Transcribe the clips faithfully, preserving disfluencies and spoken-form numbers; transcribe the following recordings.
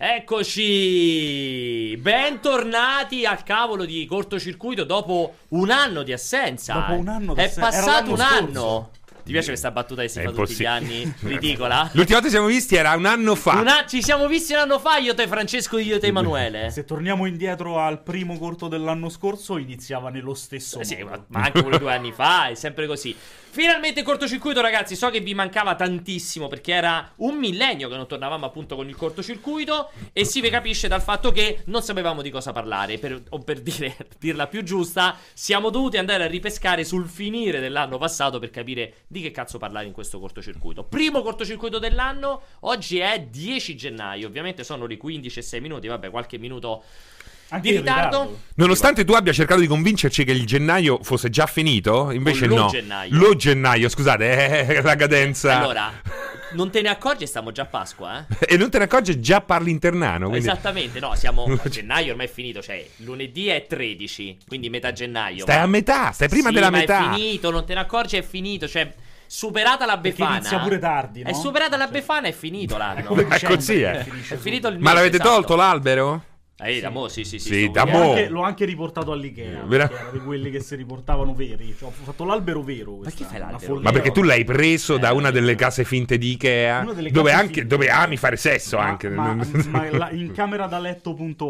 Eccoci, bentornati al cavolo di cortocircuito dopo un anno di assenza. Dopo un anno di È assenza. passato un Era l'anno anno. Ti piace questa battuta che si fa tutti gli anni? Ridicola? L'ultima volta che siamo visti era un anno fa. Una... Ci siamo visti un anno fa, io te Francesco, io te Emanuele. Se torniamo indietro al primo corto dell'anno scorso, iniziava nello stesso Eh sì, modo. ma anche pure due anni fa, è sempre così. Finalmente cortocircuito, ragazzi. So che vi mancava tantissimo perché era un millennio che non tornavamo appunto con il cortocircuito. E si capisce dal fatto che non sapevamo di cosa parlare. Per, o per dire, dirla più giusta, siamo dovuti andare a ripescare sul finire dell'anno passato per capire di che cazzo parlare in questo cortocircuito. Primo cortocircuito dell'anno. Oggi è dieci gennaio. Ovviamente sono le quindici e sei minuti. Vabbè, qualche minuto Anche di in ritardo. ritardo. Nonostante tu abbia cercato di convincerci che il gennaio fosse già finito, invece Lo no. gennaio. Lo gennaio, scusate, è la cadenza. Allora, non te ne accorgi, stiamo già a Pasqua, eh? E non te ne accorgi, già parli internano. Quindi... Esattamente, no, siamo a gennaio, ormai è finito, cioè lunedì è tredici, quindi metà gennaio. Stai ma... a metà, stai prima sì, della ma metà. è finito, non te ne accorgi, è finito, cioè superata la Perché Befana. inizia pure tardi, no? È superata la Cioè, Befana, è finito l'anno. come È così, eh. finisce È finito il mese, Ma l'avete esatto. tolto l'albero? Eh, da mo', sì, sì, sì. Sì, sto da L'ho vedendo. mo'. anche, l'ho anche riportato all'Ikea. Vera- Perché era di quelli che si riportavano veri. Cioè, ho fatto l'albero vero. Ma chi quest'anno, fai una l'albero? follia. Ma perché tu l'hai preso da Eh, una delle case finte di Ikea, Una delle dove, case anche, finte. dove ami fare sesso Ma, anche. ma, ma la- in camera da letto punto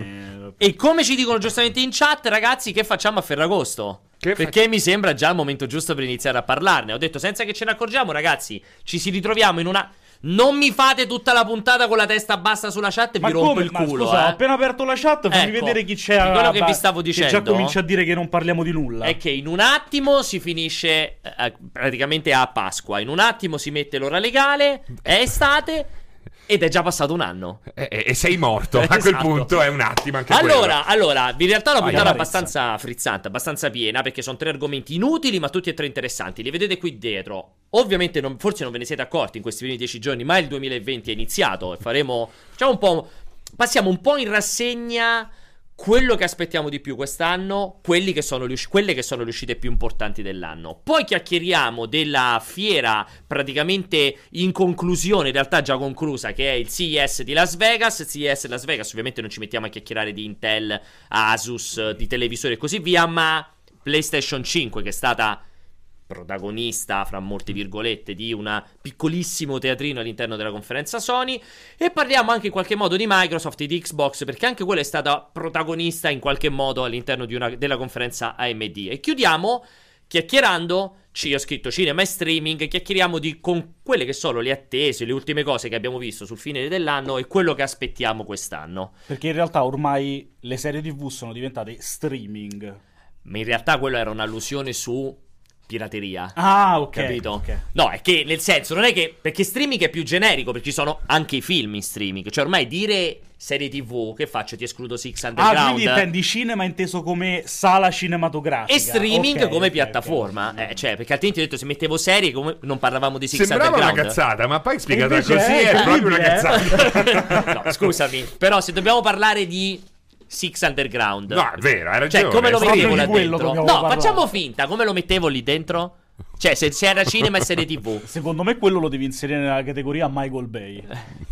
M. E come ci dicono giustamente in chat, ragazzi, che facciamo a Ferragosto? Che fa- Perché mi sembra già il momento giusto per iniziare a parlarne. Ho detto senza che ce ne accorgiamo, ragazzi, ci si ritroviamo in una... Non mi fate tutta la puntata con la testa bassa sulla chat e Ma vi rompo come? il Ma culo, scusa, eh. ho appena aperto la chat, fammi Ecco, vedere chi c'è. quello che ba- vi stavo Che dicendo già comincia a dire che non parliamo di nulla. È che in un attimo si finisce eh, praticamente a Pasqua. In un attimo si mette l'ora legale, è estate ed è già passato un anno. E, e- e sei morto. A quel Esatto. punto è un attimo anche Allora, allora, in realtà è una Vai, puntata Amarezza. abbastanza frizzante, abbastanza piena, perché sono tre argomenti inutili, ma tutti e tre interessanti. Li vedete qui dietro. Ovviamente, non- forse non ve ne siete accorti in questi primi dieci giorni, ma il duemilaventi è iniziato e faremo, facciamo un po', passiamo un po' in rassegna quello che aspettiamo di più quest'anno, quelli che sono le usci- quelle che sono le uscite più importanti dell'anno. Poi chiacchieriamo della fiera praticamente in conclusione, in realtà già conclusa, che è il C E S di Las Vegas. C E S Las Vegas, ovviamente non ci mettiamo a chiacchierare di Intel, Asus, di televisori e così via, ma PlayStation cinque, che è stata protagonista, fra molte virgolette, di un piccolissimo teatrino all'interno della conferenza Sony. E parliamo anche in qualche modo di Microsoft e di Xbox, perché anche quella è stata protagonista in qualche modo all'interno di una, della conferenza A M D. E chiudiamo chiacchierando, ci ho scritto cinema e streaming, chiacchieriamo di con quelle che sono le attese, le ultime cose che abbiamo visto sul fine dell'anno e quello che aspettiamo quest'anno. Perché in realtà ormai le serie tivù sono diventate streaming. Ma in realtà quello era un'allusione su pirateria. Ah, ok. Capito? ok. No, è che nel senso, non è che. Perché streaming è più generico, perché ci sono anche i film in streaming. Cioè, ormai dire serie tivù, che faccio? Ti escludo Six Ah, Underground. quindi intendi cinema inteso come sala cinematografica. E streaming Ok, come ok, piattaforma. ok. Eh, cioè, perché altrimenti ho detto, se mettevo serie, come non parlavamo di Six Sembrava una Underground. cazzata, ma poi spiegata invece così è è, proprio una incredibile, cazzata. No, scusami. Però se dobbiamo parlare di Six Underground. No, è vero, hai ragione. Cioè, come lo È mettevo proprio là di quello dentro? dobbiamo No, parlare. facciamo finta. Come lo mettevo lì dentro? Cioè, se, se era cinema e serie tivù. Secondo me quello lo devi inserire nella categoria Michael Bay.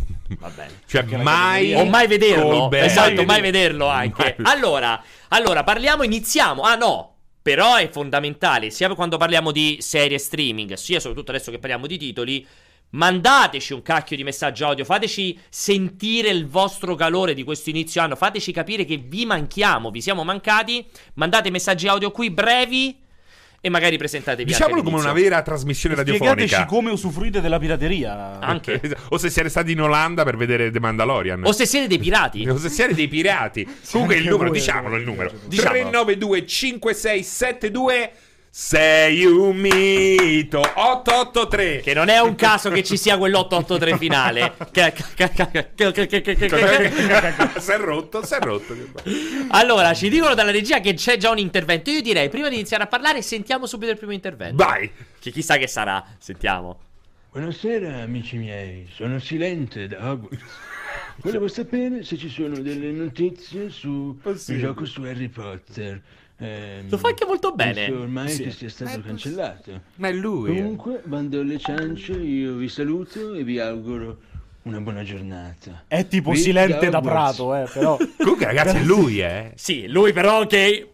Va bene. Cioè, Perché la mai... O mai vederlo. Colbert. Esatto, Mai mai vederlo anche. Mai- Allora, allora, parliamo, iniziamo. Ah no, però è fondamentale, sia quando parliamo di serie streaming, sia soprattutto adesso che parliamo di titoli, mandateci un cacchio di messaggio audio, fateci sentire il vostro calore di questo inizio anno, fateci capire che vi manchiamo, vi siamo mancati, mandate messaggi audio qui brevi e magari presentatevi Diciamolo anche come una all'inizio. vera trasmissione Spiegateci radiofonica. come usufruite della pirateria. Anche. O se siete stati in Olanda per vedere The Mandalorian. O se siete dei pirati. O se siete dei pirati. Comunque il anche numero, voi, diciamolo il eh, numero. diciamolo. tre nove due cinque sei sette due. Sei un mito. otto otto tre. Che non è un caso che ci sia quell'otto otto tre finale. Che- che- che- che- che- che- che- che- che- Si è rotto, si è rotto. Allora, ci dicono dalla regia che c'è già un intervento. Io direi, prima di iniziare a parlare, sentiamo subito il primo intervento. Vai. Che chissà che sarà. Sentiamo. Buonasera amici miei, sono Silente da Hogwarts. Volevo sapere se ci sono delle notizie su il gioco su Harry Potter. Ehm, Lo fa anche molto bene. penso ormai Sì. che sia stato cancellato. Ma è lui. Comunque, bando alle ciance, io vi saluto e vi auguro una buona giornata. È tipo Qui Silente da Hogwarts. Prato, eh, però. Comunque, ragazzi, è lui, eh. Sì, lui però che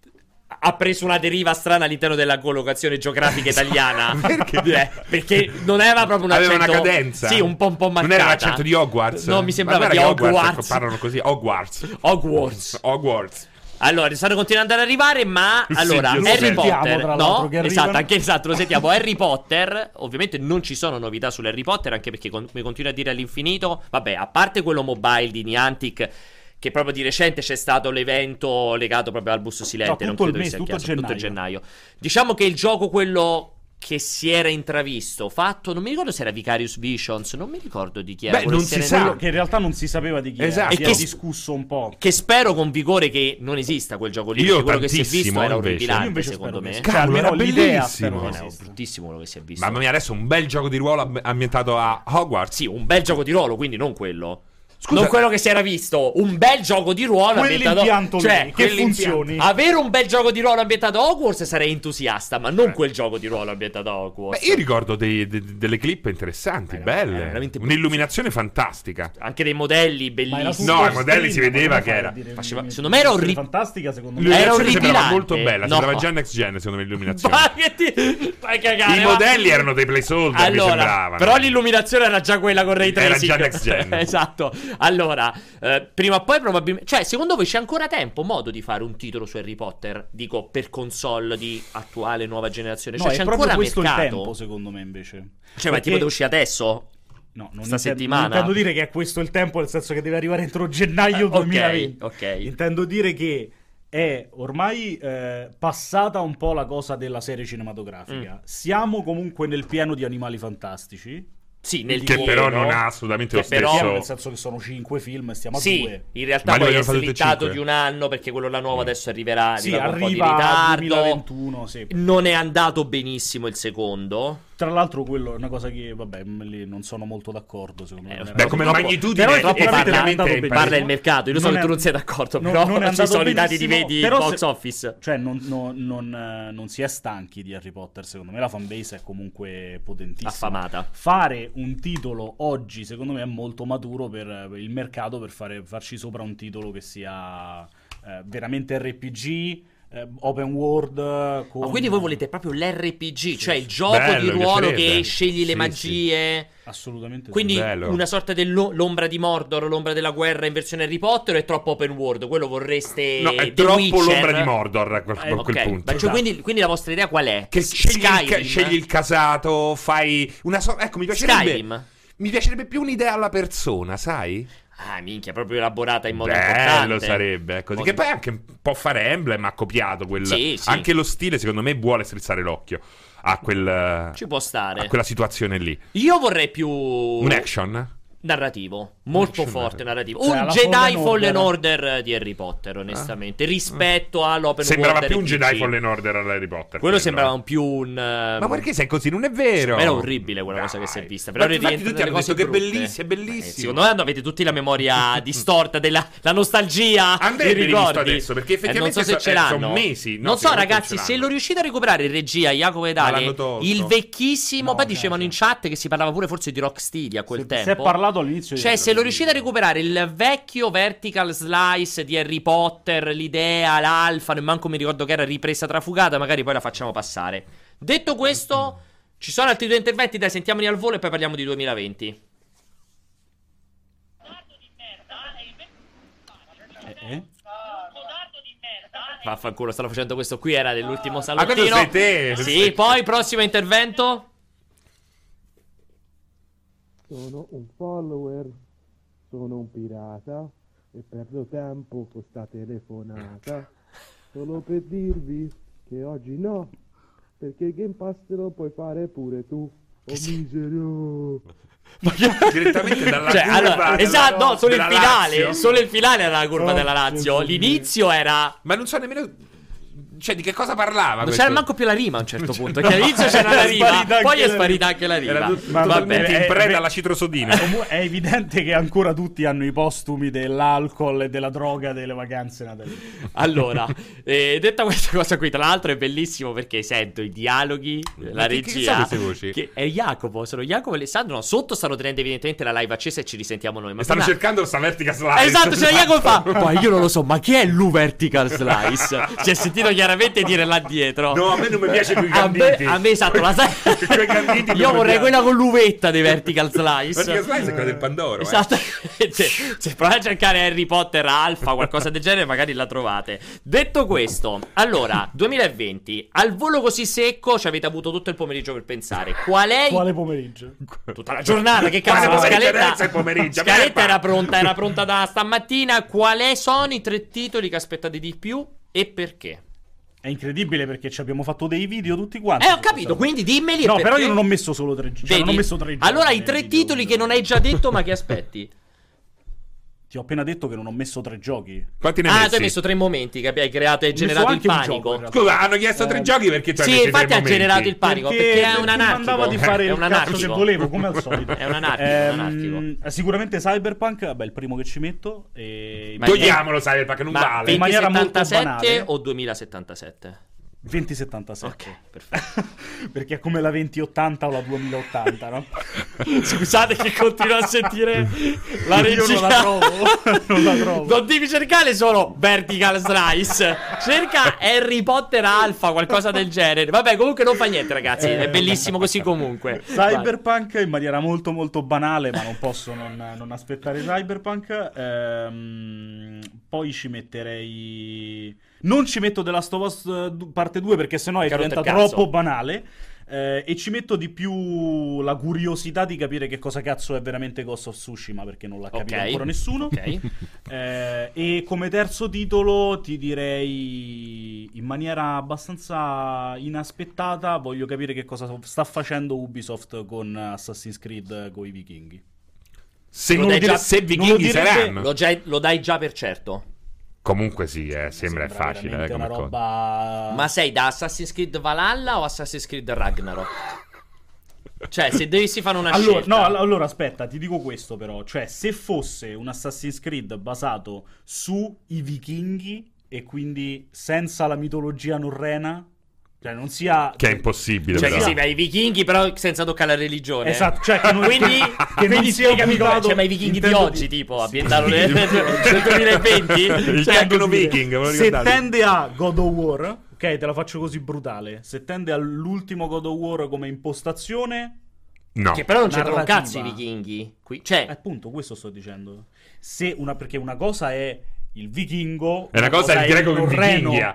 ha preso una deriva strana all'interno della collocazione geografica italiana. Perché? Eh, perché non aveva proprio un Aveva accento. una cadenza. Sì, un po' un po' mancata. Non era l'accento di Hogwarts? No, mi sembrava Ma di guarda che Hogwarts. Parlano così, Hogwarts. Hogwarts. Hogwarts. Allora, stanno continuando ad arrivare, ma Sì, allora, giusto. Harry Lo sentiamo, Potter, tra l'altro, no? che arrivano. Esatto, anche esatto, lo sentiamo. Harry Potter, ovviamente non ci sono novità sull'Harry Potter, anche perché con- mi continua a dire all'infinito, vabbè, a parte quello mobile di Niantic, che proprio di recente c'è stato l'evento legato proprio al Busto Silente, No, non tutto credo il che mese, sia tutto chiaro, tutto gennaio. gennaio. Diciamo che il gioco quello che si era intravisto, fatto, non mi ricordo se era Vicarious Visions, non mi ricordo di chi era. Beh, quello non che si era- sa. Quello che in realtà non si sapeva di chi Esatto. era. Si E è che- discusso un po'. Che spero con vigore che non esista quel gioco lì. Io Perché quello che si è tantissimo, visto era invece. orripilante, Io invece secondo spero me. che sì. Cavolo, Cioè, almeno era l'idea bellissimo. spero che Non è esista. bruttissimo quello che si è visto. Mamma mia, adesso un bel gioco di ruolo ab- ambientato a Hogwarts. Sì, un bel gioco di ruolo, quindi non quello. Scusa- Non quello che si era visto, un bel gioco di ruolo ambientato. Quell'impianto Cioè, lì, che quell'impianto. funzioni. avere un bel gioco di ruolo ambientato a Hogwarts sarei entusiasta, ma non quel gioco di ruolo ambientato a Beh, Hogwarts. io ricordo dei- de- delle clip interessanti, Era- belle. era veramente Un'illuminazione fantastica. Anche dei modelli Ma era bellissimi. tutto No, i modelli screen, si vedeva ma che come era. fai a dire Faceva- che- secondo me era orri- fantastica, secondo me. L'illuminazione Era sembrava orripilante. molto bella, No. sembrava già next gen secondo me l'illuminazione. Ma che ti fai cagare? I va. modelli erano dei placeholder, mi Allora, sembravano. però l'illuminazione era già quella con Ray Era Tracing. già next gen. Esatto. Allora, eh, prima o poi probabilmente, cioè, secondo voi c'è ancora tempo, modo di fare un titolo su Harry Potter? Dico, per console di attuale nuova generazione. No, Cioè, è c'è proprio ancora questo mercato? il tempo, secondo me, invece. Cioè, ma Perché- tipo deve uscire adesso? No, non sta intendo, settimana? non intendo dire che è questo il tempo, nel senso che deve arrivare entro gennaio Eh, ok, duemilaventi. ok. Intendo dire che è ormai eh, passata un po' la cosa della serie cinematografica. Mm. Siamo comunque nel pieno di Animali Fantastici. Sì, nel Che però pieno. non ha assolutamente Che lo però- stesso. Nel senso che sono cinque film e stiamo a Sì, due. in realtà Ma li poi è vogliono fare tutti e slittato cinque? di un anno perché quello là nuovo adesso arriverà, Sì, arriva con un po' di arriva al ritardo. duemilaventuno, sì. Non è andato benissimo il secondo. Tra l'altro quello è una cosa che, vabbè, lì non sono molto d'accordo, secondo me. Eh, Non Beh, era- come Troppo- magnitudine però è effettivamente parla- non è andato effettivamente benissimo. Parla il mercato, io lo so Non che è- tu non sei d'accordo, non- però non è ci andato sono i dati di benissimo, vedi però box se- office. Cioè, non, non- non, eh, non si è stanchi di Harry Potter, secondo me la fanbase è comunque potentissima. Affamata. Fare un titolo oggi, secondo me, è molto maturo per eh, il mercato, per fare, farci sopra un titolo che sia eh, veramente R P G, eh, open world. Con... Ma quindi voi volete proprio l'R P G, cioè il gioco Bello, di mi ruolo piacerebbe. che scegli le Sì, magie. Assolutamente sì. Quindi Bello. una sorta dell'ombra di Mordor, l'ombra della guerra in versione Harry Potter, o è troppo open world? Quello vorreste. No, è The troppo Witcher? l'ombra di Mordor a quel, Eh, a quel Ok, punto. ma cioè, Esatto. quindi, quindi la vostra idea qual è? Che scegli il, ca- Skyrim? scegli il casato, fai una sorta. Ecco, mi piacerebbe. Skyrim? Mi piacerebbe più un'idea alla persona, sai? Ah, minchia, proprio elaborata in modo Bello importante. sarebbe. Così. Mo- Che poi anche un po' Fire Emblem ha copiato quel. Sì, sì. Anche lo stile, secondo me, vuole strizzare l'occhio a quel. Ci può stare. A quella situazione lì. Io vorrei più Un action? narrativo, molto action forte narrativo. Cioè, Un alla Jedi Fallen Fallen Order. Order di Harry Potter, onestamente, rispetto all'open Sembrava world più un R P G. Jedi Fallen Order a Harry Potter. Quello quello, sembrava eh. un più un Ma perché sei così? Non è vero. Era orribile quella cosa Dai. che si è vista. Però Ma infatti rientra tutti nelle hanno cose detto che è brutte. bellissimo, è bellissimo. Eh, secondo me avete tutti la memoria distorta della la nostalgia. Andrebbe dei ricordi. rivisto adesso, perché effettivamente Eh, non so se so- ce eh, l'hanno. sono mesi, no, non so, sicuramente ragazzi, ce se l'hanno. lo riuscite a recuperare in regia, Jacopo e Ma Dale, l'hanno tolto. il vecchissimo. No, poi cioè, dicevano in cioè. chat che si parlava pure forse di Rocksteady a quel Si- tempo. si è parlato all'inizio di Cioè, se lo Rocksteady. riuscite a recuperare il vecchio vertical slice di Harry Potter, l'idea, l'alfa, non manco mi ricordo che era ripresa trafugata, magari poi la facciamo passare. Detto questo, ci sono altri due interventi, dai, sentiamoli al volo e poi parliamo di duemilaventi. Eh, eh? Vaffanculo, stanno facendo questo qui, era dell'ultimo Ah, salottino. questo sei te. Sì, Sei- poi prossimo intervento. Sono un follower, sono un pirata e perdo tempo con sta telefonata solo per dirvi che oggi no, perché il Game Pass te lo puoi fare pure tu. Oh misero. Direttamente dalla Cioè, curva allora, della- esatto, no, solo il della finale. Lazio. Solo il finale era la curva Oh, della Lazio. Gesù mio. L'inizio era. Ma non so nemmeno. cioè, di che cosa parlava? Non questo? c'era manco più la rima a un certo punto. Che all'inizio c'era la rima, poi è sparita anche la rima. Era tutto, Ma tutto vabbè, tutti è- in preda è- alla citrosodina. Comu- È evidente che ancora tutti hanno i postumi dell'alcol e della droga delle vacanze natalizie. Allora, eh, detta questa cosa qui, tra l'altro è bellissimo perché sento i dialoghi, la che- che regia. sono queste voci? Che è Jacopo, sono Jacopo e Alessandro. No, sotto stanno tenendo evidentemente la live accesa e ci risentiamo noi. Ma E stanno prima- cercando sta vertical slice. Esatto, c'era Jacopo fa. Poi io non lo so, ma chi è l'U Vertical Slice? Si è sentito chiaramente dire là dietro. No, a me non mi piace più i A me, canditi. a me esatto, la sai. Quei canditi Io non mi vorrei piace. quella con l'uvetta dei Vertical Slice. Vertical slice è quella del Pandoro. eh. Esattamente. Se provate a cercare Harry Potter Alpha, qualcosa del genere, magari la trovate. Detto questo, allora, duemilaventi, al volo così secco ci avete avuto tutto il pomeriggio per pensare. Qual è Quale pomeriggio? tutta la giornata? Che cazzo? Quale La pomeriggio scaletta, adesso è pomeriggio? scaletta Merda. era pronta, era pronta da stamattina. Quali sono i tre titoli che aspettate di più e perché? È incredibile perché ci abbiamo fatto dei video tutti quanti. Eh, ho su questa capito, cosa. quindi dimmeli. e No, perché. però io non ho messo solo tre giochi. Cioè, non ho Vedi? messo tre giochi Allora, i nel tre video. titoli che non hai già detto, ma che aspetti? Ti ho appena detto che non ho messo tre giochi. Quanti ne hai Ah, messi? tu hai messo tre momenti che hai creato e Ho messo generato il anche un panico. gioco, in realtà. Scusa, hanno chiesto tre Eh, giochi perché tu hai Sì, messo i tre infatti ha momenti. generato il panico perché, è un mi anarchico. mandava di fare è il un cazzo anarchico. che volevo, come al solito. È un anarchico, è un anarchico. Sicuramente Cyberpunk, vabbè, il primo che ci metto. E... Ma- Togliamolo, sai, perché non Ma vale. in maniera molto duemilasettantasette banale. o duemilasettantasette? venti settantasette. Ok, perfetto. Perché è come la venti ottanta o la duemilaottanta, no? Scusate che continuo a sentire la regia. Io non la trovo. Non la trovo. Non devi cercare solo Vertical Slice. Cerca Harry Potter Alpha, qualcosa del genere. Vabbè, comunque non fa niente, ragazzi. È bellissimo così comunque. Vai. Cyberpunk in maniera molto molto banale, ma non posso non, non aspettare Cyberpunk. Ehm, poi ci metterei... Non ci metto The Last of Us eh, parte due perché sennò Che ha rotto diventa il cazzo. troppo banale. Eh, e ci metto di più la curiosità di capire che cosa cazzo è veramente Ghost of Tsushima, perché non l'ha capito Ok. ancora nessuno. Ok. Eh, e come terzo titolo ti direi in maniera abbastanza inaspettata, voglio capire che cosa sta facendo Ubisoft con Assassin's Creed con i vichinghi. Se, Lo non dai dire- già- se non vichinghi lo direbbe- saranno. Lo, già- lo dai già per certo. Comunque sì, eh, sembra, facile. veramente Eh, come una cosa. roba. Ma sei da Assassin's Creed Valhalla o Assassin's Creed Ragnarok? Cioè, se dovessi fare una Allora, scelta. no, all- allora aspetta, ti dico questo però, cioè se fosse un Assassin's Creed basato sui vichinghi e quindi senza la mitologia norrena, cioè non sia... Che è impossibile. Cioè, però. che sì, ma i vichinghi, però senza toccare la religione. Esatto, cioè che non, Quindi, che, che quindi non sia spiegami come. puntato- Cioè, ma i vichinghi intendo di oggi, di- tipo, ambientato nel, nel duemilaventi? Il Cioè, tecno dire, viking, ve lo se ricordate? tende a God of War, ok, te la faccio così brutale, se tende all'ultimo God of War come impostazione, No. Che però non c'entrano un Narrativa. cazzo i vichinghi. Qui, cioè, appunto questo sto dicendo. Se una, perché una cosa è il vichingo, È una cosa il greco che norreno. vichinghi.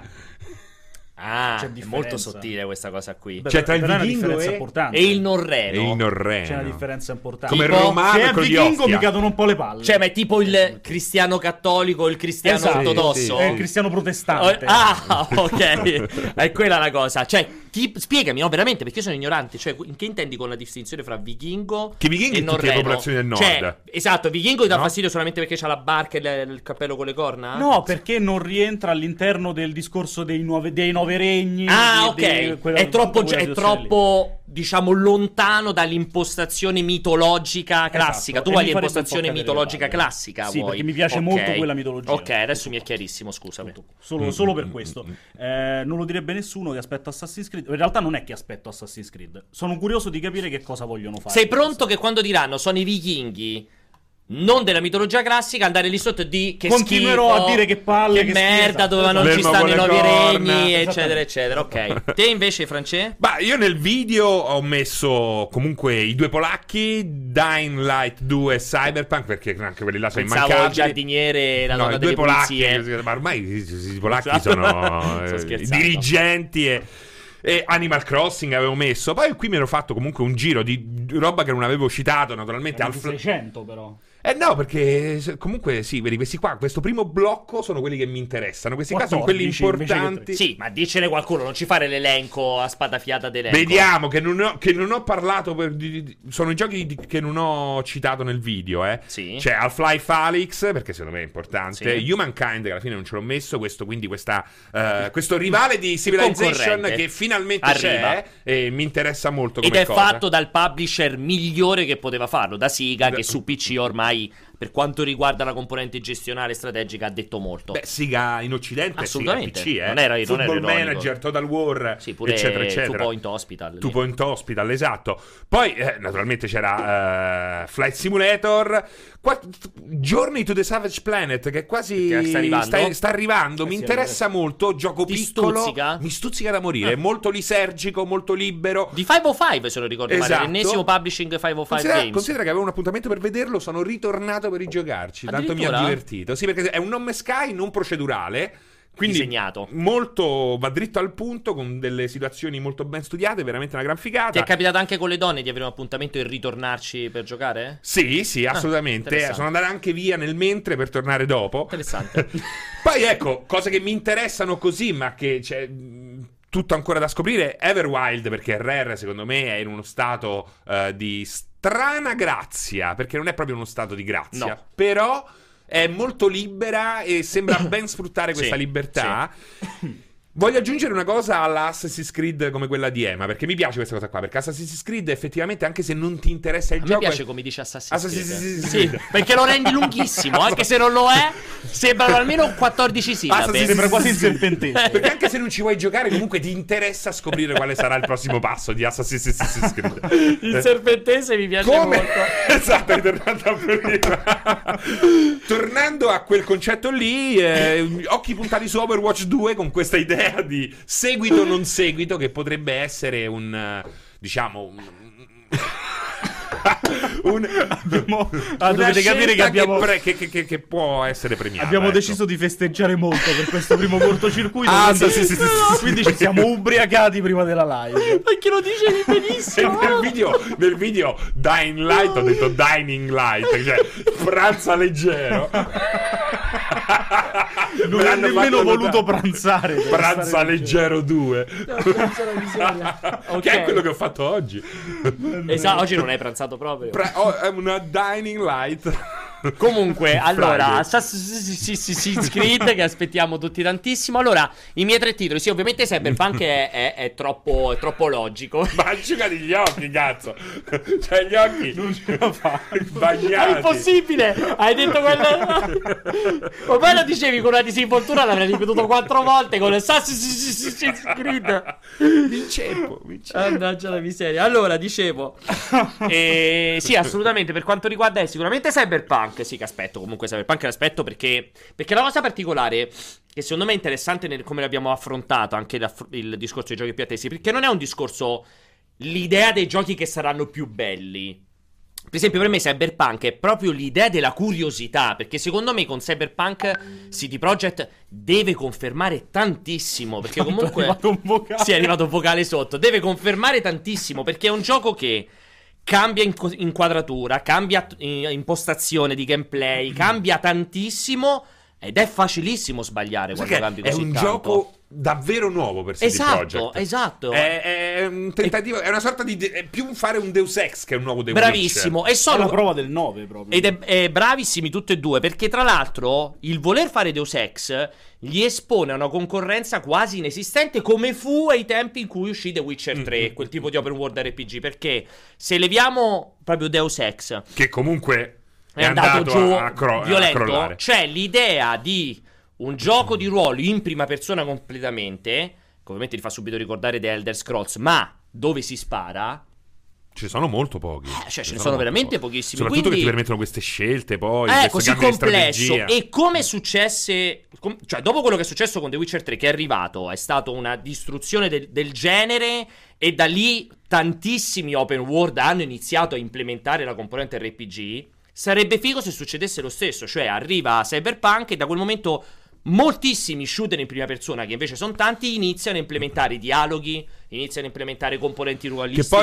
ah, c'è è differenza. molto sottile questa cosa qui. Beh, Cioè, tra il però è una vichingo differenza e- importante. E il E norreno. il norreno. C'è una differenza importante. Come il Tipo, romano se e è quello di vichingo Ostia. mi cadono un po' le palle. Cioè, ma è tipo il cristiano cattolico, il cristiano Esatto, ortodosso. è il cristiano protestante. Oh, ah, ok. È quella la cosa. Cioè, ti, spiegami, no, veramente, perché io sono ignorante. Cioè, in che intendi con la distinzione fra vichingo Che vichingi e tutte le norreno? popolazioni del nord. Cioè, esatto, vichingo ti dà No? fastidio solamente perché c'ha la barca e le- il cappello con le corna? No, perché non rientra all'interno del discorso dei nove, dei nove regni. Ah, di- ok. di- quella- è troppo, tutta quella è situazione lì. troppo diciamo, lontano dall'impostazione mitologica classica. Esatto, Tu e vuoi mi farebbe un po' l'impostazione cadere le mitologica palle. classica? Sì, vuoi? perché mi piace Ok. molto quella mitologia. Ok, adesso mi è chiarissimo, scusami. Solo, solo per questo. Eh, non lo direbbe nessuno che aspetta Assassin's Creed. In realtà non è che aspetto Assassin's Creed. Sono curioso di capire che cosa vogliono fare. Sei pronto che quando diranno sono i vichinghi, non della mitologia classica, andare lì sotto e di che Continuerò schifo, a dire che palle, che, che merda, schifo. dove non L'elmo ci stanno con i le nuovi corna. regni, eccetera, Esattamente. eccetera. Ok. Te invece, France? Ma io nel video ho messo comunque i due polacchi, Dying Light due e Cyberpunk, perché anche quelli là sono Pensavo il immancabili. giardiniere e la No, donna i due delle polacchi, pulizie. ma ormai i, i polacchi Esatto. sono Sto eh, scherzando. dirigenti e, e Animal Crossing avevo messo. Poi qui mi ero fatto comunque un giro di roba che non avevo citato, naturalmente. Erano Half- seicento però. Eh no, perché se- comunque sì, vedi, questi qua, questo primo blocco sono quelli che mi interessano. Questi qua sono quelli quattordici invece che importanti. Sì, ma dicene qualcuno, non ci fare l'elenco a spada fiata d'elenco. Vediamo, che non ho, che non ho parlato per, di, di- sono i giochi di- che non ho citato nel video, eh. Sì. C'è Half-Life Alyx, perché secondo me è importante. Sì. Humankind, che alla fine non ce l'ho messo, questo quindi questa eh, questo rivale di Civilization Concorrente. che finalmente Arriva. c'è e mi interessa molto Ed come è cosa. fatto dal publisher migliore che poteva farlo, da Sega, Da- che su P C ormai, per quanto riguarda la componente gestionale e strategica, ha detto molto. Beh, Siga in Occidente Assolutamente. sì, P C, eh. Non era- non era Football ironico. Manager, Total War, Sì, pure eccetera, eccetera. Two Point Hospital. Two lì. Point Hospital, esatto. Poi, eh, naturalmente, c'era eh, Flight Simulator. Qua- Journey to the Savage Planet, che quasi Che sta arrivando. sta, sta arrivando. Eh Mi sì, interessa molto. Gioco Ti piccolo. stuzzica? Mi stuzzica da morire. È Ah. molto lisergico, molto libero. Di cinquecentocinque, se non ricordo male, Esatto. l'ennesimo publishing cinquecentocinque Considera, Games. considera che avevo un appuntamento per vederlo, sono ritornato per rigiocarci. Tanto mi ha Addirittura? divertito. Sì, perché è un No Man's Sky non procedurale. Quindi Disegnato. molto va dritto al punto, con delle situazioni molto ben studiate, veramente una gran figata. Ti è capitato anche con le donne di avere un appuntamento e ritornarci per giocare? Sì, sì, assolutamente. interessante. Sono andato anche via nel mentre per tornare dopo. Interessante. Poi ecco, cose che mi interessano così, ma che c'è mh, tutto ancora da scoprire. Everwild, perché R R secondo me è in uno stato eh, di strana grazia, perché non è proprio uno stato di grazia, No. però è molto libera e sembra ben sfruttare questa Sì, libertà. Voglio aggiungere una cosa alla Assassin's Creed come quella di Ema, perché mi piace questa cosa qua, perché Assassin's Creed effettivamente, anche se non ti interessa il A me gioco, piace è- come dice Assassin's Creed. Assassin's Sì, Creed. perché lo rendi lunghissimo, anche se non lo è, sembrano almeno quattordici sillabe. Assassin's Sembra quasi il Creed. serpentese. Perché anche se non ci vuoi giocare, comunque ti interessa scoprire quale sarà il prossimo passo di Assassin's Creed. Il serpentese mi piace Come? molto. Esatto, ritornando a prima. Tornando a quel concetto lì, eh, occhi puntati su Overwatch due con questa idea di seguito o non seguito, che potrebbe essere un, eh, diciamo, un... un Abbiamo- ah, una dovete capire che scelta abbiamo, pre- che, che- che- che può essere premiata. abbiamo ecco. deciso di festeggiare molto per questo primo cortocircuito. Ah, quindi, sì, sì, sì, sì, sì. quindi ci siamo ubriacati prima della live. Perché lo dicevi E benissimo. nel video, nel video Dying Light ho detto Dining Light, cioè pranza leggero. Non Me ha l'hanno nemmeno fatto voluto notare. pranzare. per Pranza stare leggero due. Ok. Che è quello che ho fatto oggi. Esatto, oggi non hai pranzato proprio. Pra- oh, è una Dining Light. Comunque, allora, Friday. Assassin's Creed, che aspettiamo tutti tantissimo. Allora, i miei tre titoli. Sì, ovviamente Cyberpunk è, è, è, troppo, è troppo logico. Ma giocati gli occhi, cazzo. Cioè gli occhi Non ce la fa. È bagnati. impossibile! Hai detto quello. Ormai lo dicevi con una disinvoltura, l'avrei ripetuto quattro volte con Assassin's Creed. Mi inceppo, mi inceppo. Mannaggia la miseria. Allora, dicevo, eh, sì, assolutamente. Per quanto riguarda è sicuramente Cyberpunk. Sì, che aspetto. Comunque, Cyberpunk l'aspetto perché. Perché la cosa particolare, che secondo me è interessante nel come l'abbiamo affrontato anche l'aff- il discorso dei giochi più attesi, perché non è un discorso l'idea dei giochi che saranno più belli. Per esempio, per me Cyberpunk è proprio l'idea della curiosità, perché secondo me con Cyberpunk C D Projekt deve confermare tantissimo, perché comunque È arrivato un vocale. sì, è arrivato un vocale sotto, deve confermare tantissimo, perché è un gioco che cambia inco- inquadratura, cambia eh, impostazione di gameplay, cambia tantissimo ed è facilissimo sbagliare Sai quando che cambi è così un tanto. gioco davvero nuovo per C D Esatto, Projekt. esatto. È, è un tentativo, è una sorta di. È più fare un Deus Ex che un nuovo Deus Bravissimo, e È sono la prova del nove proprio. Ed è, è bravissimi tutti e due, perché tra l'altro il voler fare Deus Ex gli espone a una concorrenza quasi inesistente, come fu ai tempi in cui uscì The Witcher tre, Mm-hmm. quel tipo di open world R P G, perché se leviamo proprio Deus Ex Che comunque è, è andato, giù a, a cro- a violento, crollare. c'è l'idea di un gioco di ruolo in prima persona completamente, che ovviamente ti fa subito ricordare The Elder Scrolls, ma dove si spara. Ci sono molto pochi. Eh, cioè, Ci ce ne sono molto veramente pochi. pochissimi, Soprattutto quindi- che ti permettono queste scelte poi. È questo così cambio di complesso. strategia. E come successe, com- cioè dopo quello che è successo con The Witcher tre, che è arrivato, è stato una distruzione del, del genere, e da lì tantissimi open world hanno iniziato a implementare la componente R P G. Sarebbe figo se succedesse lo stesso, cioè arriva Cyberpunk e da quel momento moltissimi shooter in prima persona, che invece sono tanti, iniziano a implementare dialoghi, iniziano a implementare componenti Che ruolistiche. poi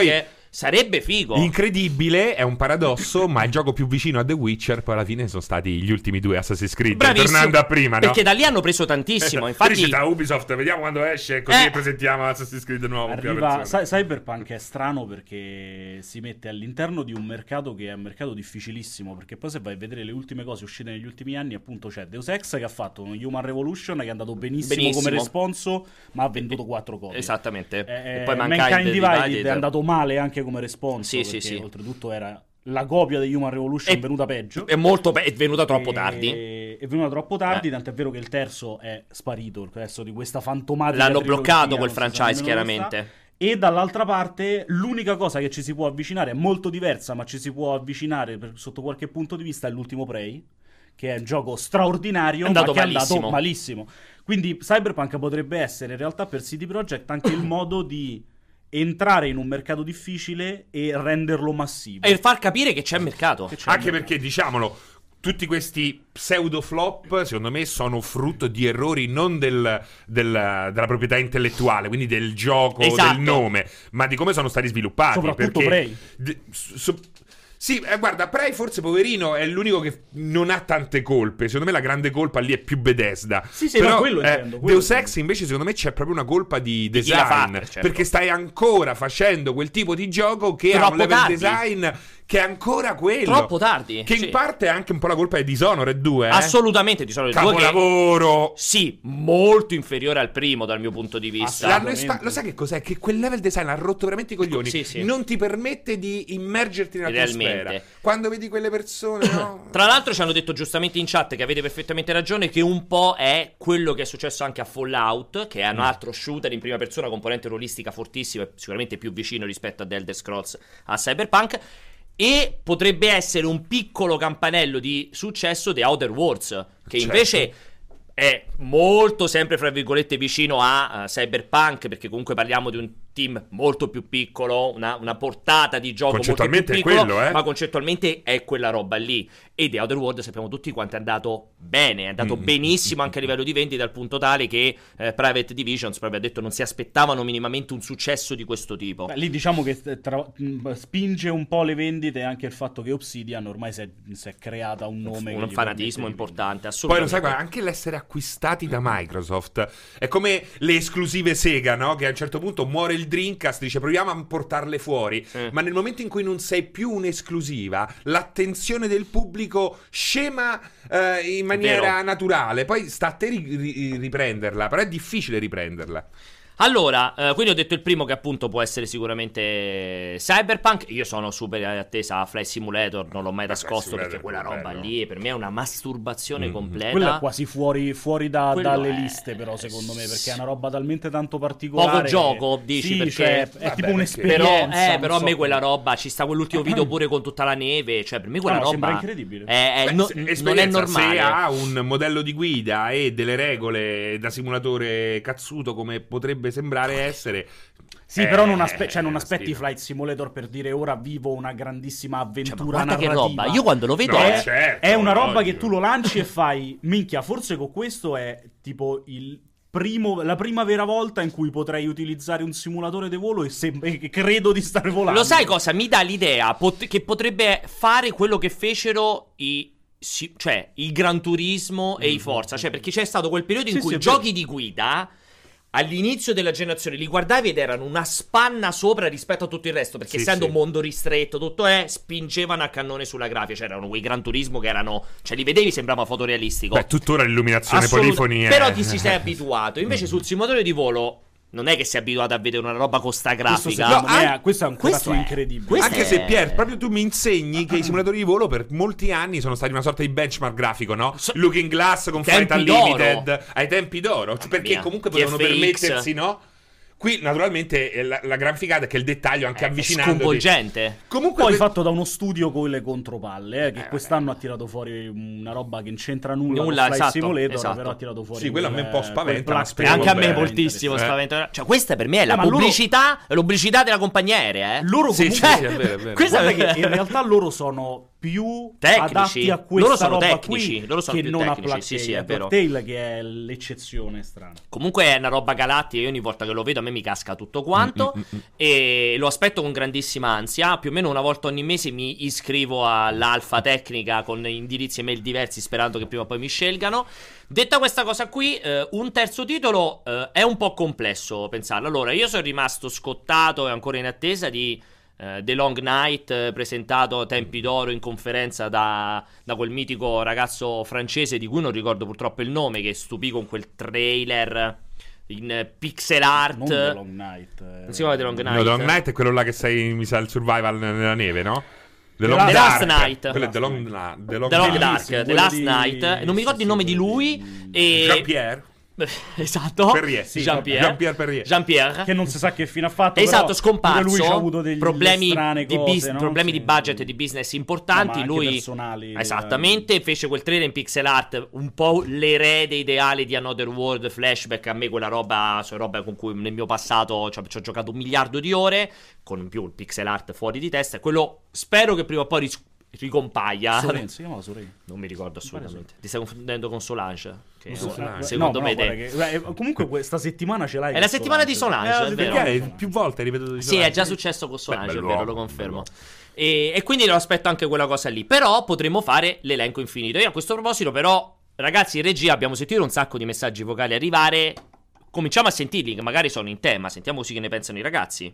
Sarebbe figo. Incredibile, è un paradosso, ma il gioco più vicino a The Witcher poi alla fine sono stati gli ultimi due Assassin's Creed. Bravissimo. Tornando a prima, no? Perché da lì hanno preso tantissimo. Infatti da Ubisoft, vediamo quando esce, così Eh. presentiamo Assassin's Creed nuovo. Arriva, Cy- Cyberpunk è strano perché si mette all'interno di un mercato che è un mercato difficilissimo, perché poi se vai a vedere le ultime cose uscite negli ultimi anni, appunto c'è Deus Ex che ha fatto un Human Revolution che è andato benissimo, Benissimo. come responso, ma ha venduto quattro copie. Esattamente. Eh, E poi Mankind, Mankind Divided, Divided è andato male anche come responso, Sì, sì, perché sì. oltretutto era la copia di Human Revolution E- venuta peggio. È molto be- è venuta troppo E- tardi. È venuta troppo tardi, Eh. tant'è vero che il terzo è sparito, il resto di questa fantomatica L'hanno trilogia, bloccato quel non si sa franchise, nemmeno dove chiaramente. sta. E dall'altra parte l'unica cosa che ci si può avvicinare è molto diversa, ma ci si può avvicinare per- sotto qualche punto di vista è l'ultimo Prey, che è un gioco straordinario, È andato ma che malissimo. è andato malissimo. Quindi Cyberpunk potrebbe essere in realtà per C D Projekt anche il modo di entrare in un mercato difficile e renderlo massivo. E far capire che c'è mercato. Che c'è Anche un perché, diciamolo, tutti questi pseudo flop, secondo me, sono frutto di errori non del, del- della proprietà intellettuale, quindi del gioco, Esatto. del nome, ma di come sono stati sviluppati. Soprattutto perché Prey. d- so- sì, eh, guarda, Prey forse poverino è l'unico che non ha tante colpe. Secondo me la grande colpa lì è più Bethesda. Sì, sì, Però, no, quello eh, intendo, quello Deus intendo. Ex invece secondo me c'è proprio una colpa di Di chi l'ha design, fatta, certo. perché stai ancora facendo quel tipo di gioco che ha Troppo un level tardi. design che è ancora quello. Troppo tardi. Che in Sì. parte è anche un po' la colpa di Dishonored due, eh? Assolutamente, di solito due che Capolavoro. sì, molto inferiore al primo dal mio punto di vista. L'hanno Assolutamente. esta- lo sai che cos'è? Che quel level design ha rotto veramente i coglioni. Sì, sì. Non ti permette di immergerti nell'atmosfera. Realmente. Quando vedi quelle persone, no? Tra l'altro ci hanno detto giustamente in chat che avete perfettamente ragione, che un po' è quello che è successo anche a Fallout, che è un altro shooter in prima persona, componente ruolistica fortissima, sicuramente più vicino rispetto ad Elder Scrolls a Cyberpunk. E potrebbe essere un piccolo campanello di successo di Outer Worlds, che Certo. invece è molto sempre fra virgolette vicino a uh, Cyberpunk, perché comunque parliamo di un team molto più piccolo, una, una portata di gioco molto più Concettualmente è piccolo, quello, eh. ma concettualmente è quella roba lì. E The Outer Worlds sappiamo tutti quanto è andato bene, è andato Mm. benissimo anche a livello di vendita, al punto tale che eh, Private Divisions proprio ha detto non si aspettavano minimamente un successo di questo tipo. Beh, lì diciamo che tra- mh, spinge un po' le vendite anche il fatto che Obsidian ormai si è, si è creata un nome. che Un gli fanatismo permette di importante, Poi lo assolutamente. sai, guarda, anche l'essere acquistati da Microsoft è come le esclusive Sega, no? Che a un certo punto muore il Dreamcast, dice proviamo a portarle fuori, Eh. ma nel momento in cui non sei più un'esclusiva, l'attenzione del pubblico scema eh, in maniera Vero. naturale. Poi sta a te ri- ri- riprenderla, però è difficile riprenderla. Allora, eh, quindi ho detto il primo che appunto può essere sicuramente Cyberpunk. Io sono super attesa a Flight Simulator, non l'ho mai nascosto Simulator perché è quella bello. roba lì per me è una masturbazione Mm. completa. Quella è quasi fuori, fuori da- Quello dalle è- liste, però, secondo me, perché è una roba talmente tanto particolare. Poco gioco, dici, Sì, perché- cioè, è Vabbè, tipo perché- un'esperienza. Però, eh, non però a so me quella come. roba, ci sta quell'ultimo video pure con tutta la neve, cioè per me quella No, no, roba sembra incredibile. è- è Beh, no- se- non è esperienza, normale. Se ha un modello di guida e delle regole da simulatore cazzuto come potrebbe sembrare essere, Sì, eh, però non, aspe- cioè, non una aspetti sfida. Flight Simulator per dire ora vivo una grandissima Cioè, ma avventura guarda che narrativa. roba, io quando lo vedo No, è- è, certo, è una roba logico. che tu lo lanci e fai minchia, forse con questo è tipo il primo, la prima vera volta in cui potrei utilizzare un simulatore di volo e, sem- e credo di stare volando. Lo sai cosa? Mi dà l'idea pot- che potrebbe fare quello che fecero i... si- cioè il Gran Turismo e i Forza. Cioè perché c'è stato quel periodo in Sì, cui sì, è giochi di guida all'inizio della generazione li guardavi ed erano una spanna sopra rispetto a tutto il resto, perché Sì, essendo sì. un mondo ristretto tutto è, spingevano a cannone sulla grafica. Cioè erano quei Gran Turismo che erano, cioè li vedevi sembrava fotorealistico. beh, tuttora l'illuminazione Assolut- polifoni è... Però ti si sei abituato. Invece sul simulatore di volo non è che sei abituato a vedere una roba con sta Questo, grafica. secondo No, me an- è, questo è ancora questo più è- incredibile. questo Anche è- se Pier, proprio tu mi insegni che i simulatori di volo per molti anni sono stati una sorta di benchmark grafico, no? So- Looking Glass con Flight tempi Unlimited d'oro. ai tempi d'oro, cioè, perché mia. comunque T F X. potevano permettersi, no? Qui naturalmente eh, la, la gran figata è che il dettaglio anche È avvicinando sconvolgente. Comunque Poi que- fatto da uno studio con le contropalle, eh, che Eh, quest'anno ha tirato fuori una roba che non c'entra nulla, Nulla, con Flight esatto, Simulator, esatto. però ha tirato fuori Sì, quello a me quel- un po' quel spaventa, ma Black E speriamo anche a me bene, moltissimo eh. spaventa. Cioè questa per me è la ma loro- pubblicità, la pubblicità della compagnia aerea, eh. Loro Sì, comunque sì, sì, è vero, è vero. Questa- Guarda che in realtà loro sono più Tecnici. adatti a questa Loro sono roba tecnici, qui loro sono che più non tecnici, a Plague sì, Tale. sì, è a vero. Plague Tale che è l'eccezione strana. Comunque è una roba galattica, io ogni volta che lo vedo a me mi casca tutto quanto Mm, mm, mm, mm. e lo aspetto con grandissima ansia. Più o meno una volta ogni mese mi iscrivo all'alfa tecnica con indirizzi email diversi sperando che prima o poi mi scelgano. Detta questa cosa qui, eh, un terzo titolo eh, è un po' complesso pensarlo. Allora, io sono rimasto scottato e ancora in attesa di Uh, The Long Night, uh, presentato a tempi d'oro in conferenza da, da quel mitico ragazzo francese di cui non ricordo purtroppo il nome, che stupì con quel trailer in uh, pixel art. Non The Long Night. Eh. Non si chiama The Long Night? No, The Long Night è quello là che sei, mi sa, il survival nella neve, no? The, The Long The Dark. Last Night. Quello è The Long, la- The Long The Long Night. Dark, Quello The Last di- Night. Non mi ricordo sì, il nome sì, di quello lui. di- E... Jean-Pierre. Esatto. Perrier, sì, Jean-Pierre. Jean-Pierre Perrier. Jean-Pierre. Che non si sa che fine ha fatto. Esatto, però pure lui scomparso. c'ha avuto degli problemi, strane di, cose, bus- no? problemi Sì. di budget e di business importanti. No, ma anche lui, personali, esattamente, fece quel trailer in pixel art, un po' l'erede ideale di Another World, flashback. A me quella roba, sono roba con cui nel mio passato ci ho, ci ho giocato un miliardo di ore, con in più il pixel art fuori di testa. E quello spero che prima o poi ris- ricompaia. Soren, si chiamava Soren. Non mi ricordo assolutamente. Ti stai confondendo con Solange, che Solange. secondo No, me no, te- guarda che- eh, comunque questa settimana ce l'hai È con la settimana di Solange, Eh, è sì, vero. Perché è più volte ripetuto di Sì, Solange. è già successo con Solange, Beh, è vero, bell'uomo, lo confermo. bell'uomo. E, e quindi lo aspetto anche quella cosa lì. Però potremo fare l'elenco infinito. Io a questo proposito, però, ragazzi, in regia abbiamo sentito un sacco di messaggi vocali arrivare. Cominciamo a sentirli, che magari sono in tema. Sentiamo così che ne pensano i ragazzi.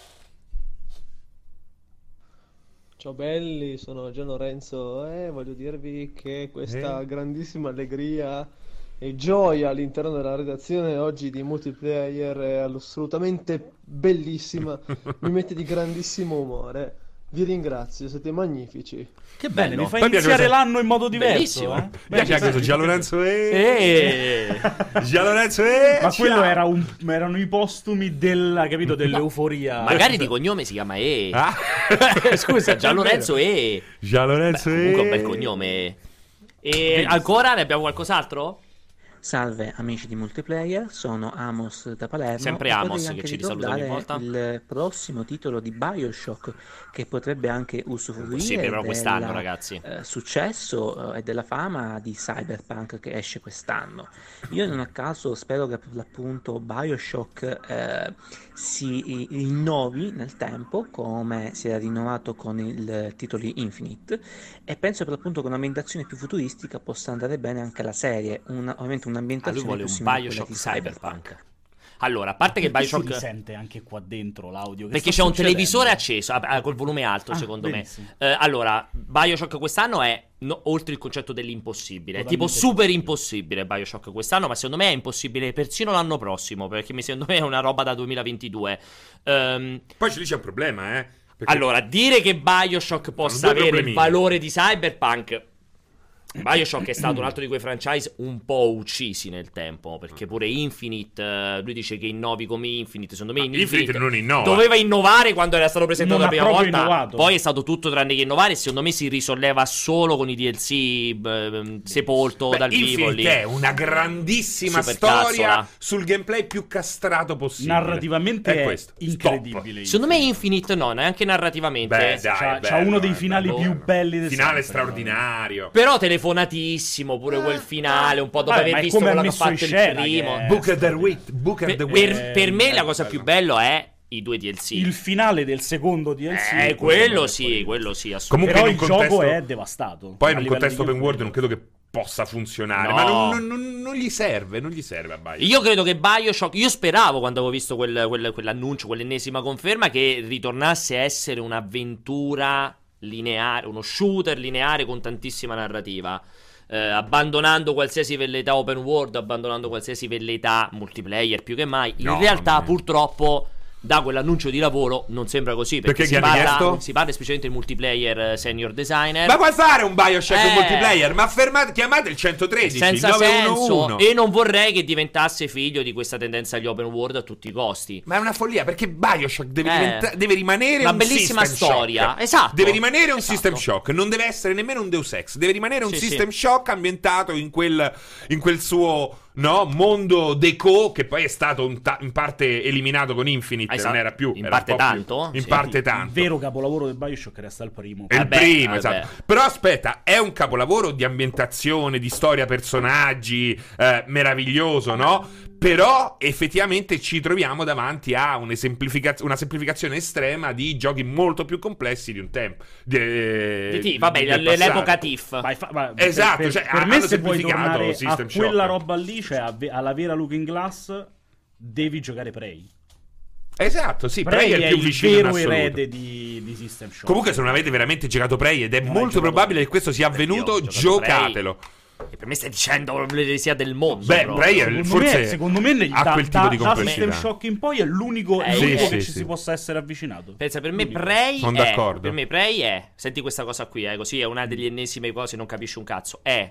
Ciao belli, sono Gian Renzo e voglio dirvi che questa Eh? grandissima allegria e gioia all'interno della redazione oggi di Multiplayer è assolutamente bellissima, mi mette di grandissimo umore. Vi ringrazio, siete magnifici. Che Bene, bello. mi fai Poi mi iniziare piace- l'anno in modo diverso. Bellissimo. Eh? Mi piace anche questo Gian Lorenzo e... Eh. Gian Lorenzo e... Ma ciao. quello era un, erano i postumi della, capito, dell'euforia. Magari di cognome si chiama E. Ah. Scusa, Gian È Lorenzo vero. E. Gian Lorenzo Beh, e... comunque un bel cognome. E ancora ne abbiamo qualcos'altro? Salve amici di Multiplayer, sono Amos da Palermo. Sempre e Amos, vorrei che anche ci risaluta ogni ricordare volta. il prossimo titolo di BioShock che potrebbe anche usufruire Sì, però del quest'anno, ragazzi. eh, successo eh, e della fama di Cyberpunk che esce quest'anno. Io non a caso spero che per l'appunto BioShock eh, si rinnovi nel tempo come si era rinnovato con il titoli Infinite, e penso per l'appunto che un'ambientazione più futuristica possa andare bene anche alla serie, una, ovviamente Ah, lui un'ambientazione vuole più un simile a quella BioShock di Cyberpunk. Allora, a parte che Perché si BioShock... risente anche qua dentro l'audio. Che Perché sta c'è un succedendo? televisore acceso ah, ah, col volume alto, Ah, secondo benissimo. me. Eh, allora, BioShock quest'anno è no- oltre il concetto dell'impossibile. È tipo Totalmente super impossibile BioShock quest'anno, ma secondo me è impossibile persino l'anno prossimo, perché mi- secondo me è una roba da duemilaventidue. Ehm, Poi lì c'è un problema, eh. Perché- allora, dire che BioShock possa due avere il problemini. valore di Cyberpunk... BioShock è stato un altro di quei franchise un po' uccisi nel tempo, perché pure Infinite, eh, lui dice che innovi come Infinite, secondo me Ah, in Infinite non innova. doveva innovare quando era stato presentato Non la ha prima proprio volta, innovato. poi è stato tutto tranne che innovare, e secondo me si risolleva solo con i D L C eh, sepolto Beh, dal vivo lì. Infinite è una grandissima Super storia cazzola. sul gameplay più castrato possibile. Narrativamente è è questo. incredibile. Secondo me Infinite no, neanche narrativamente. Beh, dai, C'ha, è c'ha bello, uno dei è finali bello, più bello. belli del Finale sempre. straordinario. Però telefonatissimo pure quel finale, un po' dopo Vabbè, aver ma è visto come ha quello che ha messo fatto in il scena, primo. che è- Booker the Wit, Booker Per, the per- Wit. per me la Eh, cosa bello. più bella è i due D L C. Il finale del secondo D L C. Eh, quello sì, quello sì, assolutamente. Comunque Però in il un contesto- gioco è devastato. Poi a in un livello contesto di open world gameplay. non credo che possa funzionare. No. Ma non, non- non- non gli serve, non gli serve a Bioshock. Io credo che BioShock, io speravo quando avevo visto quel- quel- quell'annuncio, quell'ennesima conferma, che ritornasse a essere un'avventura lineare, uno shooter lineare con tantissima narrativa. Eh, abbandonando qualsiasi velleità open world, abbandonando qualsiasi velleità multiplayer più che mai. In No, realtà, mamma mia. purtroppo, da quell'annuncio di lavoro non sembra così. Perché, Perché si, chi hanno parla, chiesto? si parla specialmente il multiplayer eh, senior designer. Ma puoi fare un Bioshock Eh. multiplayer? Ma fermate, chiamate il centotredici, senza il nove uno senso, uno. e non vorrei che diventasse figlio di questa tendenza agli open world a tutti i costi. Ma è una follia, perché Bioshock deve, Eh. diventa- deve rimanere Una un bellissima system storia. shock. Esatto. Deve rimanere un Esatto. system shock. Non deve essere nemmeno un Deus Ex. Deve rimanere un Sì, system sì. shock ambientato in quel, in quel suo no? Mondo Deco, che poi è stato un ta- in parte eliminato con Infinite, Esatto. non era più In era parte un po' più- tanto? in Sì. parte Il tanto. vero capolavoro del Bioshock resta il primo. È il Vabbè, primo, vabbè. esatto. Però aspetta, è un capolavoro di ambientazione, di storia, personaggi, eh, meraviglioso, no? Però effettivamente ci troviamo davanti a una, semplificaz- una semplificazione estrema di giochi molto più complessi di un tempo. Di, Sì, vabbè, del l- l'epoca passato. Tiff. Vai, fa- vai, Esatto, per, cioè, per hanno me se vuoi semplificato tornare a System quella Shock. roba lì, cioè a ve- alla vera Looking Glass, devi giocare Prey. Esatto, sì, Prey, Prey è il più il vicino in vero assoluto. erede di, di System Shock. Comunque se non avete veramente giocato Prey ed è Non hai molto giocato probabile Prey. che questo sia Perché avvenuto, ho giocato Prey. giocatelo. E per me stai dicendo l'eresia del mondo. Beh, proprio. Prey è Secondo forse me, secondo me negli- ha da, quel tipo da- di da complessità. System Shock in poi è l'unico, Eh, l'unico sì, che sì, ci sì. si possa essere avvicinato. Pensa, per me L'unico. Prey Sono è, d'accordo. per me Prey è, senti questa cosa qui, eh, così è una delle ennesime cose, non capisci un cazzo, è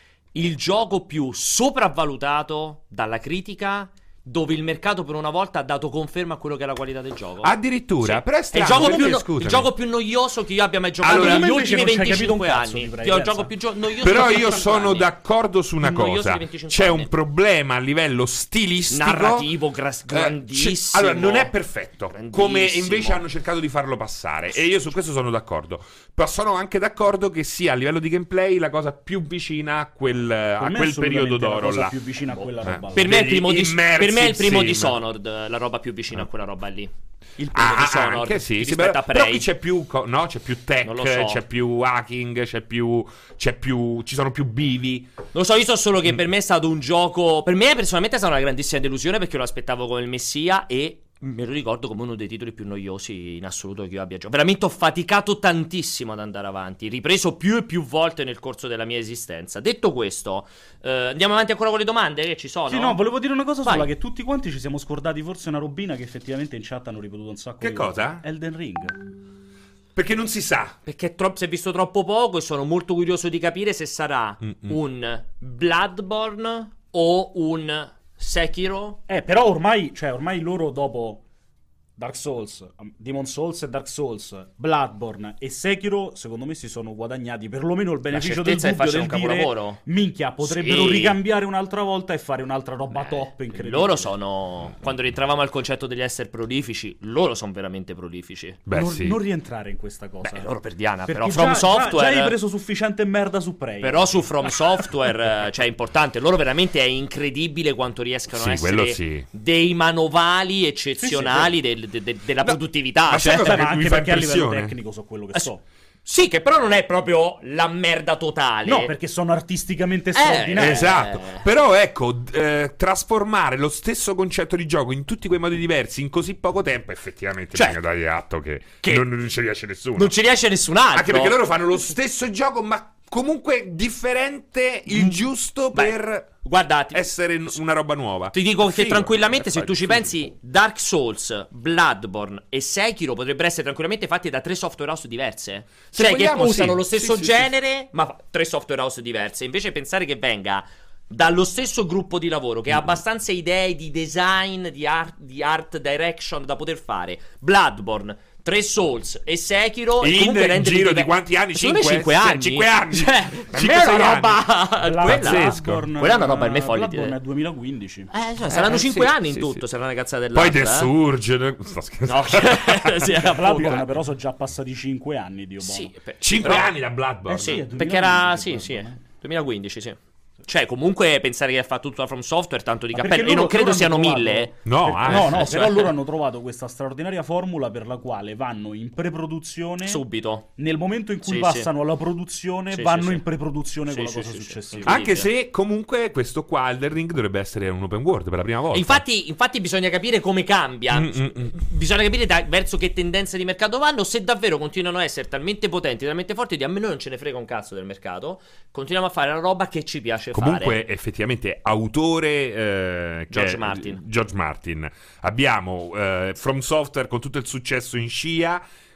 il gioco più sopravvalutato dalla critica, dove il mercato per una volta ha dato conferma a quello che è la qualità del gioco. Addirittura, Sì. però è È il strano, gioco, perché, più no- scusami. il gioco più noioso che io abbia mai giocato Allora, negli invece ultimi non ci hai capito un venticinque cazzo anni. di Prey, Che è il pensa. gioco più gio- noioso Però dei io venticinque sono anni. d'accordo su una Più noioso cosa. dei venticinque C'è anni. un problema a livello stilistico, Narrativo gra- Eh, grandissimo. c'è- allora, non è perfetto, Grandissimo. come invece hanno cercato di farlo passare. E io su questo sono d'accordo. Però sono anche d'accordo che sia a livello di gameplay la cosa più vicina a quel, a Per me è quel assolutamente periodo la d'oro cosa là. più vicina a quella Eh. roba là. Per me, è il Degli primo di, immersive per me è il primo sim. Dishonored, la roba più vicina a quella roba lì. Il primo Ah, Dishonored anche sì, sì, rispetto però, a però Prey. qui c'è più, co- no, c'è più tech, Non lo so. c'è più hacking, c'è più, c'è più, ci sono più bivi. Non lo so, io so solo che Mm. per me è stato un gioco. Per me personalmente è stata una grandissima delusione perché lo aspettavo come il messia e me lo ricordo come uno dei titoli più noiosi in assoluto che io abbia giocato. Veramente ho faticato tantissimo ad andare avanti, ripreso più e più volte nel corso della mia esistenza. Detto questo, eh, andiamo avanti ancora con le domande che ci sono? Sì, no, volevo dire una cosa Vai. sola, che tutti quanti ci siamo scordati forse una robina che effettivamente in chat hanno ripetuto un sacco Che di cosa? volte. Elden Ring. Perché non si sa. Perché è tro- si è visto troppo poco e sono molto curioso di capire se sarà Mm-mm. un Bloodborne o un Sekiro. Eh, però ormai, cioè, ormai loro dopo Dark Souls, um, Demon Souls e Dark Souls, Bloodborne e Sekiro, secondo me si sono guadagnati perlomeno il beneficio del certezza dubbio che del facciano un dire capolavoro. minchia, potrebbero Sì. ricambiare un'altra volta e fare un'altra roba top incredibile. Loro sono. Quando rientravamo al concetto degli esseri prolifici, loro sono veramente prolifici. Beh, non, sì. non rientrare in questa cosa. Beh, loro per Diana, Perché però già, From già- Software. già hai preso sufficiente merda su Prey. Però su From Software, eh, cioè è importante. Loro veramente è incredibile quanto riescano Sì, a essere quello sì. dei manovali eccezionali del- de- de- della No, produttività. ma sai cioè- cosa Beh, ma mi anche fa perché a livello impressione? tecnico so quello che Eh, so. Sì, che però non è proprio la merda totale. No, perché sono artisticamente Eh, straordinari. Esatto, Eh. però ecco, d- eh, trasformare lo stesso concetto di gioco in tutti quei modi diversi in così poco tempo, effettivamente Cioè, bisogna dargli atto che, che non, non ci riesce nessuno. Non ci riesce nessun altro. Anche perché loro fanno lo stesso gioco, ma comunque differente, il giusto Beh, per Guarda, ti, essere n- una roba nuova. ti dico che Figo. tranquillamente, Eh, se fai- tu ci figo. pensi, Dark Souls, Bloodborne e Sekiro potrebbero essere tranquillamente fatti da tre software house diverse. Se Cioè, vogliamo, che usano sì. lo stesso Sì, sì, genere, ma fa- tre software house diverse. Invece pensare che venga dallo stesso gruppo di lavoro che ha abbastanza idee di design, di art, di art direction da poter fare, Bloodborne, tre Souls e Sekiro, e In comunque un renderli giro di diver- quanti anni? Secondo me Cinque? cinque Sì, anni. cinque anni. Cioè, Per cinque me è sei una anni. roba quella. Pazzesco. Bloodborne, Quella è una roba per me eh, folli. Bloodborne è duemilaquindici. Eh, cioè, saranno Eh, cinque sì, anni in sì, tutto, sì. sarà una cazzata Poi dell'altra. The eh. Surge. Sto scherzando. No, sì, appunto. Bloodborne però sono già passati cinque anni, Dio buono. Sì, per- Cinque però- anni da Bloodborne. Eh sì, è perché era duemilaquindici, sì, sì, Bloodborne, eh. duemilaquindici, sì. Cioè, comunque pensare che ha fatto tutto la From Software, tanto di Ma cappello. perché E non loro- credo loro siano hanno trovato- mille. No, Per- ah, no, no, sì, però sì. loro hanno trovato questa straordinaria formula per la quale vanno in pre-produzione. Subito. Nel momento in cui Sì, passano alla produzione, Sì, vanno sì, in sì. pre-produzione Sì, con la sì, cosa sì, sì. successiva. Anche se comunque questo qua Elden Ring dovrebbe essere un open world per la prima volta. E infatti, infatti bisogna capire come cambia. Mm, mm, mm. Bisogna capire da- verso che tendenze di mercato vanno. Se davvero continuano a essere talmente potenti, talmente forti, di a me non ce ne frega un cazzo del mercato. Continuiamo a fare la roba che ci piace Comunque, fare. effettivamente, autore eh, che George è- Martin. George Martin. Abbiamo eh, From Software con tutto il successo in scia.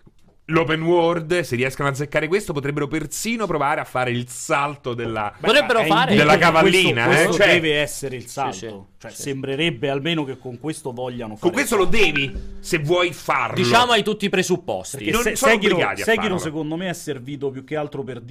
l'open world, se riescono a azzeccare questo, potrebbero persino provare a fare il salto della, Potrebbero È fare della indubbio che cavallina. questo, eh? questo Cioè, deve essere il salto. sì, Cioè, sì. sembrerebbe almeno che con questo vogliano fare con questo il lo salto. devi, se vuoi farlo. Diciamo hai tutti i presupposti. Perché non se- sono Sekiro, obbligati a Sekiro, farlo. secondo me è servito più che altro per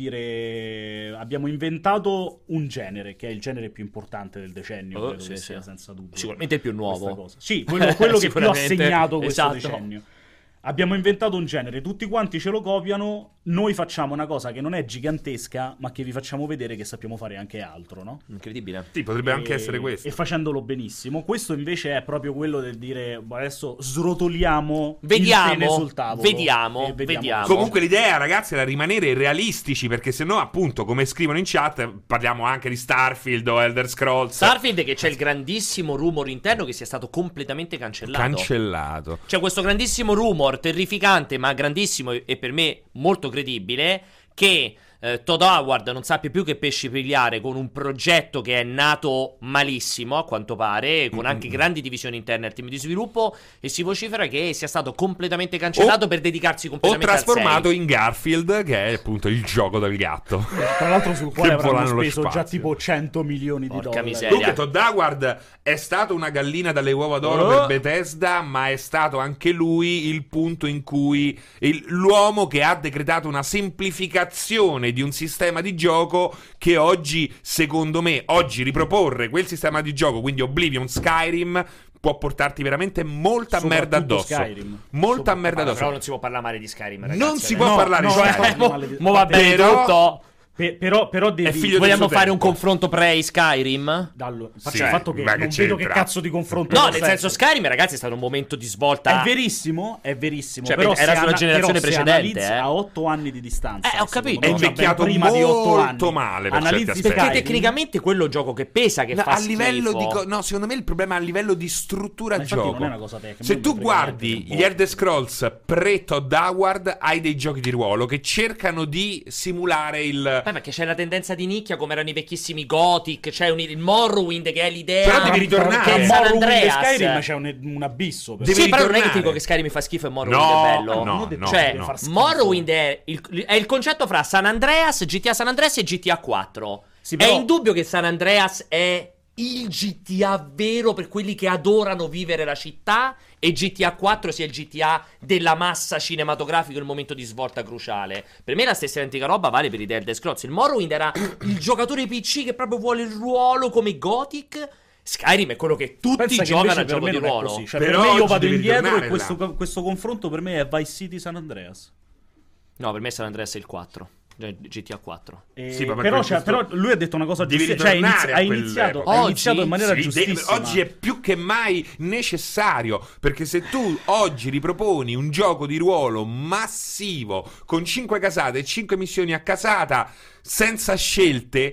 dire abbiamo inventato un genere che è il genere più importante del decennio, Oh, credo sì, che sì. sia senza dubbio Sicuramente il più questa nuovo. cosa. Sì, quello, quello che più ha Sicuramente, segnato questo esatto. decennio. Abbiamo inventato un genere, tutti quanti ce lo copiano, noi facciamo una cosa che non è gigantesca, ma che vi facciamo vedere che sappiamo fare anche altro, no? Incredibile. Sì, potrebbe anche E- essere questo. E facendolo benissimo. Questo invece è proprio quello del dire "Boh, adesso srotoliamo Vediamo, il pene sul tavolo. vediamo, e vediamo. Comunque l'idea, ragazzi, era rimanere realistici, perché sennò, appunto, come scrivono in chat, parliamo anche di Starfield o Elder Scrolls. Starfield, che c'è il grandissimo rumor interno che sia stato completamente cancellato. Cancellato. C'è questo grandissimo rumor, terrificante ma grandissimo e e per me molto credibile, che eh, Todd Howard non sappia più che pesci pigliare con un progetto che è nato malissimo, a quanto pare, con anche grandi divisioni interne al team di sviluppo, e si vocifera che sia stato completamente cancellato O- per dedicarsi O completamente al trasformato sei. in Garfield, che è appunto il gioco del gatto. Tra l'altro sul quale Che avranno volano nello speso già spazio. tipo cento milioni di Porca dollari. miseria. Comunque Todd Howard è stato una gallina dalle uova d'oro Oh. per Bethesda, ma è stato anche lui il punto in cui il- l'uomo che ha decretato una semplificazione di un sistema di gioco che oggi, secondo me, oggi riproporre quel sistema di gioco, quindi Oblivion, Skyrim, può portarti veramente molta Soprattutto merda addosso. Skyrim. Molta Soprattutto- merda Però addosso. non si può parlare male di Skyrim, ragazzi. Non si adesso. può No, parlare no, di eh, Skyrim. no, male- Mo va bene Però- tutto. Pe- però, però devi... È figlio del Vogliamo suo fare un tempo. confronto pre-Skyrim? Dallo, faccio Sì, il fatto che ma che non vedo che c'entra? cazzo di confronto No, possa nel senso essere. Skyrim, ragazzi, è stato un momento di svolta. È verissimo, è verissimo. Cioè, però era se sulla ana- generazione però se precedente, analizzi eh. a otto anni di distanza. Eh, ho capito. secondo me, È già ben invecchiato prima di otto molto anni. male per Analizzi certi aspetti. Perché Skyrim. tecnicamente quello è un gioco che pesa, che No, fa a livello schifo. di co- no, secondo me il problema è a livello di struttura Ma infatti gioco. non è una cosa tecnica, Se non tu mi frega guardi niente, gli Elder Scrolls pre Todd Howard, hai dei giochi di ruolo che cercano di simulare il Beh, perché c'è la tendenza di nicchia, come erano i vecchissimi Gothic, c'è un, il Morrowind che è l'idea. Però devi ritornare. Che Tra è San Morrowind e Andreas. Skyrim c'è un, un abisso. però. Devi Sì, però non è che ti ritornare. dico che Skyrim fa schifo e Morrowind No, è bello. no, Non ho detto no, Cioè, che deve no. far schifo. Morrowind è il, è il concetto fra San Andreas, G T A San Andreas e G T A quattro. Sì, però- È indubbio che San Andreas è il G T A vero per quelli che adorano vivere la città, e G T A quattro sia il G T A della massa cinematografica, il momento di svolta cruciale. Per me la stessa identica roba vale per i The Elder Scrolls. Il Morrowind era il giocatore P C che proprio vuole il ruolo come Gothic. Skyrim è quello che tutti Pensa che giocano invece al per gioco me di non è ruolo. così. Cioè, Però per me io oggi vado devi indietro tornare e questo, là. questo confronto per me è Vice City San Andreas. No, per me San Andreas è il quattro. Cioè, G T A quattro. E- Sì, ma per però, questo- cioè, però lui ha detto una cosa Devi giusta. Cioè, ritornare inizi- a ha quell'epoca. iniziato, ha Oggi? iniziato in maniera Sì, de- giustissima. oggi è più che mai necessario, perché se tu oggi riproponi un gioco di ruolo massivo con cinque casate e cinque missioni a casata senza scelte,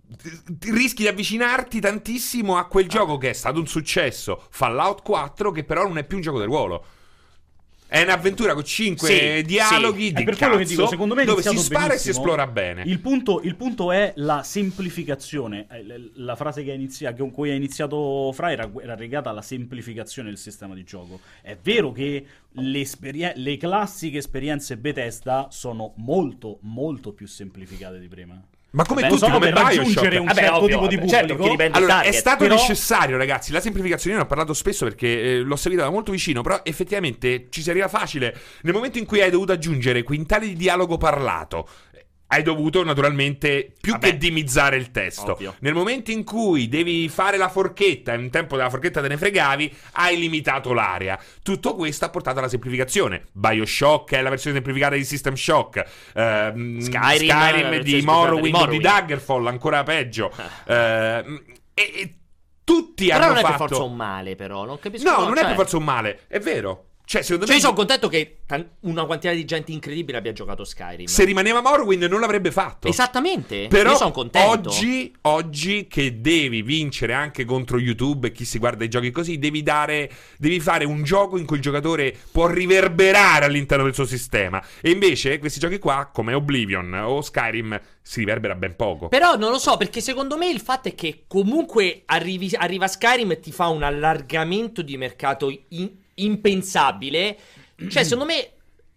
t- rischi di avvicinarti tantissimo a quel gioco che è stato un successo, Fallout quattro, che però non è più un gioco di ruolo. È un'avventura con cinque Sì, dialoghi sì. di È per quello che cazzo, dico, secondo me è dove si iniziato spara e si benissimo. esplora bene. Il punto, il punto è la semplificazione. Eh, l- La frase che ha iniziato, con cui ha iniziato Fra era, era legata alla semplificazione del sistema di gioco. È vero che le, esperien- le classiche esperienze Bethesda sono molto, molto più semplificate di prima. Ma come Vabbè, tutti, sono come per raggiungere Bioshock. un Vabbè, certo ovvio, tipo di vabbè, pubblico. certo, chi dipende- Allora, target. è stato Però- necessario, ragazzi. La semplificazione, io ne ho parlato spesso perché eh, l'ho seguita da molto vicino. Però effettivamente ci si arriva facile. Nel momento in cui hai dovuto aggiungere quintali di dialogo parlato, eh, hai dovuto naturalmente più Vabbè, che dimizzare il testo. ovvio. Nel momento in cui devi fare la forchetta, in un tempo della forchetta te ne fregavi, hai limitato l'area. Tutto questo ha portato alla semplificazione. Bioshock è la versione semplificata di System Shock. ehm, Skyrim, la Skyrim versione di semplificata di Morrowind o di Morrowind. Daggerfall, ancora peggio. Ehm, e, e tutti Però hanno non è per fatto... forza un male, però. Non capisco. No, non è cioè- per forza un male, è vero. Cioè, secondo Cioè, me, io sono contento che tan- una quantità di gente incredibile abbia giocato Skyrim. se rimaneva Morrowind non l'avrebbe fatto. Esattamente. Però io sono contento. oggi, oggi che devi vincere anche contro YouTube e chi si guarda i giochi così, devi dare, devi fare un gioco in cui il giocatore può riverberare all'interno del suo sistema. E invece questi giochi qua, come Oblivion o Skyrim, si riverbera ben poco. Però non lo so, perché secondo me il fatto è che comunque arrivi, arriva Skyrim e ti fa un allargamento di mercato in- impensabile. Cioè, secondo me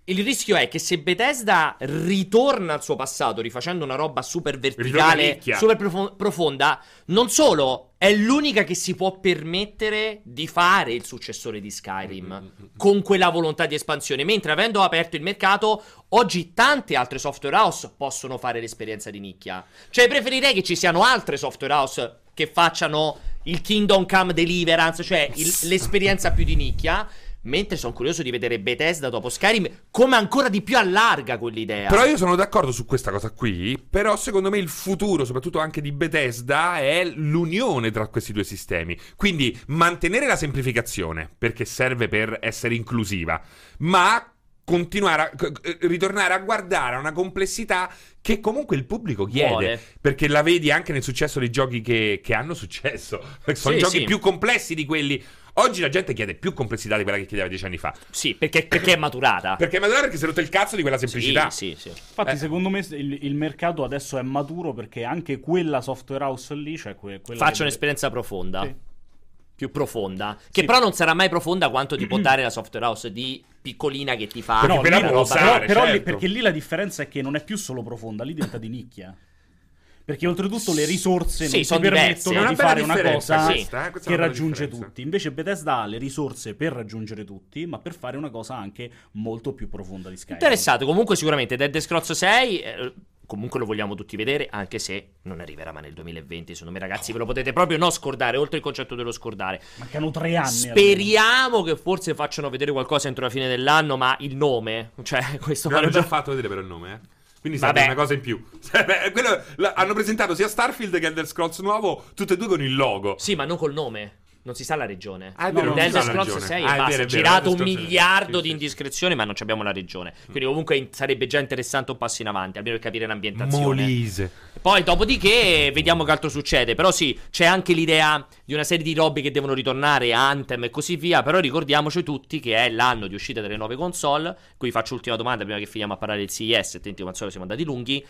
il rischio è che se Bethesda ritorna al suo passato rifacendo una roba super Ritorna verticale, nicchia. super profo- profonda, non solo è l'unica che si può permettere di fare il successore di Skyrim con quella volontà di espansione, mentre avendo aperto il mercato, oggi tante altre software house possono fare l'esperienza di nicchia. Cioè preferirei che ci siano altre software house che facciano il Kingdom Come Deliverance, cioè il- l'esperienza più di nicchia. Mentre sono curioso di vedere Bethesda dopo Skyrim come ancora di più allarga quell'idea. Però io sono d'accordo su questa cosa qui. Però secondo me il futuro, soprattutto anche di Bethesda, è l'unione tra questi due sistemi. Quindi mantenere la semplificazione, perché serve per essere inclusiva, ma continuare a ritornare a guardare a una complessità che comunque il pubblico chiede. Vuole. Perché la vedi anche nel successo dei giochi che, che hanno successo. Sono Sì, giochi sì. più complessi di quelli. Oggi la gente chiede più complessità di quella che chiedeva dieci anni fa. Sì, perché, perché è maturata. Perché magari perché si è rotto il cazzo di quella semplicità. Sì, sì, sì. Infatti, Eh. secondo me il, il mercato adesso è maturo perché anche quella software house lì, cioè que- quella Faccio che- un'esperienza profonda. Sì. Più profonda. Che Sì. però non sarà mai profonda quanto ti può dare la software house di piccolina che ti fa. Perché No, quella lì- può però, usare, però lì- certo. perché lì la differenza è che non è più solo profonda, lì diventa di nicchia. Perché oltretutto le risorse Sì, non son ti permettono diverse. È una di bella fare una differenza cosa questa, eh, questa è che una bella raggiunge differenza. tutti. Invece Bethesda ha le risorse per raggiungere tutti, ma per fare una cosa anche molto più profonda di Skyrim. Interessato. Comunque sicuramente Dead Scrolls sei eh, comunque lo vogliamo tutti vedere, anche se non arriverà mai nel duemilaventi. Secondo me ragazzi ve lo potete proprio non scordare, oltre il concetto dello scordare. Mancano tre anni. Speriamo che forse facciano vedere qualcosa entro la fine dell'anno, ma il nome, cioè questo L'hanno farebbe- già fatto vedere però il nome, eh. Quindi Vabbè. serve una cosa in più. Beh, quello- la- hanno presentato sia Starfield che Elder Scrolls nuovo, tutte e due con il logo. Sì, ma non col nome. Non si sa la regione. Ah, è No, vero, no, non Elder si sa la Scrolls regione. sei Ah, e è basta. vero, è vero, Girato Elder un Scrolls- miliardo sì, di sì. indiscrezioni, ma non abbiamo la regione. Quindi comunque in- sarebbe già interessante un passo in avanti, almeno per capire l'ambientazione. Molise. Poi dopodiché vediamo che altro succede. Però sì, c'è anche l'idea di una serie di robe che devono ritornare, Anthem e così via. Però ricordiamoci tutti che è l'anno di uscita delle nuove console. Qui faccio l'ultima domanda prima che finiamo a parlare del C E S, attenti come al solito siamo andati lunghi.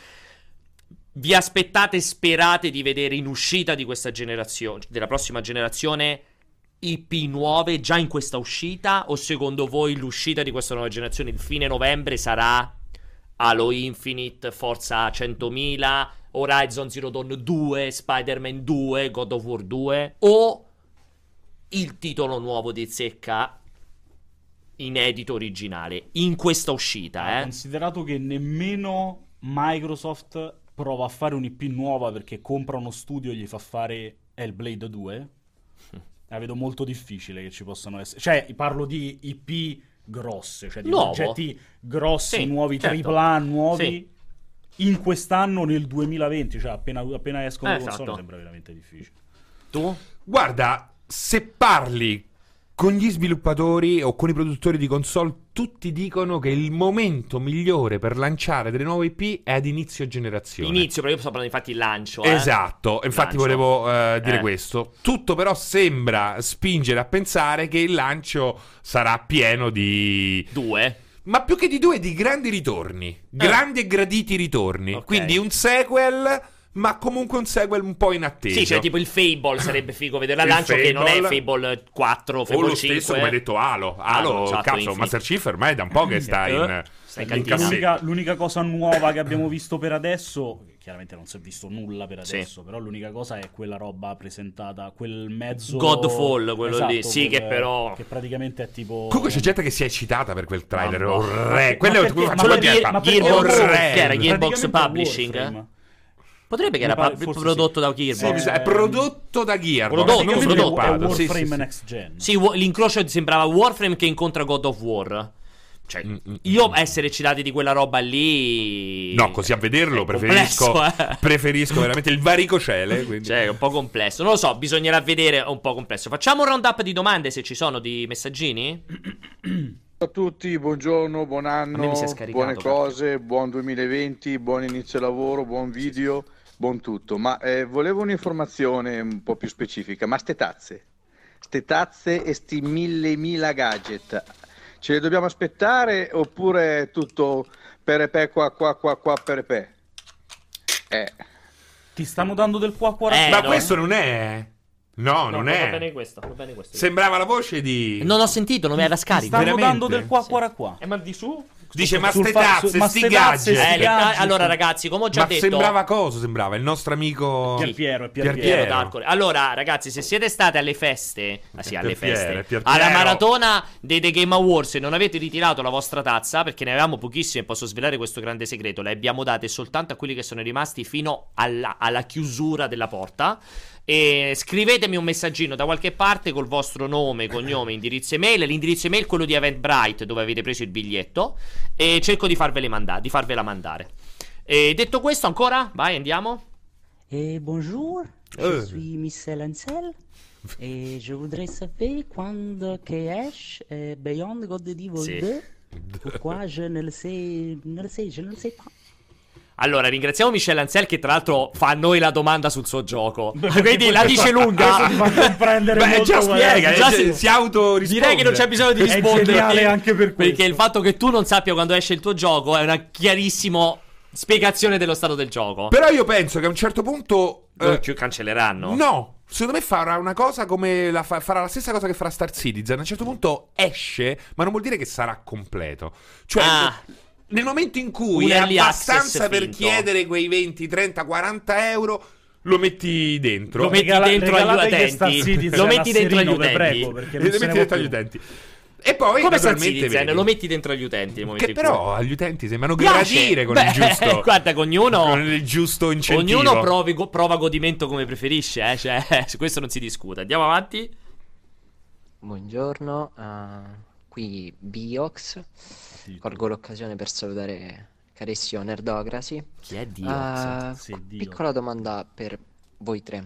Vi aspettate e sperate di vedere in uscita di questa generazione, della prossima generazione, I P nuove già in questa uscita? O secondo voi l'uscita di questa nuova generazione il fine novembre sarà Halo Infinite, Forza centomila, Horizon Zero Dawn due, Spider-Man due, God of War due? O il titolo nuovo di zecca inedito originale in questa uscita, eh? Considerato che nemmeno Microsoft prova a fare un'I P nuova perché compra uno studio e gli fa fare Hellblade due, la vedo molto difficile che ci possano essere. Cioè, parlo di I P grosse, cioè di Nuovo. progetti grossi, Sì, nuovi, certo. tripla A nuovi, Sì. in quest'anno nel duemilaventi, cioè appena, appena escono Eh, le console, esatto. sembra veramente difficile. Tu? Guarda, se parli con gli sviluppatori o con i produttori di console, tutti dicono che il momento migliore per lanciare delle nuove I P è ad inizio generazione. Inizio, perché io sto parlando infatti il lancio, eh? Esatto, infatti Lancio. volevo eh, dire Eh. questo. Tutto però sembra spingere a pensare che il lancio sarà pieno di... Due. Ma più che di due, di grandi ritorni. Grandi e graditi ritorni. Ok. Quindi un sequel, ma comunque un sequel un po' inatteso. Sì, cioè tipo il Fable sarebbe figo vedere al Il lancio, che non è Fable. Fable quattro, O Fable lo cinque. stesso come hai detto Halo. Halo, Halo, esatto, cazzo, Infinite. Master Chief ormai è da un po' che sta in, Eh, sta in in cantina. cassetto. L'unica, l'unica cosa nuova che abbiamo visto per adesso, chiaramente non si è visto nulla per Sì. adesso, però l'unica cosa è quella roba presentata, quel mezzo Godfall, quello Esatto, lì, sì, quel- che però- che praticamente è tipo Comunque c'è gente che si è eccitata per quel trailer. Mamma. Orre. Ma Quello è perché- quello ma faccio la perché- diretta. ma perché Gearbox, Warframe? che era Gearbox Praticamente Publishing, Warframe. Potrebbe che Mi era pare- pa- forse prodotto sì. da Sì, Gearbox. mi sa- è prodotto da Gearbox. Prodotto, non Praticamente prodotto. è sviluppato. Sì, Warframe sì, sì. Next Gen. Sì, wa- l'incrocio sembrava Warframe che incontra God of War. Cioè, Mm, mm, io mm. essere eccitati di quella roba lì... No, così a vederlo è preferisco, complesso, eh. preferisco veramente il varicocele. Quindi. Cioè, è un po' complesso. Non lo so, bisognerà vedere, è un po' complesso. Facciamo un round-up di domande, se ci sono, di messaggini? Ciao a tutti, buongiorno, buon A me anno, mi si è scaricato, buone cazzo. cose, buon duemilaventi, buon inizio lavoro, buon video, buon tutto. Ma eh, volevo un'informazione un po' più specifica. Ma ste tazze, ste tazze e sti mille mila gadget, ce le dobbiamo aspettare oppure è tutto perepè qua qua qua qua perepè? Eh, Ti stanno dando del qua qua Eh, Ma no. questo non è. No, non va è. bene questo, va bene questo. Sembrava la voce di. Non ho sentito, non mi era Ti scarico. stanno Veramente? dando del qua Sì. qua qua. Eh, ma di su? Dice ma sul ste fa- tazze, su- ma sti ste tazze, gadget. Eh, le- gadget. allora ragazzi, come ho già Ma detto, sembrava cosa? Sembrava il nostro amico Pierpiero, è Pierpiero. Piero D'Arcore. Allora, ragazzi, se siete stati alle feste, ah sì, alle Pierpiero, feste, Pierpiero. alla maratona dei The Game Awards e non avete ritirato la vostra tazza, perché ne avevamo pochissime, posso svelare questo grande segreto, le abbiamo date soltanto a quelli che sono rimasti fino alla, alla chiusura della porta. E scrivetemi un messaggino da qualche parte col vostro nome, cognome, indirizzo email. L'indirizzo email è quello di Eventbrite, dove avete preso il biglietto, e cerco di farvele mandare, di farvela mandare. E detto questo, ancora, vai, andiamo. Et bonjour, je Euh. suis Michel Ancel et je voudrais savoir quand que est euh, Beyond God of Evil Sì. deux. Pourquoi je ne le sais, ne le sais, je ne le sais pas. Allora, ringraziamo Michel Ancel che tra l'altro fa a noi la domanda sul suo gioco. Quindi la dice Questo lunga. ti fa comprendere Beh, molto già qual è. spiega, già eh, si- si autorisponde. Direi che non c'è bisogno di È rispondere. geniale anche per questo. Perché il fatto che tu non sappia quando esce il tuo gioco è una chiarissima spiegazione dello stato del gioco. Però io penso che a un certo punto Lo eh, chi- cancelleranno. no, secondo me farà una cosa come la fa- farà la stessa cosa che farà Star Citizen. A un certo punto esce, ma non vuol dire che sarà completo. Cioè, Ah. nel momento in cui Un è early abbastanza access per finto. chiedere quei venti, trenta, quaranta euro, lo metti dentro. Lo metti Regala- dentro agli regalategli Star utenti. Citizen Lo a metti dentro agli Serino, vi utenti. prego, perché E non lo se ne metti può dentro agli più. utenti. E poi Come Star naturalmente Citizen, vedi. lo metti dentro agli utenti nel momento Che in cui- però agli utenti sembrano Piace. gradire con Beh, il giusto. guarda, che ognuno con il giusto incentivo. Ognuno provi- go- prova godimento come preferisce, eh? Cioè, su questo non si discute. Andiamo avanti. Buongiorno, eh, qui Biox. Colgo l'occasione per salutare carissimo Nerdocracy. Chi è Dio? Eh, Sì, Dio. piccola domanda per voi tre.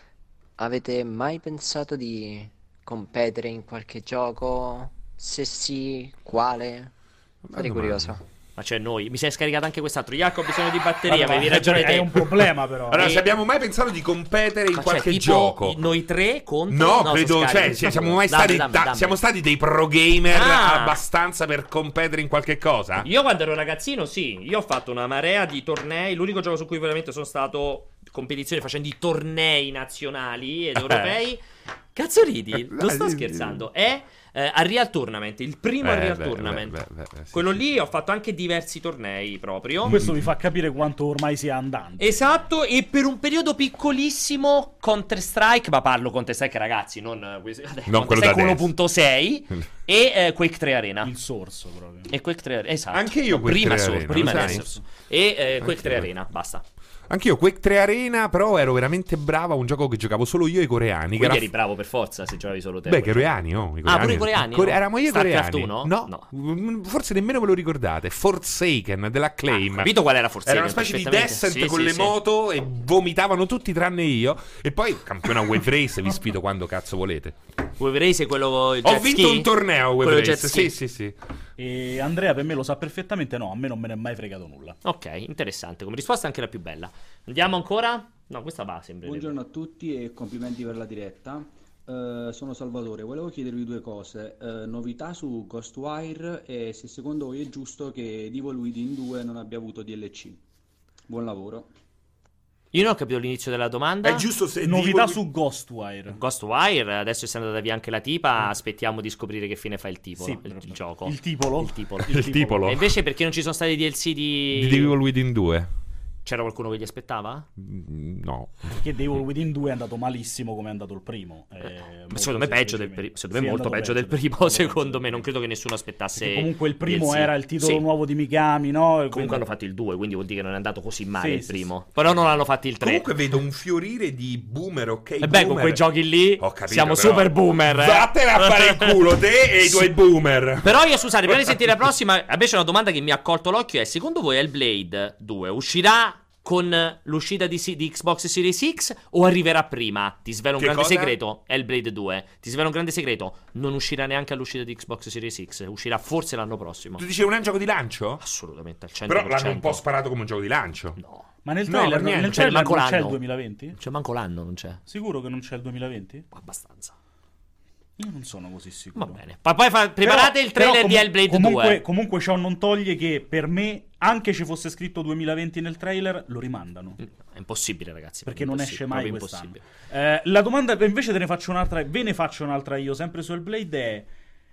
Avete mai pensato di competere in qualche gioco? Se sì, quale? Sarei curioso. Ma c'è noi. Mi sei scaricato anche quest'altro. Jacopo, ho bisogno di batteria. Allora, Avevi ragione È te. un problema però. Allora, E- se abbiamo mai pensato di competere in Ma qualche cioè, tipo, gioco? i- noi tre contro. No, sono credo, cioè, scarichi. cioè, siamo mai Dammi, stati, dammi, da- dammi. siamo stati dei pro gamer Ah. abbastanza per competere in qualche cosa? Io quando ero ragazzino, sì. Io ho fatto una marea di tornei. L'unico gioco su cui veramente sono stato competizione facendo i tornei nazionali ed europei. Cazzo ridi? Non sto Dai, scherzando. È eh, Unreal Tournament, il primo Eh, Unreal beh, Tournament. beh, beh, beh, sì, Quello sì. lì ho fatto anche diversi tornei proprio. Questo vi fa capire quanto ormai sia andante. Esatto, e per un periodo piccolissimo Counter Strike, ma parlo Counter Strike ragazzi, non, eh, Non quello da adesso. uno punto sei e eh, Quake tre Arena. Il sorso proprio. E Quake tre Arena, esatto. Anche io Quake prima tre so- Arena, prima lo sai? adesso. E eh, Quake tre io. Arena, basta. Anch'io Quake tre Arena, però ero veramente bravo a un gioco che giocavo solo io e i coreani. Che Quindi era eri bravo per forza se giocavi solo te. Beh, che coreani, oh, i Ah, pure i coreani, Core- no? Eravamo io e i StarCraft coreani. uno? No, No. Mm, forse nemmeno ve lo ricordate. Forsaken dell'Acclaim. Ah, capito qual era Forsaken? Era una specie di perfettamente. Descent Sì, con sì, le sì. moto e vomitavano tutti tranne io. E poi campione a Wave Race, vi sfido quando cazzo volete. Wave Race è quello jet Ho vinto ski? un torneo a Wave Quello Race. jet ski? Sì, sì, sì. E Andrea per me lo sa perfettamente, no, a me non me ne è mai fregato nulla. Ok, interessante. Come risposta anche la più bella. Andiamo ancora? No, questa va sempre. Buongiorno a tutti e complimenti per la diretta. Eh, sono Salvatore, volevo chiedervi due cose. Eh, novità su Ghostwire e se secondo voi è giusto che Devil Within due non abbia avuto D L C. Buon lavoro. Io non ho capito l'inizio della domanda. È giusto se Novità Devil- su Ghostwire. Ghostwire, adesso essendo andata via anche la tipa, aspettiamo di scoprire che fine fa il tipo, Sì, il, il gioco. Il tipolo? Il tipolo. Il tipolo. E invece perché non ci sono stati D L C di... Di Devil Within due. C'era qualcuno che gli aspettava? Mm, No. Perché Devil Within due è andato malissimo come è andato il primo. Eh, molto Secondo me peggio del semplicemente. primo. Secondo Sì, me è molto andato peggio del primo, molto secondo peggio. me. Non credo che nessuno aspettasse. Perché comunque il primo D L C. era il titolo Sì. nuovo di Mikami, no? E Comunque quindi- hanno fatto il due, quindi vuol dire che non è andato così male Sì, il sì, primo. Però non hanno fatto il tre. Comunque vedo un fiorire di boomer, ok? E beh, con boomer. quei giochi lì Ho capito, siamo però. super boomer. eh. Vattene a fare il culo, te e i tuoi boomer. Però io, scusate, prima di sentire la prossima, invece una domanda che mi ha colto l'occhio è: secondo voi Hellblade due uscirà con l'uscita di, di Xbox Series X o arriverà prima? Ti svelo un Che grande cosa? segreto. Hellblade due. Ti svelo un grande segreto. Non uscirà neanche all'uscita di Xbox Series X. Uscirà forse l'anno prossimo. Tu dicevi un gioco di lancio? Assolutamente al cento Però per cento. l'hanno un po' sparato come un gioco di lancio. No. Ma nel No, trailer, per niente. nel C'è trailer manco non c'è il l'anno. duemilaventi? C'è manco l'anno, non c'è. Sicuro che non c'è il duemilaventi? Abbastanza. Io non sono così sicuro. Va bene. Pa- poi fa- preparate Però- il trailer però di comu- Hellblade comunque, due. Comunque ciò non toglie che per me, anche ci fosse scritto duemilaventi nel trailer, lo rimandano. È impossibile, ragazzi. Perché proprio non esce impossibile, mai proprio quest'anno. impossibile. Eh, la domanda, invece te ne faccio un'altra, ve ne faccio un'altra io, sempre su Hellblade, è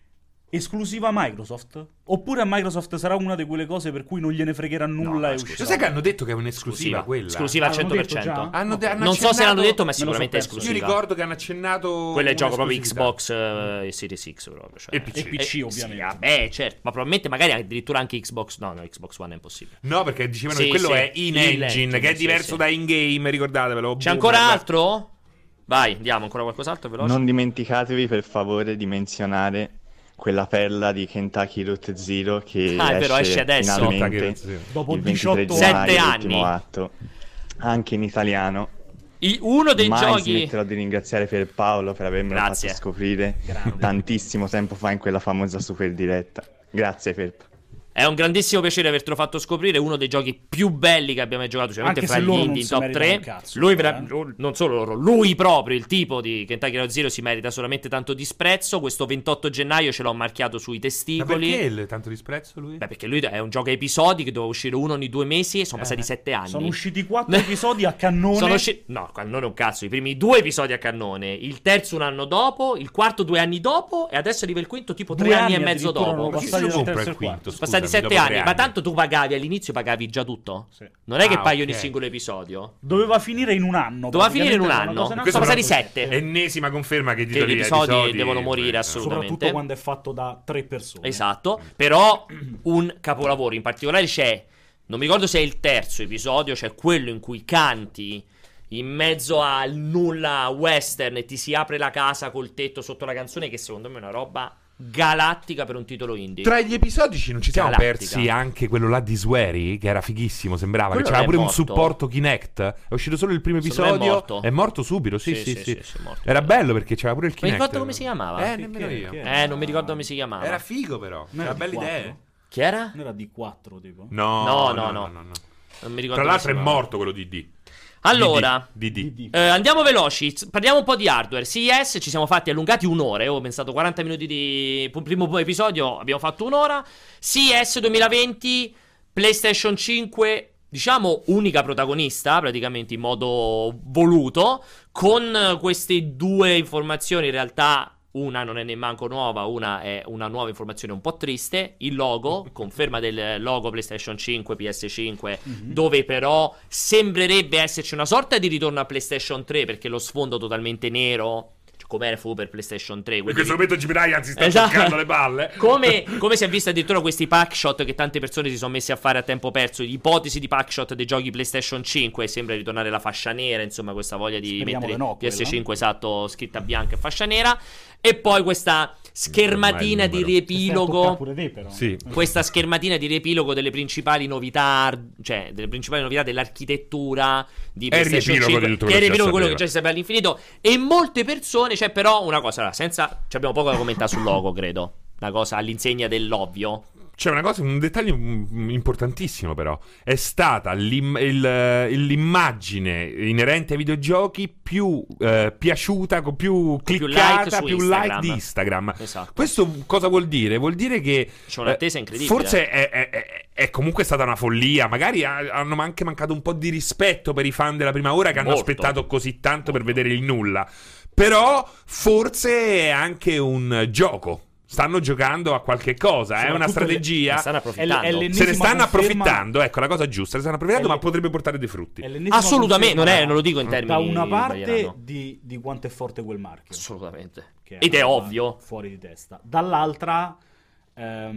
esclusiva Microsoft? Oppure a Microsoft sarà una di quelle cose per cui non gliene fregherà nulla no, e no, uscirà? Lo sai che hanno detto che è un'esclusiva quella? Esclusiva al cento per cento. Hanno, Okay. hanno Non so se l'hanno detto, ma me sicuramente è so esclusiva. Io ricordo che hanno accennato quello è il gioco proprio un'esclusività. Xbox uh, e Series X proprio, cioè. E P C. E P C Eh, ovviamente. Sì, vabbè, certo. Ma probabilmente magari addirittura anche Xbox. No, no, Xbox One è impossibile. No, perché dicevano Sì, che quello sì, è in in engine, engine, che è sì, diverso sì. da in game, ricordatevelo. C'è Boom, ancora guarda. altro? Vai, andiamo, ancora qualcos'altro veloce. Non dimenticatevi per favore di menzionare quella perla di Kentucky Route Zero che Ah, è vero, esce esce adesso. finalmente Dopo il ventitré diciotto gennaio, Sette l'ultimo anni. atto, anche in italiano. I- uno dei Mai giochi. smetterò di ringraziare Pierpaolo per avermelo Grazie. fatto scoprire Grande. tantissimo tempo fa in quella famosa super diretta. Grazie Pierpa. È un grandissimo piacere avertelo fatto scoprire. Uno dei giochi più belli che abbiamo mai giocato, sicuramente Anche fra se gli loro indie non in si top meritano tre. un cazzo, Lui, però, vera- non solo loro, lui proprio, il tipo di Kentucky Route Zero, si merita solamente tanto disprezzo. Questo ventotto gennaio ce l'ho marchiato sui Ma testicoli. perché il tanto disprezzo lui? Beh, perché lui è un gioco a episodi che doveva uscire uno ogni due mesi e sono Eh. passati sette anni. Sono usciti quattro episodi a cannone. Sono usciti. No, cannone un cazzo. I primi due episodi a cannone. Il terzo un anno dopo. Il quarto due anni dopo. E adesso arriva il quinto tipo Due tre anni, anni e mezzo addirittura dopo. non Ma chi se passati lo dal compra terzo il al quarto. quinto? Sono passati Scusami, sette dopo anni. tre Ma tanto tu pagavi all'inizio, pagavi già tutto? Sì. Non è che Ah, paghi ok. ogni singolo episodio. Doveva finire in un anno. Doveva finire in un praticamente, anno. una cosa- Questo Sono è passati una- sette. Ennesima conferma che i Che titoli gli episodi, episodi devono morire eh, assolutamente. Soprattutto quando è fatto da tre persone. Esatto. Però un capolavoro. In particolare c'è. Non mi ricordo se è il terzo episodio. C'è quello in cui canti in mezzo al nulla western e ti si apre la casa col tetto sotto la canzone, che secondo me è una roba galattica per un titolo indie. Tra gli episodici non ci siamo Galattica. persi anche quello là di Swery, che era fighissimo, sembrava. Quello che c'era non è pure un morto. supporto Kinect. È uscito solo il primo Secondo me è episodio. morto. È morto subito, sì, sì, Sì, sì. sì, sì, sì, è morto. Era bello perché c'era pure il Mi Kinect. ricordo come si chiamava. Eh, nemmeno Che- io. che- Eh, non mi ricordo come si chiamava. Era figo però. Non Era era belle di idee. quattro? Chi era? Non era di quattro, tipo. No, No, no, no, no, no. no, no. Non mi ricordo Tra l'altro è come si chiamava. morto quello di D. Allora, D D. D D. eh, andiamo veloci. S- Parliamo un po' di hardware. C E S ci siamo fatti allungati un'ora. Io ho pensato quaranta minuti di pu- primo episodio. Abbiamo fatto un'ora. C E S duemilaventi, PlayStation cinque, diciamo unica protagonista, praticamente in modo voluto. Con eh, queste due informazioni, in realtà. Una non è nemmeno nuova, una è una nuova informazione un po' triste. Il logo, conferma del logo PlayStation cinque, P S cinque, Mhm. dove però sembrerebbe esserci una sorta di ritorno a PlayStation tre, perché lo sfondo totalmente nero, cioè, come fu per PlayStation tre. In quindi- questo momento Jim Ryan si sta Esatto. toccando le palle. Come, come si è visto addirittura questi pack shot che tante persone si sono messi a fare a tempo perso, ipotesi di pack shot dei giochi PlayStation cinque, sembra ritornare la fascia nera, insomma questa voglia di Speriamo mettere di no, P S cinque, quella. esatto, scritta bianca e fascia nera, e poi questa schermatina Ormai il di numero. riepilogo. Pure te, però. Sì. Questa schermatina di riepilogo delle principali novità, cioè delle principali novità dell'architettura di È il PlayStation riepilogo cinque, di tutto che è il quello che riepilogo quello già che già si sapeva all'infinito. E molte persone, c'è però una cosa, allora, senza, ci abbiamo poco da commentare sul logo, credo. Una cosa all'insegna dell'ovvio. C'è una cosa, un dettaglio mm, importantissimo però. È stata l'im- il- eh, l'immagine inerente ai videogiochi più eh, piaciuta, con più più cliccata, like su più Instagram. like di Instagram. Esatto. Questo cosa vuol dire? Vuol dire che C'è un'attesa eh, incredibile. Forse è, è- è- è comunque stata una follia. Magari ha- hanno anche mancato un po' di rispetto per i fan della prima ora che hanno Molto. aspettato così tanto per vedere il nulla. Però forse è anche un gioco. Stanno giocando a qualche cosa, è una Soprattutto le- strategia. ne stanno approfittando. È l- è Se ne l'ennesima stanno conferma- approfittando, ecco la cosa giusta. Se ne stanno approfittando, È ma le- potrebbe portare dei frutti. è l'ennesima Assolutamente, non, è, conferma non lo dico in termini da una parte sbaglieranno. di, di quanto è forte quel marchio. Assolutamente. Che Ed è una roba ovvio. fuori di testa. Dall'altra ehm,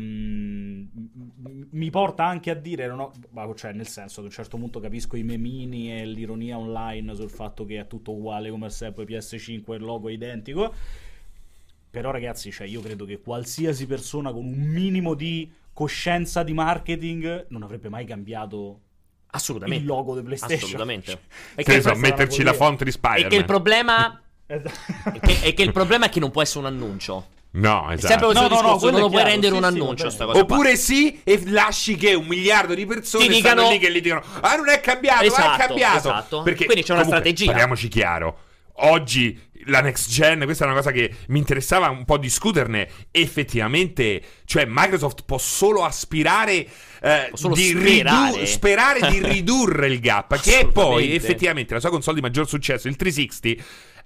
m- mi porta anche a dire, non ho- ma, cioè nel senso che a un certo punto capisco i memini e l'ironia online sul fatto che è tutto uguale come sempre P S cinque, il logo è identico. Però ragazzi, cioè io credo che qualsiasi persona con un minimo di coscienza di marketing non avrebbe mai cambiato Assolutamente. il logo di PlayStation. Assolutamente. E Che ne so, questa è una metterci la follia. font di E Spider-Man. che il problema Esatto. è che, è che il problema è che non può essere un annuncio. No, È esatto. sempre questo No, no, no, discorso, quello non lo è puoi chiaro, rendere sì, un sì, va annuncio bene. sta cosa qua. Oppure sì, e lasci che un miliardo di persone Ti dicano- stanno lì che gli dicono: ah, non è cambiato, ma Esatto, è cambiato. esatto. Perché Quindi c'è una comunque, strategia. Parliamoci chiaro. Oggi la next gen, questa è una cosa che mi interessava un po' discuterne. Effettivamente, cioè Microsoft può solo aspirare eh, Può solo di sperare. ridu- sperare di ridurre il gap, che è poi Assolutamente. effettivamente la sua console di maggior successo, il trecentosessanta,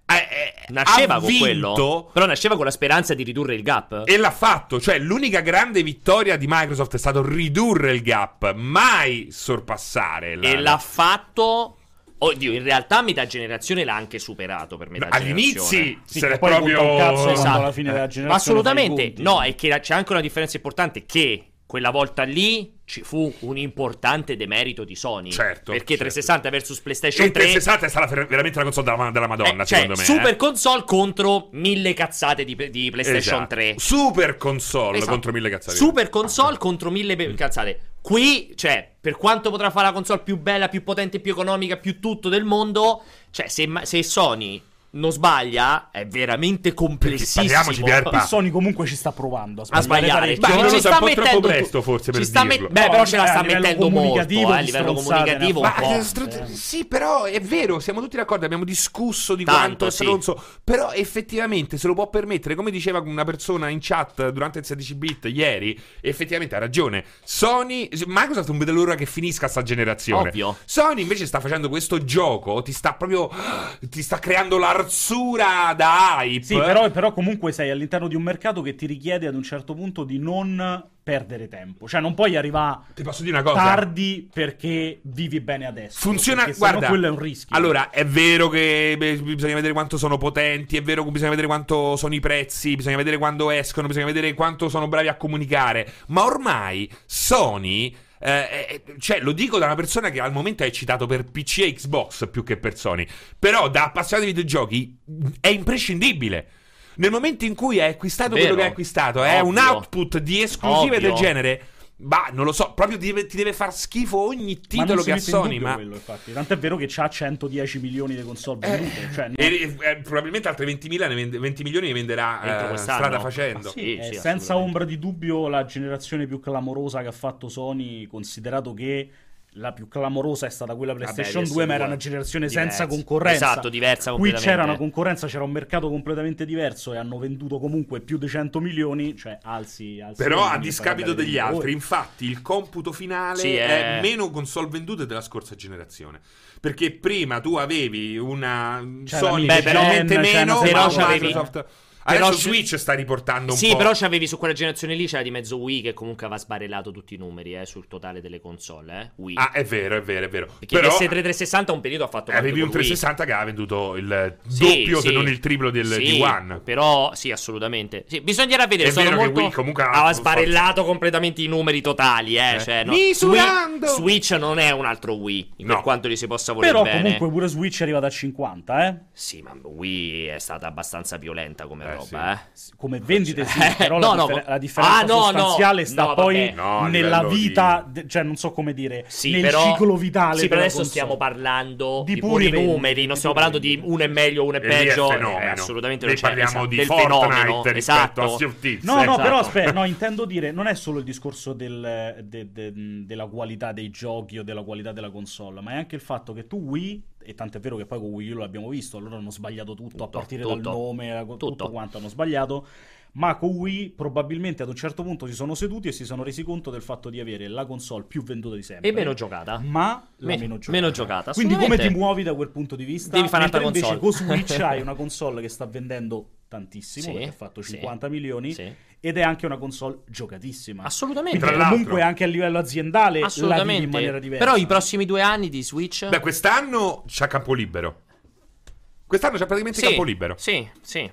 eh, nasceva ha con vinto, quello, però nasceva con la speranza di ridurre il gap. E l'ha fatto, cioè l'unica grande vittoria di Microsoft è stato ridurre il gap, mai sorpassare la... E l'ha fatto... Oddio, in realtà a metà generazione l'ha anche superato per metà All'inizi generazione. Sì, se che l'è poi proprio... conta un cazzo quando Esatto. alla fine della Ma generazione assolutamente, fai i conti. no, è che c'è anche una differenza importante, che quella volta lì ci fu un importante demerito di Sony. Certo, perché certo. trecentosessanta versus PlayStation E tre trecentosessanta è stata fer- veramente una console della, della Madonna, eh, cioè, secondo me. super eh. console contro mille cazzate di, di PlayStation Esatto. tre. Super console Esatto. contro mille cazzate. Super console contro mille pe- cazzate. Qui, cioè, per quanto potrà fare la console più bella, più potente, più economica, più tutto del mondo, cioè, se, ma- se Sony non sbaglia, è veramente complessissimo. parliamoci di Arpa. E Sony comunque ci sta provando a A sbagliare. sbagliare, Ma cioè, non lo ci so, sta è un po' troppo mettendo presto forse per ci sta dirlo. met- Beh, però ce la No, sta a livello mettendo comunicativo molto, eh, a di livello stronzate comunicativo ne un ha po'. Ma, Eh, str- sì. sì, però è vero, siamo tutti d'accordo, abbiamo discusso di Tanto, quanto è sì. stronzo, però effettivamente se lo può permettere, come diceva una persona in chat durante il sedici bit ieri, effettivamente ha ragione. Sony, Microsoft non vede l'ora che finisca sta generazione. Ovvio. Sony invece sta facendo questo gioco, ti sta proprio ti sta creando l'arzura da hype. Sì, però, però comunque sei all'interno di un mercato che ti richiede ad un certo punto di non perdere tempo. Cioè non puoi arrivare Ti posso dire una cosa? tardi perché vivi bene adesso. Funziona, perché sennò guarda, quello è un rischio. Allora, è vero che beh, bisogna vedere quanto sono potenti, è vero che bisogna vedere quanto sono i prezzi, bisogna vedere quando escono, bisogna vedere quanto sono bravi a comunicare, ma ormai Sony... Eh, eh, cioè, lo dico da una persona che al momento è eccitato per P C e Xbox più che per Sony, però da appassionato di videogiochi è imprescindibile. Nel momento in cui hai acquistato Vero. quello che hai acquistato, è un Ovvio. output di esclusive Ovvio. del genere. Bah, non lo so, proprio ti deve, ti deve far schifo ogni Ma titolo non si che ha mette in Sony. dubbio Ma quello, infatti. Tant'è vero che c'ha centodieci milioni di console vendute. Cioè, no. E, e, probabilmente altre ventimila ne vende, venti milioni ne venderà Entro eh, quest'anno. strada facendo. Ah, sì. Eh, sì, senza assolutamente. ombra di dubbio la generazione più clamorosa che ha fatto Sony, considerato che la più clamorosa è stata quella PlayStation Vabbè, due, ma era due. una generazione Diversa. senza concorrenza. Esatto, diversa Qui completamente. c'era una concorrenza, c'era un mercato completamente diverso e hanno venduto comunque più di cento milioni, cioè alzi, alzi Però quindi a per discapito parlare degli di altri, valori. infatti, il computo finale Sì, è è- meno console vendute della scorsa generazione. Perché prima tu avevi una C'era Sony la leggermente Next Gen, meno, c'era ma una serie- Microsoft. Però Adesso c'è- Switch sta riportando un Sì, po'. però c'avevi su quella generazione lì, c'era di mezzo Wii che comunque aveva sbarellato tutti i numeri eh, sul totale delle console. Eh, Wii. Ah, è vero, è vero, è vero. Perché Però P S tre trecentosessanta un periodo ha fatto quanto avevi un con Wii. trecentosessanta che ha venduto il Sì, doppio, se sì. non il triplo del Sì, di One. Però sì, assolutamente. Sì, bisognerà vedere. È Sono vero che molto... Wii comunque ha- aveva sbarellato completamente i numeri totali. Eh, Eh. Cioè, no. Misurando! Wii- Switch non è un altro Wii. No. Per quanto gli si possa voler Però bene. comunque pure Switch è arrivata a cinquanta, eh? Sì, ma Wii è stata abbastanza violenta come Eh, roba, sì. eh. Come vendite sì, Eh, però no, la, no, differ- ma- la differenza Ah, no, no. sostanziale sta No, poi vabbè. No, a nella livello vita, di- de- cioè non so come dire, Sì, nel però, ciclo vitale sì, però della adesso console. stiamo parlando Di di, puri puri vendite, numeri, non di stiamo puri parlando di vendite. uno è meglio, uno è E lì è peggio. fenomeno. eh, assolutamente Noi non c'è parliamo esatto, di del Fortnite fenomeno, rispetto esatto. a Sea of Thieves. No, no, Esatto. però aspetta, no, intendo dire, non è solo il discorso del, de- de- della qualità dei giochi o della qualità della console, ma è anche il fatto che tu Wii, e tanto è vero che poi con Wii U l'abbiamo visto, allora hanno sbagliato tutto, Tutto, a partire tutto. dal nome, tutto, Tutto. quanto hanno sbagliato, ma con Wii probabilmente ad un certo punto si sono seduti e si sono resi conto del fatto di avere la console più venduta di sempre. E meno giocata. Ma la Me- meno giocata. meno giocata, Quindi come ti assolutamente. muovi da quel punto di vista? Devi fare Mentre un'altra invece con console. Switch hai una console che sta vendendo tantissimo, Sì, perché ha fatto sì, cinquanta milioni, sì. ed è anche una console giocatissima. Assolutamente. Quindi Tra l'altro- comunque anche a livello aziendale la vivi Assolutamente. in maniera diversa. Però i prossimi due anni di Switch. Beh, quest'anno c'ha campo libero. Quest'anno c'è praticamente sì, campo libero. Sì, sì.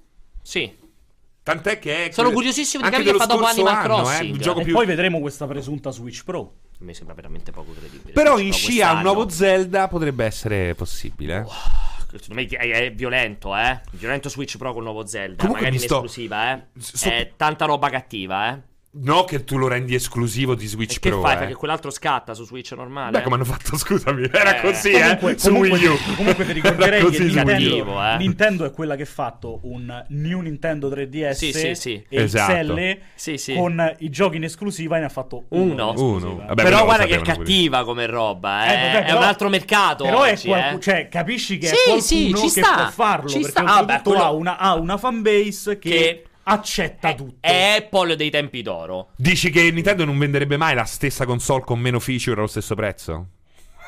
Sì. Tant'è che è Sono quel- curiosissimo di anche capire dello che fa dopo scorso Animal anno, Crossing. eh, un gioco E più... poi vedremo questa presunta Switch Pro. Mi sembra veramente poco credibile. Però Switch in Pro scia un quest'anno. nuovo Zelda potrebbe essere possibile. eh. Secondo me è, è violento, eh. Violento Switch Pro col nuovo Zelda. Comunque magari mi in sto- esclusiva, eh. sto- È tanta roba cattiva, eh. No che tu lo rendi esclusivo di Switch E che Pro, fai? eh. Perché quell'altro scatta su Switch normale? Beh, come hanno fatto, scusami, era Eh, così, Comunque, eh, su comunque, Wii U. comunque ti ricorderei Era che così su Wii U. Nintendo, Cattivo, eh. Nintendo è quella che ha fatto un New Nintendo tre D S Sì, sì, sì. e Esatto. X L Sì, sì. con i giochi in esclusiva, e ne ha fatto Uno. uno. in esclusiva. Uno. Vabbè, Però quello lo guarda che è sapevano cattiva come roba, eh. Eh, vabbè, è però- un altro mercato Però è oggi, qualcu- eh. cioè, capisci che Sì, è qualcuno sì, ci che sta, può farlo, ci perché sta. oltretutto Ah, beh, quello- ha, una, ha una fanbase che, Che- accetta È- tutto. È Apple dei tempi d'oro. Dici che Nintendo non venderebbe mai la stessa console con meno feature allo stesso prezzo?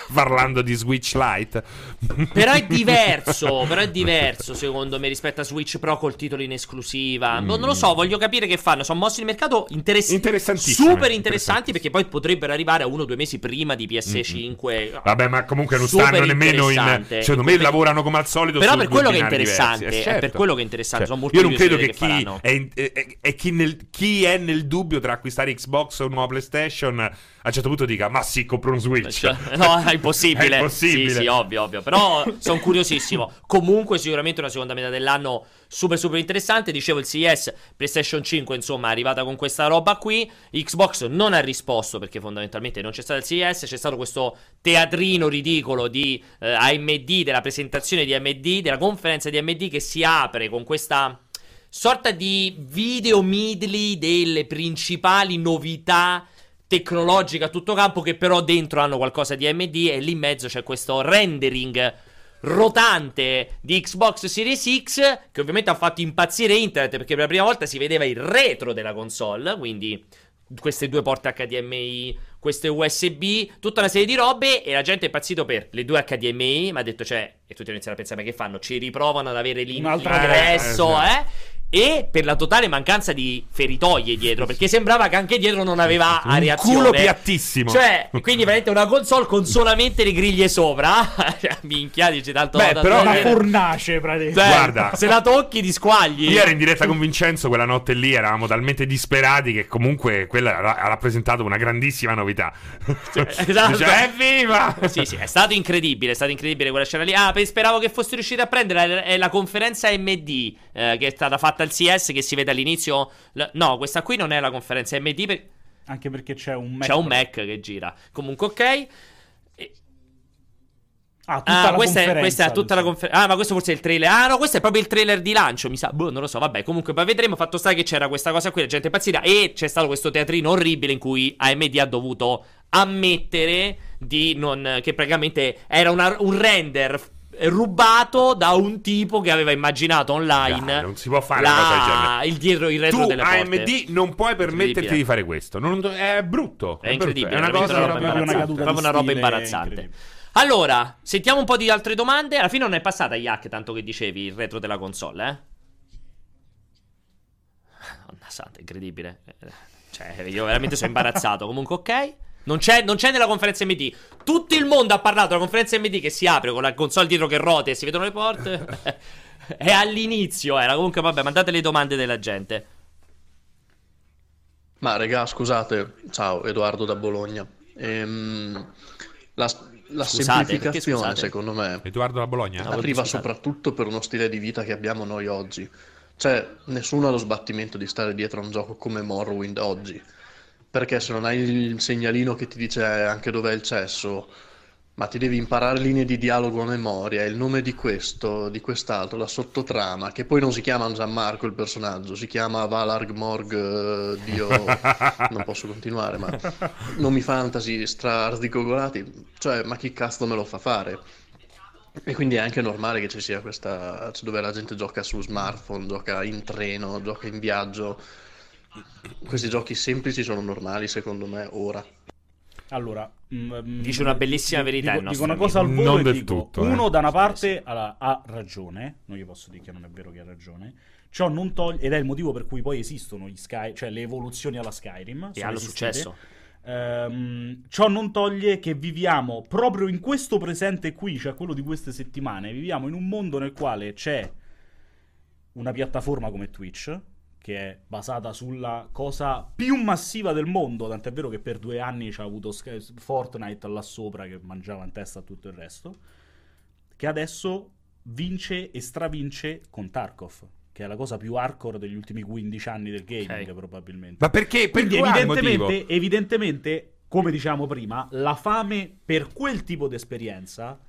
parlando di Switch Lite. Però è diverso, però è diverso secondo me rispetto a Switch Pro col titolo in esclusiva. Mm. Non lo so, voglio capire che fanno. Sono mossi di mercato interess- Interessantissime, super interessanti, perché poi potrebbero arrivare a uno o due mesi prima di P S cinque. Mm. Vabbè, ma comunque non Super stanno nemmeno in... interessante. Secondo me lavorano come al solito. Però su per due quello che è binari interessante, diversi. Eh, è per certo. quello che è interessante. Cioè, Sono molto io non curioso credo di che vedere chi che faranno. è, è, è, è chi, nel, chi è nel dubbio tra acquistare Xbox o un nuovo PlayStation a un certo punto dica ma sì, compro un Switch. Cioè, no, è impossibile. È impossibile. Sì, sì, ovvio, ovvio. Però sono curiosissimo. Comunque sicuramente una seconda metà dell'anno super super interessante. Dicevo, il C E S, PlayStation cinque insomma è arrivata con questa roba qui. Xbox non ha risposto perché fondamentalmente non c'è stato il C E S. C'è stato questo teatrino ridicolo di eh, A M D, della presentazione di A M D, della conferenza di A M D, che si apre con questa sorta di video medley delle principali novità tecnologiche a tutto campo, che però dentro hanno qualcosa di A M D, e lì in mezzo c'è questo rendering rotante di Xbox Series X che ovviamente ha fatto impazzire internet, perché per la prima volta si vedeva il retro della console, quindi queste due porte H D M I, queste U S B, tutta una serie di robe, e la gente è impazzito per le due H D M I, ma ha detto, cioè, e tutti iniziano a pensare, ma che fanno? Ci riprovano ad avere l'in- l'ingresso, eh? E per la totale mancanza di feritoie dietro, perché sembrava che anche dietro non aveva Un areazione, culo piattissimo. cioè, quindi veramente una console con solamente le griglie sopra. Minchia, dice tanto. Beh, tanto però Una da dire. fornace praticamente. Cioè, guarda, se la tocchi ti squagli. io ero in diretta con Vincenzo quella notte lì, eravamo talmente disperati che comunque quella ha ha rappresentato una grandissima novità. Cioè, esatto. Dice, evviva! Sì, sì, è stato incredibile, è stato incredibile quella scena lì. Ah, pe- speravo che foste riusciti a prendere, è la conferenza A M D eh, che è stata fatta al C E S, che si vede all'inizio. L- no, questa qui non è la conferenza A M D, per- Anche perché c'è un Mac. c'è un Mac che gira. Comunque, ok. E- Ah, tutta Ah, la questa è, conferenza, questa è tutta la diciamo. conferenza. Ah, ma questo forse è il trailer. Ah, no, questo è proprio il trailer di lancio. Mi sa, boh, non lo so. Vabbè, comunque poi vedremo. Fatto sta che c'era questa cosa qui, la gente impazzita. E c'è stato questo teatrino orribile in cui A M D ha dovuto ammettere di non. Che praticamente era una- un render f- rubato da un tipo che aveva immaginato online. Dai, non si può fare la- una cosa del genere. il dietro, il retro Tu delle A porte. M D non puoi permetterti Incredibile. di fare questo. Non- è brutto. È incredibile, brutto. È una veramente cosa una roba proprio imbarazzante. caduta di Proprio una roba stile imbarazzante. incredibile. Allora, sentiamo un po' di altre domande. Alla fine non è passata, Yak, tanto che dicevi il retro della console, eh? Madonna santa, incredibile. Eh, Cioè, io veramente sono imbarazzato. Comunque, ok. Non c'è, non c'è nella conferenza A M D. Tutto il mondo ha parlato della conferenza A M D che si apre con la console dietro che rota e si vedono le porte. È all'inizio, era. Comunque, vabbè, mandate le domande della gente. Ma regà, scusate, ciao, Edoardo da Bologna. Ehm, la, la Scusate, perché semplificazione, scusate? secondo me, Edoardo da Bologna? No, arriva scusate. soprattutto per uno stile di vita che abbiamo noi oggi. Cioè, nessuno ha lo sbattimento di stare dietro a un gioco come Morrowind oggi. Perché se non hai il segnalino che ti dice anche dov'è il cesso, ma ti devi imparare linee di dialogo a memoria, il nome di questo, di quest'altro, la sottotrama, che poi non si chiama Gianmarco il personaggio, si chiama Valarg Morg, eh, Dio... non posso continuare, ma nomi fantasy stra-arzigogolati, cioè, ma chi cazzo me lo fa fare? E quindi è anche normale che ci sia questa... cioè, dove la gente gioca su smartphone, gioca in treno, gioca in viaggio. Questi giochi semplici sono normali, secondo me, ora. Allora, mm, Dice una bellissima verità dico, il nostro dico una amico. cosa al volo Non e del dico, tutto, eh. uno da una parte ha, ha ragione, non gli posso dire che non è vero che ha ragione. Ciò non toglie, ed è il motivo per cui poi esistono gli Sky, cioè le evoluzioni alla Skyrim. E sono hanno esistite. successo. Ehm, ciò non toglie che viviamo proprio in questo presente qui, cioè quello di queste settimane, viviamo in un mondo nel quale c'è una piattaforma come Twitch, che è basata sulla cosa più massiva del mondo, tant'è vero che per due anni c'ha avuto Sky- Fortnite là sopra che mangiava in testa a tutto il resto, che adesso vince e stravince con Tarkov, che è la cosa più hardcore degli ultimi quindici anni del gaming, Ok. probabilmente. Ma perché? Per Quindi quale evidentemente, motivo? evidentemente, come diciamo prima, la fame per quel tipo di esperienza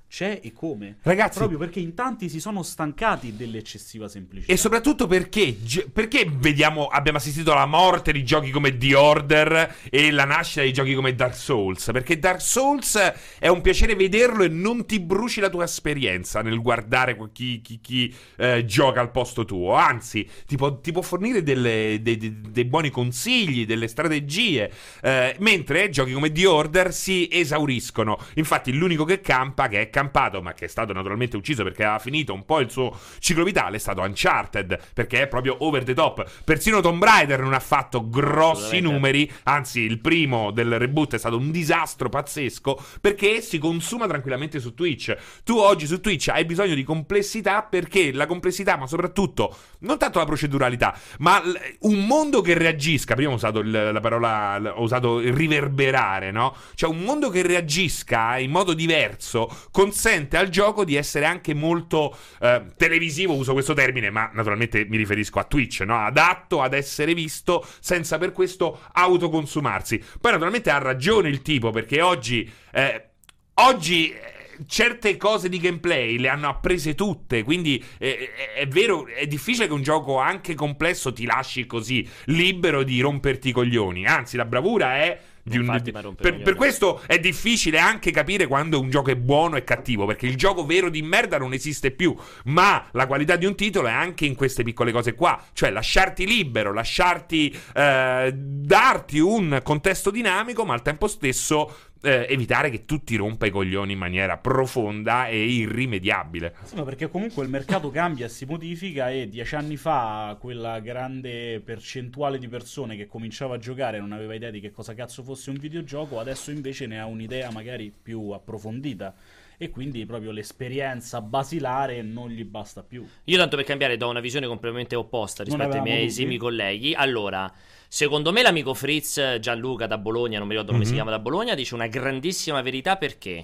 c'è e come. Ragazzi, proprio perché in tanti si sono stancati dell'eccessiva semplicità. E soprattutto perché, perché vediamo, abbiamo assistito alla morte di giochi come The Order e la nascita di giochi come Dark Souls? Perché Dark Souls è un piacere vederlo e non ti bruci la tua esperienza nel guardare chi, chi, chi eh, gioca al posto tuo. Anzi, ti può, ti può fornire delle, dei, dei, dei buoni consigli, delle strategie. Eh, mentre giochi come The Order si esauriscono. Infatti l'unico che campa, che è campato, ma che è stato naturalmente ucciso perché aveva finito un po' il suo ciclo vitale, è stato Uncharted, perché è proprio over the top. Persino Tomb Raider non ha fatto grossi numeri, anzi il primo del reboot è stato un disastro pazzesco, perché si consuma tranquillamente su Twitch. Tu oggi su Twitch hai bisogno di complessità, perché la complessità, ma soprattutto non tanto la proceduralità, ma un mondo che reagisca. Prima ho usato il, la parola, ho usato il riverberare, no? Cioè un mondo che reagisca in modo diverso consente al gioco di essere anche molto eh, televisivo, uso questo termine, ma naturalmente mi riferisco a Twitch, no? Adatto ad essere visto senza per questo autoconsumarsi. Poi naturalmente ha ragione il tipo, perché oggi eh, oggi certe cose di gameplay le hanno apprese tutte, quindi eh, è, è vero, è difficile che un gioco anche complesso ti lasci così libero di romperti i coglioni. Anzi, la bravura è di un, per, per questo è difficile anche capire quando un gioco è buono e cattivo, perché il gioco vero di merda non esiste più, ma la qualità di un titolo è anche in queste piccole cose qua, cioè lasciarti libero, lasciarti eh, darti un contesto dinamico, ma al tempo stesso eh, evitare che tu ti rompa i coglioni in maniera profonda e irrimediabile. Sì, ma perché comunque il mercato cambia e si modifica, e dieci anni fa quella grande percentuale di persone che cominciava a giocare e non aveva idea di che cosa cazzo fosse un videogioco, adesso invece ne ha un'idea magari più approfondita, e quindi proprio l'esperienza basilare non gli basta più. Io tanto per cambiare do una visione completamente opposta rispetto ai miei esimi colleghi. Allora, secondo me l'amico Fritz Gianluca da Bologna, non mi ricordo come mm-hmm. si chiama, da Bologna, dice una grandissima verità, perché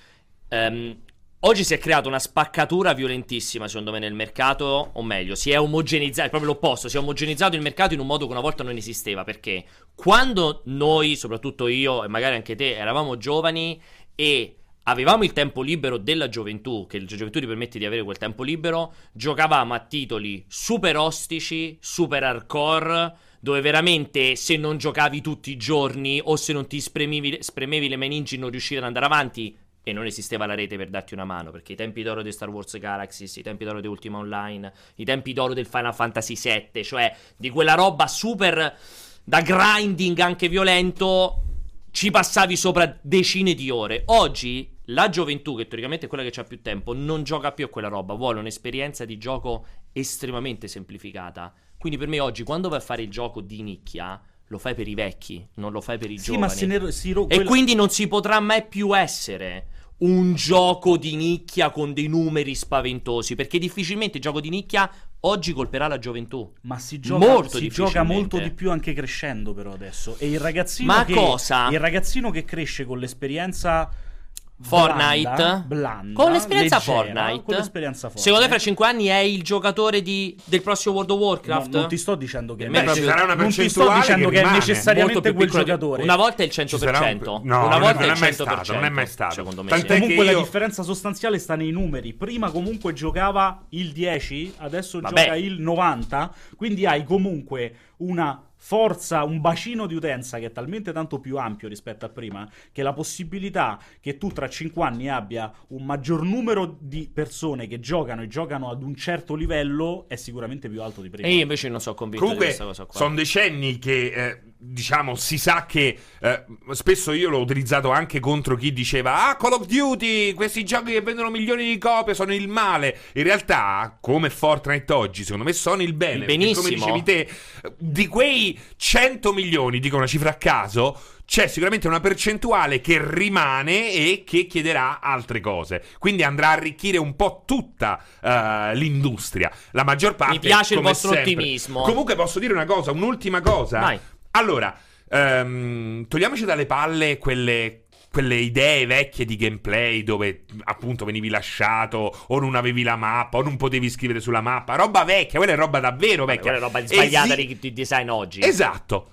um, oggi si è creata una spaccatura violentissima, secondo me, nel mercato, o meglio, si è omogenizzato, è proprio l'opposto, si è omogenizzato il mercato in un modo che una volta non esisteva, perché quando noi, soprattutto io e magari anche te, eravamo giovani e avevamo il tempo libero della gioventù, che la gioventù ti permette di avere quel tempo libero, giocavamo a titoli super ostici, super hardcore, dove veramente se non giocavi tutti i giorni o se non ti spremevi, spremevi le meningi non riuscivi ad andare avanti, e non esisteva la rete per darti una mano, perché i tempi d'oro di Star Wars Galaxies, i tempi d'oro di Ultima Online, i tempi d'oro del Final Fantasy sette, cioè di quella roba super da grinding anche violento, ci passavi sopra decine di ore. Oggi la gioventù, che teoricamente è quella che c'ha più tempo, non gioca più a quella roba, vuole un'esperienza di gioco estremamente semplificata. Quindi per me oggi, quando vai a fare il gioco di nicchia, lo fai per i vecchi, non lo fai per i sì, giovani. Ma se ne, si ro- e quella... quindi non si potrà mai più essere un gioco di nicchia con dei numeri spaventosi, perché difficilmente il gioco di nicchia oggi colperà la gioventù. Ma si gioca molto, si gioca molto di più anche crescendo, però adesso. E il ragazzino Ma che, cosa? Il ragazzino che cresce con l'esperienza Fortnite blanda, blanda, con l'esperienza leggera, Fortnite. Con l'esperienza Fortnite. Secondo te fra cinque anni è il giocatore di, del prossimo World of Warcraft? No, non ti sto dicendo che Beh, proprio, sarà una non ti sto dicendo che, che è necessariamente quel giocatore. Una volta è il cento per cento. Un... No, una non volta è, è il cento per cento. Stato, non è mai stato. Secondo me Tant'è sì. Comunque io... la differenza sostanziale sta nei numeri. Prima comunque giocava il dieci, adesso Vabbè. gioca il novanta. Quindi hai comunque una forza, un bacino di utenza che è talmente tanto più ampio rispetto a prima, che la possibilità che tu tra cinque anni abbia un maggior numero di persone che giocano e giocano ad un certo livello è sicuramente più alto di prima. E io invece non sono convinto Comunque, di questa cosa qua. Sono decenni che eh, diciamo si sa che eh, spesso io l'ho utilizzato anche contro chi diceva ah, Call of Duty, questi giochi che vendono milioni di copie sono il male. In realtà, come Fortnite oggi, secondo me sono il bene. Il benissimo. Come dicevi te, di quei cento milioni, dico una cifra a caso, c'è sicuramente una percentuale che rimane e che chiederà altre cose, quindi andrà a arricchire un po' tutta uh, l'industria. La maggior parte, mi piace il come vostro sempre. ottimismo. Comunque posso dire una cosa, un'ultima cosa. Vai. Allora, um, togliamoci dalle palle quelle quelle idee vecchie di gameplay dove appunto venivi lasciato o non avevi la mappa o non potevi scrivere sulla mappa, roba vecchia, quella è roba davvero vecchia. Quella è roba sbagliata Esi- di, di design oggi. Esatto.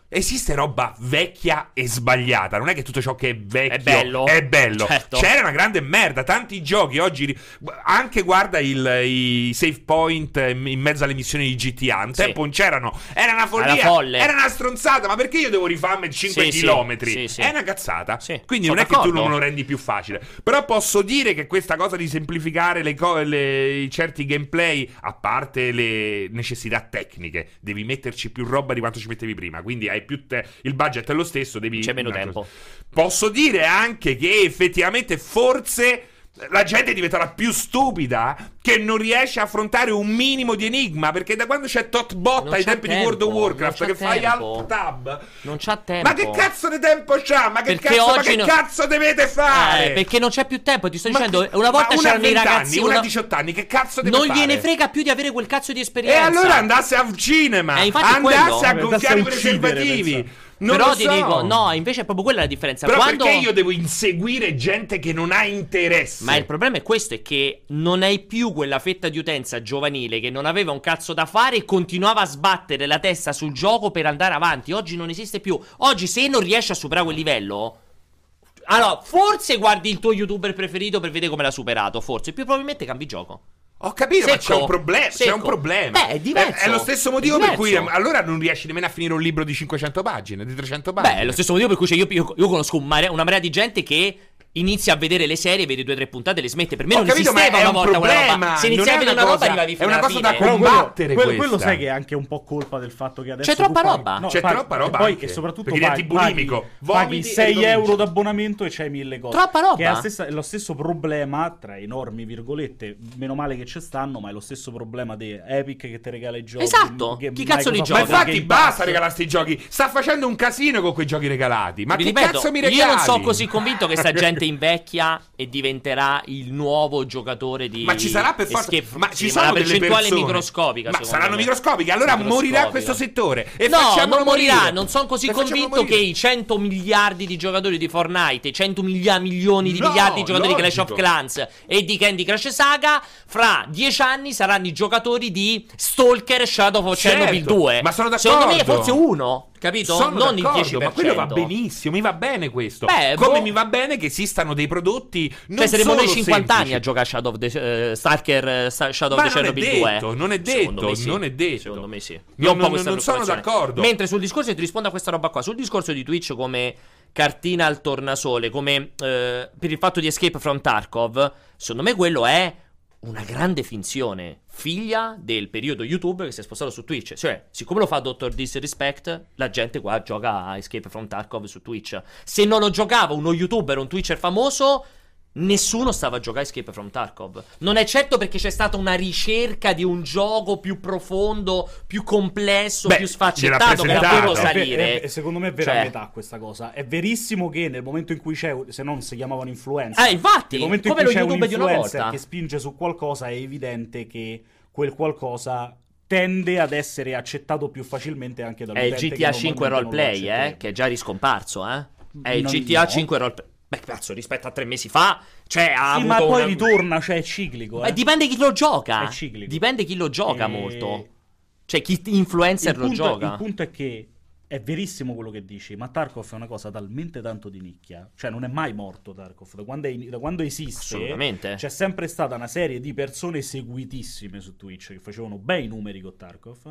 esiste roba vecchia e sbagliata. Non è che tutto ciò che è vecchio è bello, è bello. Certo. C'era una grande merda. Tanti giochi oggi, anche guarda il, i save point in mezzo alle missioni di G T A. Un sì. tempo non c'erano. Era una follia, era una stronzata. Ma perché io devo rifarmi cinque sì, chilometri? Sì, sì. È una cazzata. Sì. Quindi Sono non è d'accordo. che tu non lo rendi più facile. Però posso dire che questa cosa di semplificare le co- le, certi gameplay, a parte le necessità tecniche, devi metterci più roba di quanto ci mettevi prima. Quindi hai più te- il budget è lo stesso, devi c'è meno tempo. Posso dire anche che effettivamente forse la gente diventerà più stupida che non riesce a affrontare un minimo di enigma, perché da quando c'è Totbot Non ai c'ha tempi tempo, di World of non Warcraft c'ha che fai tempo. alt tab, non c'ha tempo. ma che cazzo di tempo c'ha? Ma che, Perché cazzo, ma oggi che no- cazzo dovete fare? Eh, perché non c'è più tempo, ti sto Ma dicendo. che- Una volta ma una c'erano i venti ragazzi, anni, una una- diciotto anni, che cazzo deve non fare? gliene frega più di avere quel cazzo di E esperienza. allora andasse al cinema, Eh, infatti è andasse quello. a Vabbè, gonfiare i andasse a uccidere, preservativi. pensa. Non Però lo ti so. dico, no, invece è proprio quella la differenza. Però Quando... perché io devo inseguire gente che non ha interesse? Ma il problema è questo, è che non hai più quella fetta di utenza giovanile che non aveva un cazzo da fare e continuava a sbattere la testa sul gioco per andare avanti. Oggi non esiste più. Oggi se non riesci a superare quel livello, allora forse guardi il tuo youtuber preferito per vedere come l'ha superato, forse, più probabilmente cambi gioco. Ho capito, ma c'è Secco. un problema. C'è Secco. un problema. Beh, è diverso. È, è lo stesso motivo È per cui diverso. allora non riesci nemmeno a finire un libro di cinquecento pagine, di trecento pagine. Beh, è lo stesso motivo per cui cioè, io, io, io conosco un marea, una marea di gente che inizia a vedere le serie, vede due o tre puntate e le smette. Per me Ho non capito, ma esisteva è una un volta quella problema, roba. Se non iniziavi è a vedere una una roba cosa- arrivavi è fino una alla cosa da fine. Però combattere quello, quello, quello questa. sai che è anche un po' colpa del fatto che adesso C'è troppa tu paghi- roba. no, C'è paghi- troppa roba e poi anche, e soprattutto perché diventi paghi, bulimico, paghi vomiti e sei ricominci. euro d'abbonamento e c'hai mille cose. Troppa roba. Che è, la stessa- è lo stesso problema, tra enormi virgolette, meno male che ci stanno, ma è lo stesso problema di Epic che ti regala i giochi. Esatto. che Chi cazzo li Microsoft Ma gioca? Game infatti Pass. basta regalare sti giochi. Sta facendo un casino con quei giochi regalati. Ma Vi che ripeto, cazzo mi regali? io non sono così convinto che sta gente invecchia e diventerà il nuovo giocatore di Ma ci sarà per forza. Escape- Ma sì, ci ma sono la delle percentuale persone. microscopica. Ma secondo saranno me. microscopiche. Allora Microscopica. morirà questo settore. E No, facciamolo non morirà. morire. Non sono così E facciamolo convinto che morire. i cento miliardi di giocatori di Fortnite, i cento milia- milioni di No, miliardi di giocatori di Clash logico. of Clans e di Candy Crush Saga, fra dieci anni saranno i giocatori di Stalker Shadow of Certo, Chernobyl due. ma sono Secondo me d'accordo. forse uno, capito? Sono non il d'accordo, dieci per cento. ma quello va benissimo, mi va bene questo. Beh, Come boh. mi va bene che esistano dei prodotti non Cioè saremo solo noi cinquanta semplici. anni a giocare a Shadow of the eh, Stalker eh, Sta- Shadow Ma of the non è Chernobyl detto, due. non è Secondo detto, me sì. non è detto. Secondo me sì. Io Non- ho un po' non- questa non sono preoccupazione. d'accordo. Mentre sul discorso, e ti rispondo a questa roba qua, sul discorso di Twitch come cartina al tornasole, come eh, per il fatto di Escape from Tarkov, secondo me quello è una grande finzione, figlia del periodo YouTube che si è spostato su Twitch. Cioè, siccome lo fa doctor Disrespect, la gente qua gioca a Escape from Tarkov su Twitch. Se non lo giocava uno YouTuber, un Twitcher famoso, nessuno stava a giocare Escape from Tarkov. Non è certo perché c'è stata una ricerca di un gioco più profondo, più complesso, Beh, più sfaccettato che ha presentato. potuto È ve- salire. è- è- secondo me è vera Cioè- a metà questa cosa. È verissimo che nel momento in cui c'è, se non si chiamavano influencer, Eh, infatti, nel momento in come cui lo c'è un YouTube di una influencer volta. che spinge su qualcosa, è evidente che quel qualcosa tende ad essere accettato più facilmente anche È il dall'utente G T A che cinque normalmente non lo roleplay, eh, accetterebbe. che è già riscomparso, eh. È il Non- G T A no. cinque roleplay. Beh, cazzo, rispetto a tre mesi fa, cioè ha Sì, avuto ma poi una... ritorna, cioè è ciclico. Ma Eh. dipende chi lo gioca. È ciclico. Dipende chi lo gioca E- molto. Cioè, chi influencer il lo punto, gioca. il punto è che è verissimo quello che dici, ma Tarkov è una cosa talmente tanto di nicchia, cioè non è mai morto Tarkov, da quando, è in- da quando esiste Assolutamente. c'è sempre stata una serie di persone seguitissime su Twitch che facevano bei numeri con Tarkov,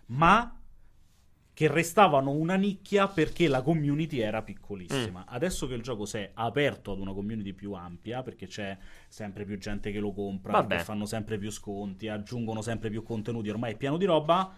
ma che restavano una nicchia perché la community era piccolissima. Mm. Adesso che il gioco si è aperto ad una community più ampia, perché c'è sempre più gente che lo compra, Vabbè. che fanno sempre più sconti, aggiungono sempre più contenuti, ormai è pieno di roba,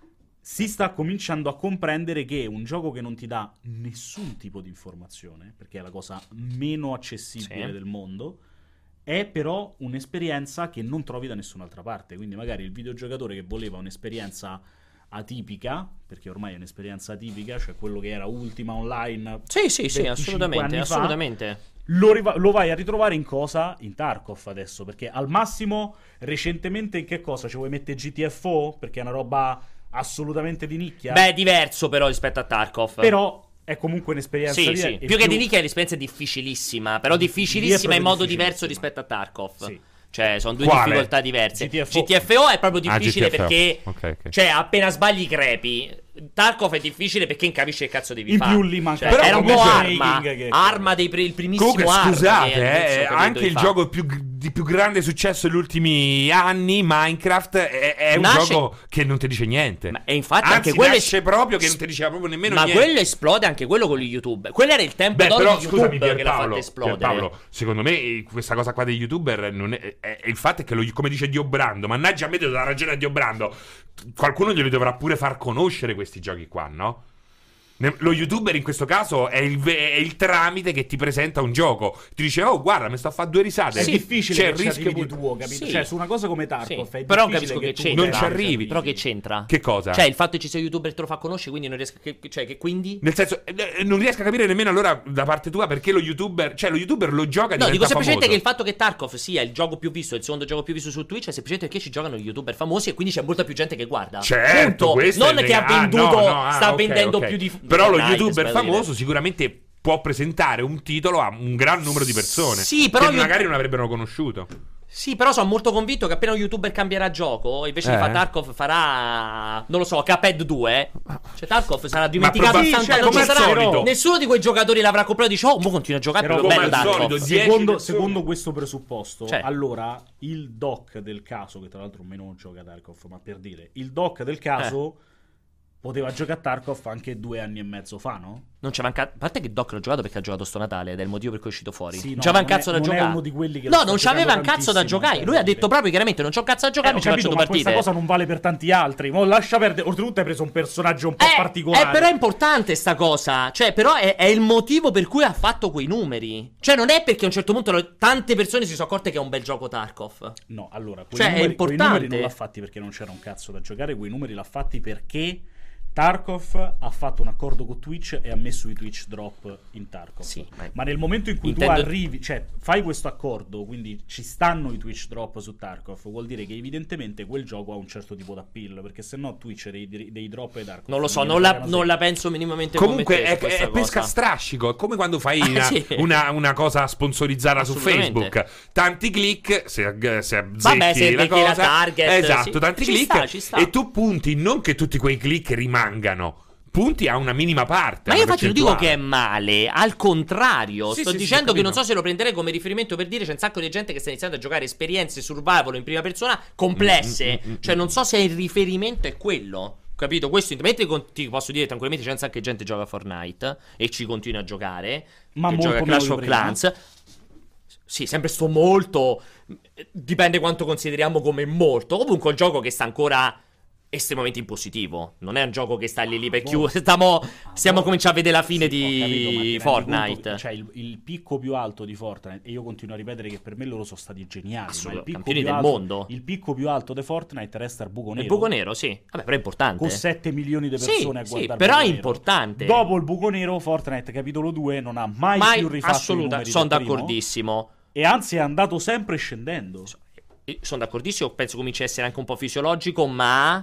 si sta cominciando a comprendere che un gioco che non ti dà nessun tipo di informazione, perché è la cosa meno accessibile Sì. del mondo, è però un'esperienza che non trovi da nessun'altra parte. Quindi magari il videogiocatore che voleva un'esperienza atipica, perché ormai è un'esperienza atipica, cioè quello che era Ultima Online Sì, sì, sì, venticinque assolutamente, anni fa, assolutamente. lo, riva- lo vai a ritrovare in cosa? In Tarkov adesso, perché al massimo recentemente in che cosa? Ci vuoi mettere G T F O? Perché è una roba assolutamente di nicchia. Beh, è diverso però rispetto a Tarkov. Però è comunque un'esperienza Sì, di- sì. e Più che di nicchia è l'esperienza difficilissima, però Lì è difficilissima proprio in modo difficilissima. diverso rispetto a Tarkov. Sì. Cioè, sono due Quale? difficoltà diverse. G T F O. G T F O è proprio Ah, difficile G T F O. perché Ok, ok. cioè, appena sbagli crepi. Tarkov è difficile perché non capisci che cazzo devi In fare. più lì manca- Cioè, però era un po' comunque- arma, che- arma dei pre- il primissimo Comunque, arma scusate, che- eh, che so, anche che il fa. gioco più, di più grande successo negli ultimi anni, Minecraft, è, è un Nasce- gioco che non ti dice niente. E infatti Anzi, anche quello nasce proprio che non ti diceva proprio nemmeno ma niente. quello esplode anche quello con gli YouTube. Quello era il tempo Beh, d'oro però di scusami YouTube che l'ha Pierpaolo, fatto esplodere. Pierpaolo, secondo me eh, questa cosa qua degli YouTuber non è, è- è il fatto è che lo, come dice Dio Brando, mannaggia a me devo dare ragione a Dio Brando, qualcuno glieli dovrà pure far conoscere questi giochi qua, no? Ne- Lo YouTuber in questo caso è il, ve- è il tramite che ti presenta un gioco. Ti dice, oh guarda, mi sto a fare due risate. È difficile C'è che il ci rischio arrivi di... tuo, capito? Sì. Cioè, su una cosa come Tarkov Sì, è però difficile capisco che tu c'entra. Non ci arrivi. Però che c'entra? Che cosa? Cioè, il fatto che ci sia YouTuber te lo fa conoscere, quindi non riesco che, cioè che quindi Nel senso, eh, non riesco a capire nemmeno allora da parte tua perché lo YouTuber, cioè lo YouTuber lo gioca e No, diventa dico semplicemente famoso. che il fatto che Tarkov sia il gioco più visto, il secondo gioco più visto su Twitch, è semplicemente perché ci giocano gli YouTuber famosi e quindi c'è molta più gente che guarda. Certo, Punto. questo Non è che ha nega- ah, venduto, no, no, ah, sta ok, vendendo ok. più di Però lo Fortnite, YouTuber spero di dire. famoso sicuramente può presentare un titolo a un gran numero di persone Sì, però che io- magari non avrebbero conosciuto. Sì, però sono molto convinto che appena un YouTuber cambierà gioco, invece Eh. di fare Tarkov farà, non lo so, Cuphead due. Cioè Tarkov sarà dimenticato proba- tanto, sì, cioè, non come ci al sarà solito. nessuno di quei giocatori l'avrà comprato e dice "Oh, mo continua a giocare Però perché è come bello al Tarkov". solito, dieci secondo, persone. secondo questo presupposto, Cioè. allora il doc del caso, che tra l'altro meno gioca a Tarkov, ma per dire, il doc del caso Eh. poteva giocare a Tarkov anche due anni e mezzo fa, no? Non c'è manca... A parte che Doc l'ho giocato perché ha giocato sto Natale ed è il motivo per cui è uscito fuori. Sì, non no, c'aveva un non cazzo è- da non è giocare. uno di quelli che No, lo non sta c'aveva un giocando cazzo da tantissimo, giocare. Lui ha detto proprio chiaramente non c'ho un cazzo da giocare, Eh, mi ho ci faccio capito, due ma questa partite. cosa non vale per tanti altri. Mo lascia perdere. Oltretutto hai preso un personaggio un po' Eh, particolare. eh, però è importante sta cosa. Cioè, però è, è il motivo per cui ha fatto quei numeri. Cioè, non è perché a un certo punto lo- tante persone si sono accorte che è un bel gioco Tarkov. No, allora, quei, Cioè, è numeri, quei importante. numeri non l'ha fatti perché non c'era un cazzo da giocare, quei numeri l'ha fatti perché Tarkov ha fatto un accordo con Twitch e ha messo i Twitch drop in Tarkov. Sì, ma- ma nel momento in cui Intendo- tu arrivi, cioè fai questo accordo, quindi ci stanno i Twitch drop su Tarkov, vuol dire che evidentemente quel gioco ha un certo tipo di appeal, perché se no Twitch dei, dei drop ai Tarkov. Non lo so, gliene non la, fregano non se- la penso minimamente Comunque come te è, su questa è pesca a cosa. strascico, è come quando fai Ah, una, sì. una- una cosa sponsorizzata su Assolutamente. Facebook. Tanti click, se, se azzecchi Vabbè, se la becchi la cosa. target, esatto, sì. tanti Ci click sta, ci sta. e tu punti, non che tutti quei click rimangano. Punti a una minima parte. Ma a io una infatti non dico che è percentuale. male, al contrario, Sì, sto sì, sì, dicendo ho che non capito. so se lo prenderei come riferimento per dire c'è un sacco di gente che sta iniziando a giocare esperienze survival in prima persona complesse, Mm, mm, mm, cioè mm. non so se il riferimento è quello. Capito? Questo mentre con- ti posso dire tranquillamente c'è un sacco di gente che gioca a Fortnite e ci continua a giocare, Ma che molto gioca a meno Clash di of prima. Clans. Sì, sempre sto molto, dipende quanto consideriamo come molto. Comunque è un gioco che sta ancora estremamente in positivo. Non è un gioco che sta lì lì per chiudere. Stiamo, stiamo cominciando a vedere la fine Sì, ho capito, ma ti di rendi Fortnite. conto- cioè il, il picco più alto di Fortnite, e io continuo a ripetere che per me loro sono stati geniali, ma il Assolutamente, picco campioni più del alto, mondo. il picco più alto di Fortnite resta il buco nero. Il buco nero, sì. Vabbè, però è importante. Con sette milioni di Sì, persone a sì, guardare il però buco è nero. importante. Dopo il buco nero, Fortnite capitolo due non ha mai, Mai più rifatto assoluta, i numeri sono del primo, d'accordissimo. e anzi è andato sempre scendendo. Sono d'accordissimo, penso cominci a essere anche un po' fisiologico, ma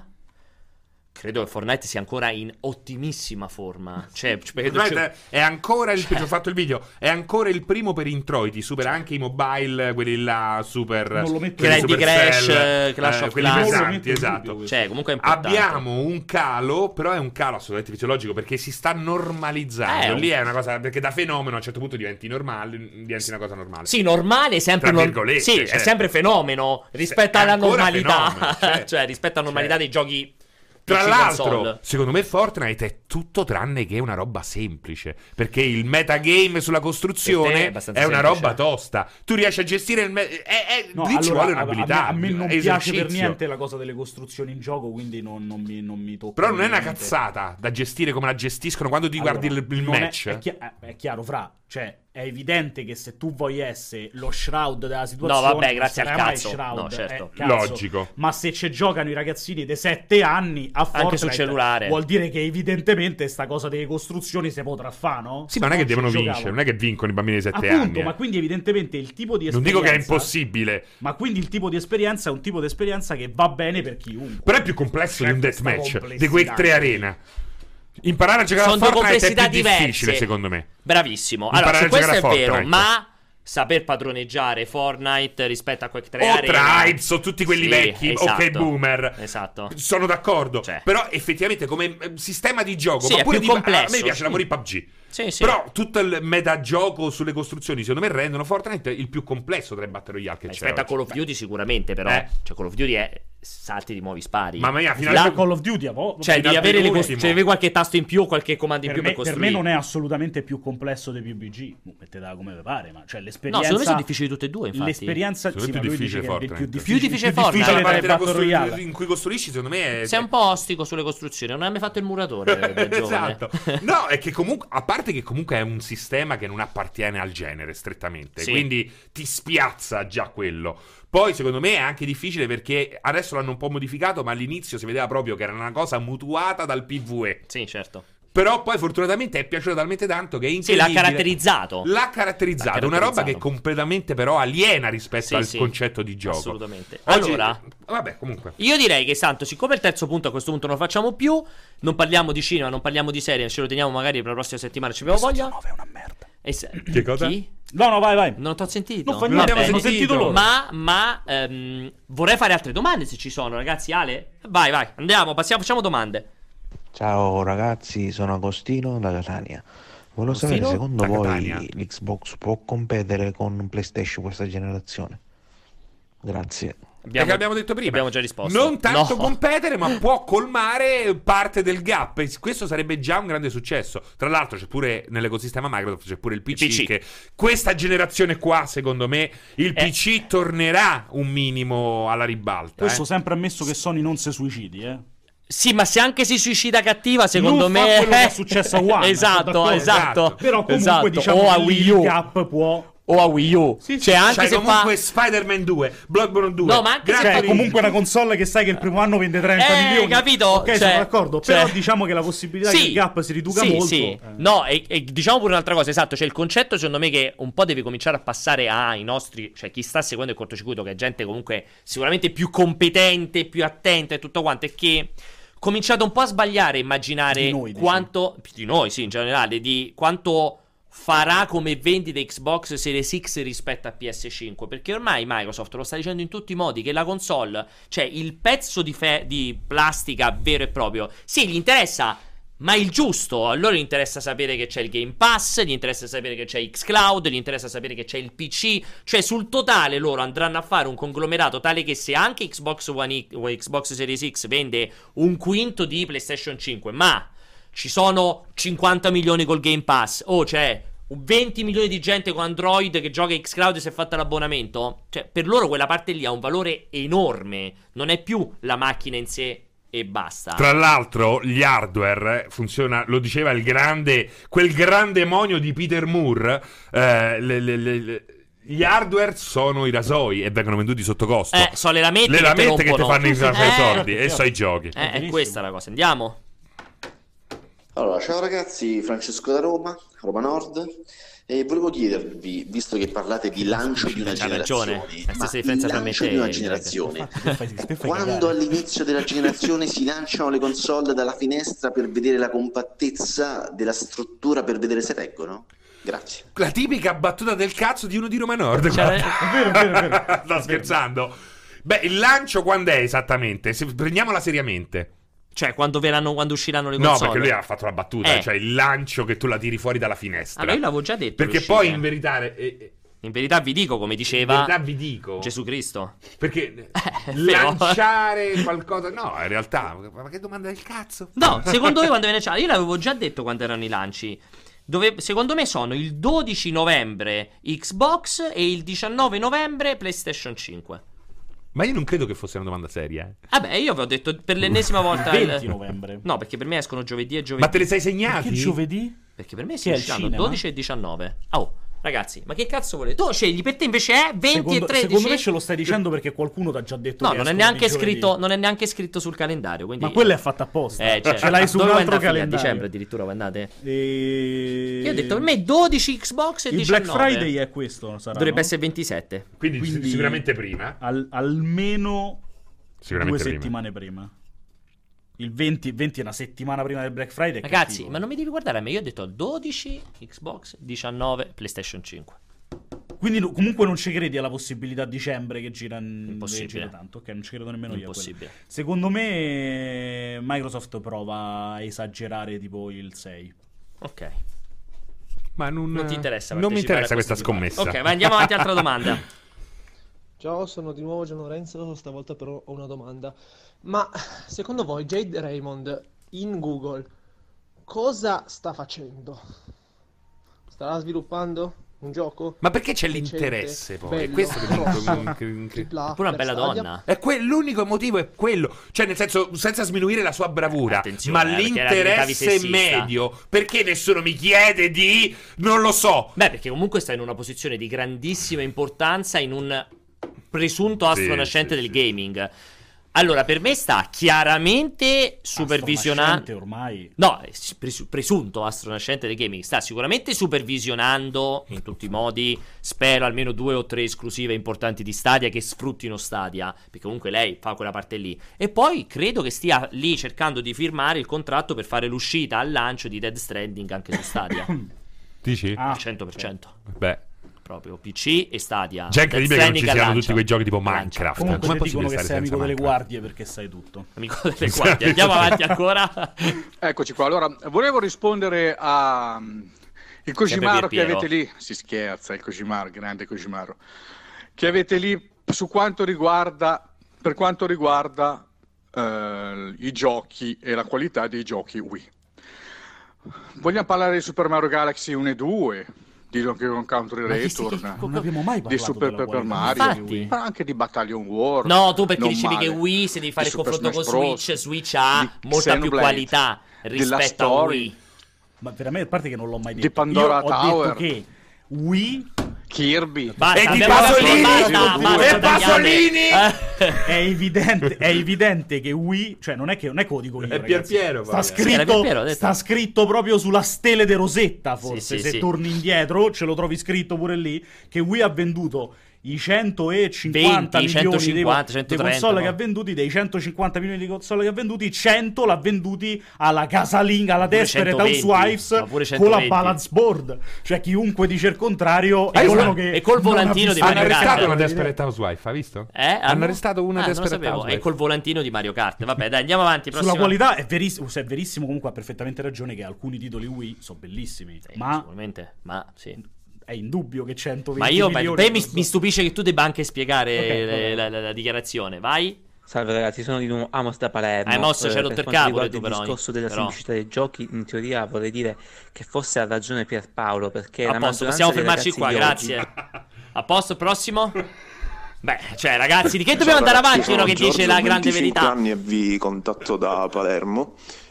credo che Fortnite sia ancora in ottimissima forma. Cioè, credo Fortnite è ancora il cioè, ho fatto il video, è ancora il primo per introiti, supera anche i mobile, quelli là super Non lo metto quelli Candy Supercell, Crash, Clash eh, of quelli Clans. pesanti, Non lo metto in esatto. dubbio questo. Cioè, comunque è importante. Abbiamo un calo, però è un calo assolutamente fisiologico perché si sta normalizzando. Eh, un- Lì è una cosa perché da fenomeno a un certo punto diventi normale, diventi una cosa normale. Sì, normale è sempre Tra nor- virgolette, Sì, certo. è sempre fenomeno rispetto È alla ancora normalità. fenomeno, certo. Cioè, rispetto alla normalità Certo. dei giochi Tra P C l'altro, console. secondo me Fortnite è tutto tranne che una roba semplice, perché il metagame sulla Per te è costruzione abbastanza è una semplice. roba tosta. Tu riesci a gestire il me- è, è- No, lì ci allora, vuole a- un'abilità. A me, a me non esercizio. piace per niente la cosa delle costruzioni in gioco, quindi non, non mi, non mi tocca. Però non è una niente. cazzata da gestire come la gestiscono quando ti Allora, guardi il, il non è- match. È, chi- è chiaro, fra. Cioè, è evidente che se tu vuoi essere lo shroud della situazione, No, vabbè, non grazie al sarai mai cazzo. shroud, No, certo. eh, cazzo. Logico. Ma se ci giocano i ragazzini dei sette anni a Fortnite, Anche sul cellulare. vuol dire che evidentemente sta cosa delle costruzioni si potrà fare, no? Sì, ma non è che ci devono giocavo. vincere, non è che vincono i bambini di sette Appunto, anni. eh. ma quindi evidentemente il tipo di Non esperienza dico che è impossibile, Ma quindi il tipo di esperienza è un tipo di esperienza che va bene per chiunque. però è più complesso C'è di un questa deathmatch, complessità. di Quake tre Arena. Imparare a giocare Sono a due Fortnite è più complessità diverse. difficile, secondo me. Bravissimo. Imparare Allora, su a questo è giocare a vero, Fortnite. ma saper padroneggiare Fortnite rispetto a Quake tre o Arena. Tribes o tutti quelli Sì, vecchi, esatto. ok boomer. Esatto. Sono d'accordo. Cioè. Però effettivamente come eh, sistema di gioco, Sì, ma è pure più di, complesso, a me piace sì. la morire P U B G. Sì, sì. Però tutto il metagioco sulle costruzioni secondo me rendono Fortnite il più complesso tra i Battle Royale che c'è Rispetto a oggi. Call of Duty sicuramente, però Eh. cioè Call of Duty è salti di muovi spari. Mamma mia, fino La al Call of Duty, oh, cioè fino devi al avere le penultimo. cioè, devi qualche tasto in più o qualche comando in per più me, per per costruire. me non è assolutamente più complesso dei P U B G. Mettetela come vi pare, ma cioè No, l'esperienza. secondo me sono difficili tutte e due, infatti. L'esperienza Secondo sì, me ma è più lui dice difficile che è il più Fortnite. difficile, Più difficile più Fortnite. la difficile parte dai della Battle costru- Royale. in cui costruisci secondo me è... Sei un po' ostico sulle costruzioni, non hai mai fatto il muratore da giovane. Esatto. No, è che comunque, a parte che comunque è un sistema che non appartiene al genere strettamente, Sì. quindi ti spiazza già quello. Poi secondo me è anche difficile perché adesso l'hanno un po' modificato, ma all'inizio si vedeva proprio che era una cosa mutuata dal P V E. Sì, certo. Però poi fortunatamente è piaciuto talmente tanto che è Sì, l'ha incredibile. caratterizzato. L'ha caratterizzato, L'ha una roba che è caratterizzato. completamente però aliena rispetto Sì, al sì. concetto di gioco. Assolutamente. Oggi- Allora, vabbè, comunque. io direi che Santo, siccome il terzo punto a questo punto non lo facciamo più, non parliamo di cinema, non parliamo di serie, ce lo teniamo magari per la prossima settimana, ci abbiamo voglia. nove è una merda. E se- Che cosa? Chi? No, no, vai, vai. Non t'ho sentito. Non fa Va niente, bene. hanno sentito loro. Ma, ma ehm, vorrei fare altre domande se ci sono, ragazzi. Ale? Vai, vai, andiamo, passiamo, facciamo domande. Ciao ragazzi, sono Agostino da Catania. Volevo sapere, Agostino? secondo Da voi Catania. l'Xbox può competere con PlayStation questa generazione? Grazie. È che abbiamo detto prima. Abbiamo già risposto. Non tanto No. competere, ma può colmare parte del gap. E questo sarebbe già un grande successo. Tra l'altro, c'è pure nell'ecosistema Microsoft, c'è pure il P C. Il P C. Che questa generazione qua, secondo me, il Eh. P C tornerà un minimo alla ribalta. Questo eh. sempre ammesso che Sony non si suicidi, eh. Sì, ma se anche si suicida cattiva, secondo Non fa me quello che è successo a One, sono esatto, d'accordo. esatto. Però comunque esatto. diciamo o a che lì Wii il U gap può o a Wii U. Sì, sì. Cioè, anche C'hai se comunque fa Spider-Man due, Bloodborne due. No, ma anche se Gran fa Cioè, Turismo. comunque una console che sai che il primo anno vende trenta Eh, milioni. capito? Ok, Cioè, sono d'accordo. cioè- Però diciamo che la possibilità che il gap si riduca sì, molto. sì. eh. No, e, e diciamo pure un'altra cosa, esatto, cioè il concetto secondo me che un po' deve cominciare a passare ai nostri, cioè chi sta seguendo il cortocircuito, che è gente comunque sicuramente più competente, più attenta e tutto quanto, è che cominciate un po' a sbagliare a immaginare Di noi, dici. quanto, di noi sì in generale, di quanto farà come vendita Xbox Series X rispetto a P S cinque, perché ormai Microsoft lo sta dicendo in tutti i modi che la console, cioè il pezzo di, fe- di plastica vero e proprio, sì, gli interessa, ma il giusto. A loro gli interessa sapere che c'è il Game Pass, gli interessa sapere che c'è xCloud, gli interessa sapere che c'è il P C, cioè sul totale loro andranno a fare un conglomerato tale che se anche Xbox One X o Xbox Series X vende un quinto di PlayStation cinque, ma ci sono cinquanta milioni col Game Pass, o c'è venti milioni di gente con Android che gioca xCloud e si è fatta l'abbonamento, cioè per loro quella parte lì ha un valore enorme, non è più la macchina in sé e basta. Tra l'altro, gli hardware eh, funziona, lo diceva il grande, quel grande demonio di Peter Moore. Eh, le, le, le, le- gli hardware sono i rasoi e vengono venduti sotto costo. Eh, sono le lamette le che lamette te che ti rompono. fanno i Eh, soldi e so i giochi. Eh, è questa la cosa. Andiamo. Allora, ciao ragazzi, Francesco da Roma, Roma Nord, e volevo chiedervi, visto che parlate di lancio di una C'ha generazione, ragione. La ma stessa il differenza tra me e lancio te, di una Greg. generazione, Te fai- te fai quando cagare. all'inizio della generazione si lanciano le console dalla finestra per vedere la compattezza della struttura, per vedere se reggono? Grazie. La tipica battuta del cazzo di uno di Roma Nord. Cioè, guarda. È vero, è vero, è vero. Sto scherzando. Beh, il lancio quando è esattamente? Se prendiamola seriamente. Cioè, quando verranno, quando usciranno le No, console. perché lui ha fatto la battuta, Eh. cioè il lancio che tu la tiri fuori dalla finestra. Allora, io l'avevo già detto. Perché le uscite. poi in verità eh, eh, In verità vi dico, come in diceva verità vi dico Gesù Cristo. perché è vero. lanciare qualcosa no, in realtà ma che domanda del cazzo? No, secondo me quando viene lanciato, io l'avevo già detto quando erano i lanci. Dove secondo me sono il dodici novembre Xbox e il diciannove novembre PlayStation cinque. Ma io non credo che fosse una domanda seria. eh. Vabbè, io vi ho detto per l'ennesima volta Il venti novembre. No, perché per me escono giovedì e giovedì. Ma te le sei segnati? Che giovedì? Perché per me Che si è il usciranno cinema? dodici e diciannove. Oh, ragazzi, ma che cazzo volete? Tu scegli, per te invece è venti Secondo, e tredici. secondo me ce lo stai dicendo perché qualcuno ti ha già detto No, che non è, escono neanche di giovedì. scritto, non è neanche scritto sul calendario. Quindi... Ma quello è fatto apposta. Eh, cioè, Ce l'hai su dove un vuoi altro andare a finire? A calendario. dicembre addirittura voi andate? E... Io ho detto per me dodici Xbox e il diciannove. Black Friday è questo, sarà, Dovrebbe no? essere ventisette. Quindi, Quindi- sicuramente prima. Al- almeno Sicuramente due prima. settimane prima. Il venti, venti è una settimana prima del Black Friday. è Ragazzi, cattivo. ma non mi devi guardare a me. Io ho detto dodici Xbox, diciannove PlayStation cinque. Quindi Quindi no- comunque non ci credi alla possibilità a dicembre che gira, n- Impossibile. gira tanto? Ok, non ci credo nemmeno io a quello. Impossibile. Secondo me Microsoft prova a esagerare tipo il sei. Ok. Ma non, Non ti interessa non mi partecipare interessa a questa questo dibattito. scommessa. Ok, ma andiamo avanti, altra domanda. Ciao, sono di nuovo Gian Lorenzo, stavolta però ho una domanda. Ma secondo voi Jade Raymond in Google cosa sta facendo? Starà sviluppando un gioco? Ma perché c'è Decente, l'interesse poi? È bello, questo che grosso, mi- che- tripla A, Pure una per bella Stadia? donna. È que- l'unico motivo è quello, cioè nel senso senza sminuire la sua bravura, Attenzione, ma eh, perché era diventavi l'interesse sessista. medio, perché nessuno mi chiede di non lo so. Beh, perché comunque sta in una posizione di grandissima importanza in un presunto astro Sì, nascente sì, del sì. gaming. Allora, per me sta chiaramente supervisionando. Astronascente ormai. No, è pres- presunto astro nascente del gaming. Sta sicuramente supervisionando in tutti i modi. Spero almeno due o tre esclusive importanti di Stadia che sfruttino Stadia. Perché comunque lei fa quella parte lì. E poi credo che stia lì cercando di firmare il contratto per fare l'uscita al lancio di Dead Stranding anche su Stadia. Dici? Ah, cento per cento. Beh, Proprio P C e Stadia. già è incredibile che non ci Death Stranding siano al tutti quei lancio. giochi tipo Al lancio. Minecraft. Comunque Com'è ti dicono possibile che stare sei senza amico delle Minecraft? guardie perché sai tutto. Amico delle guardie. Andiamo avanti ancora. Eccoci qua. Allora, volevo rispondere a mm, il Kojimaro che Piero. avete lì. Si scherza, il Kojimaro, grande Kojimaro. Che avete lì su quanto riguarda, per quanto riguarda eh, i giochi e la qualità dei giochi Wii. Vogliamo parlare di Super Mario Galaxy uno e due, di Donkey Kong Country Ma che si- Return, che- Non abbiamo mai parlato di Super della Paper qualità Mario, dei Infatti. ma anche di Battalion War. No, tu perché non dicevi male. che Wii, se devi fare Di il Super confronto con Smash Bros, Switch, Switch ha di molta più Xenoblade, qualità della rispetto a story, Wii. Ma veramente, a parte che non l'ho mai Di detto. Pandora Io ho Tower. detto che Wii Kirby. Basta, E di abbiamo Pasolini! fatto- basta, basta, E tagliate. Pasolini! Eh, è evidente, è evidente che Wii, cioè non è che, non è che lo dico io, È ragazzi. Pierpiero, sta poi. Sì, era scritto, Pierpiero, ho detto. sta scritto proprio sulla stele de Rosetta, forse, Sì, sì, se sì. torni indietro, ce lo trovi scritto pure lì, che Wii ha venduto i centocinquanta venti, milioni centocinquanta, di, di centotrenta, console che no? ha venduti, dei centocinquanta milioni di console che ha venduti, cento l'ha venduti alla casalinga, alla Pure Desperate centoventi, Housewives ma pure con la centoventi. balance board. Cioè chiunque dice il contrario è Hai uno visto? che E col non ha volantino di visto Mario Hanno Kart. arrestato una niente. Desperate Housewife, hai visto? Eh, Hanno arrestato una ah, non lo Desperate sapevo. Housewife. E col volantino di Mario Kart. Vabbè, dai, andiamo avanti. Sulla Prossima. qualità è verissimo, se è verissimo, comunque ha perfettamente ragione che alcuni titoli Wii sono bellissimi, Sì, ma sicuramente, ma sì. è indubbio che centoventi Ma io milioni per me mi, non so- mi stupisce che tu debba anche spiegare Ok, le- vabbè. la, la- la dichiarazione. Vai. Salve ragazzi, sono di nuovo Amos da Palermo. Ah, Amos, c'hai Eh, rotto per il quanto cavolo riguarda tu, il però, discorso della però. semplicità dei giochi, in teoria vorrei dire che forse ha ragione Pierpaolo, perché A la posto, maggioranza possiamo dei fermarci ragazzi qua, di grazie. oggi- A posto, prossimo? Beh, cioè, ragazzi, di che dobbiamo andare avanti? Uno che dice la grande verità. anni e vi contatto da Palermo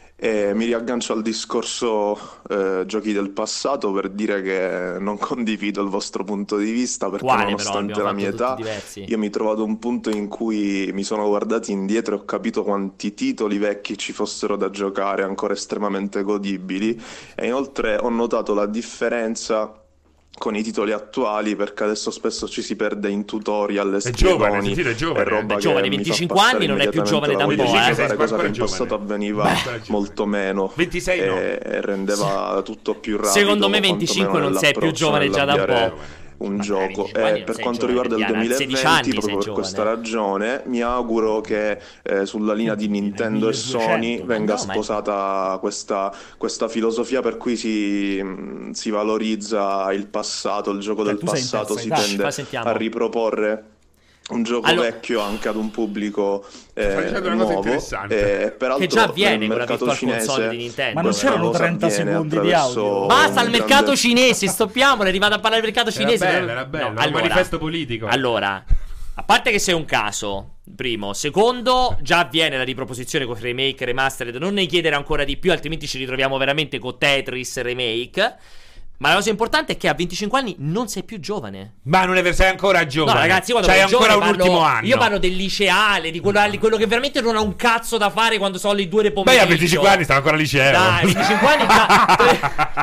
e mi riaggancio al discorso eh, giochi del passato per dire che non condivido il vostro punto di vista perché Quale, però? nonostante Abbiamo la mia fatto età tutti diversi. io mi trovo ad un punto in cui mi sono guardato indietro e ho capito quanti titoli vecchi ci fossero da giocare ancora estremamente godibili e inoltre ho notato la differenza con i titoli attuali perché adesso spesso ci si perde in tutorial e È giovane, spiegoni Sentito, è giovane. e roba È che giovane, mi fa venticinque passare anni, non è più giovane da un immediatamente po', la eh. voglia di giocare, cosa che in Ancora passato giovane. avveniva Beh. molto meno ventisei no. e, e rendeva tutto più rapido. Secondo me quantomeno venticinque non sei più nell'approccio, giovane già da un nell'avviare po'. un Vabbè, gioco venticinque anni e non per sei quanto giovane, riguarda il Diana, a sedici duemilaventi anni proprio sei per giovane. questa ragione mi auguro che eh, sulla linea di Nintendo e Sony venga no, ma è- sposata questa, questa filosofia per cui si, mh, si valorizza il passato, il gioco Cioè, del tu sei in passato terza si età. tende Fa, sentiamo. a riproporre un gioco Allora- vecchio anche ad un pubblico eh, Stai dicendo una cosa nuovo interessante. e peraltro Che già avviene nel con la mercato Virtual Console cinese di Nintendo. Ma non questa c'erano cosa trenta avviene secondi di attraverso audio? Basta il un mercato grande- cinese, stoppiamolo, è arrivato a parlare del mercato Era cinese. bello, era bello, No, un allora, manifesto politico. Allora, a parte che sei un caso, primo. Secondo, già avviene la riproposizione con remake, remastered. Non ne chiedere ancora di più, altrimenti ci ritroviamo veramente con Tetris remake. Ma la cosa importante è che a venticinque anni non sei più giovane. Ma non è sei ancora giovane. No, ragazzi, quando c'hai ero ancora giovane un parlo- ultimo anno. Io parlo del liceale, di quello, di quello che veramente non ha un cazzo da fare quando sono le due del Beh, pomeriggio. a venticinque anni stavo ancora al liceo. Dai, a venticinque anni già...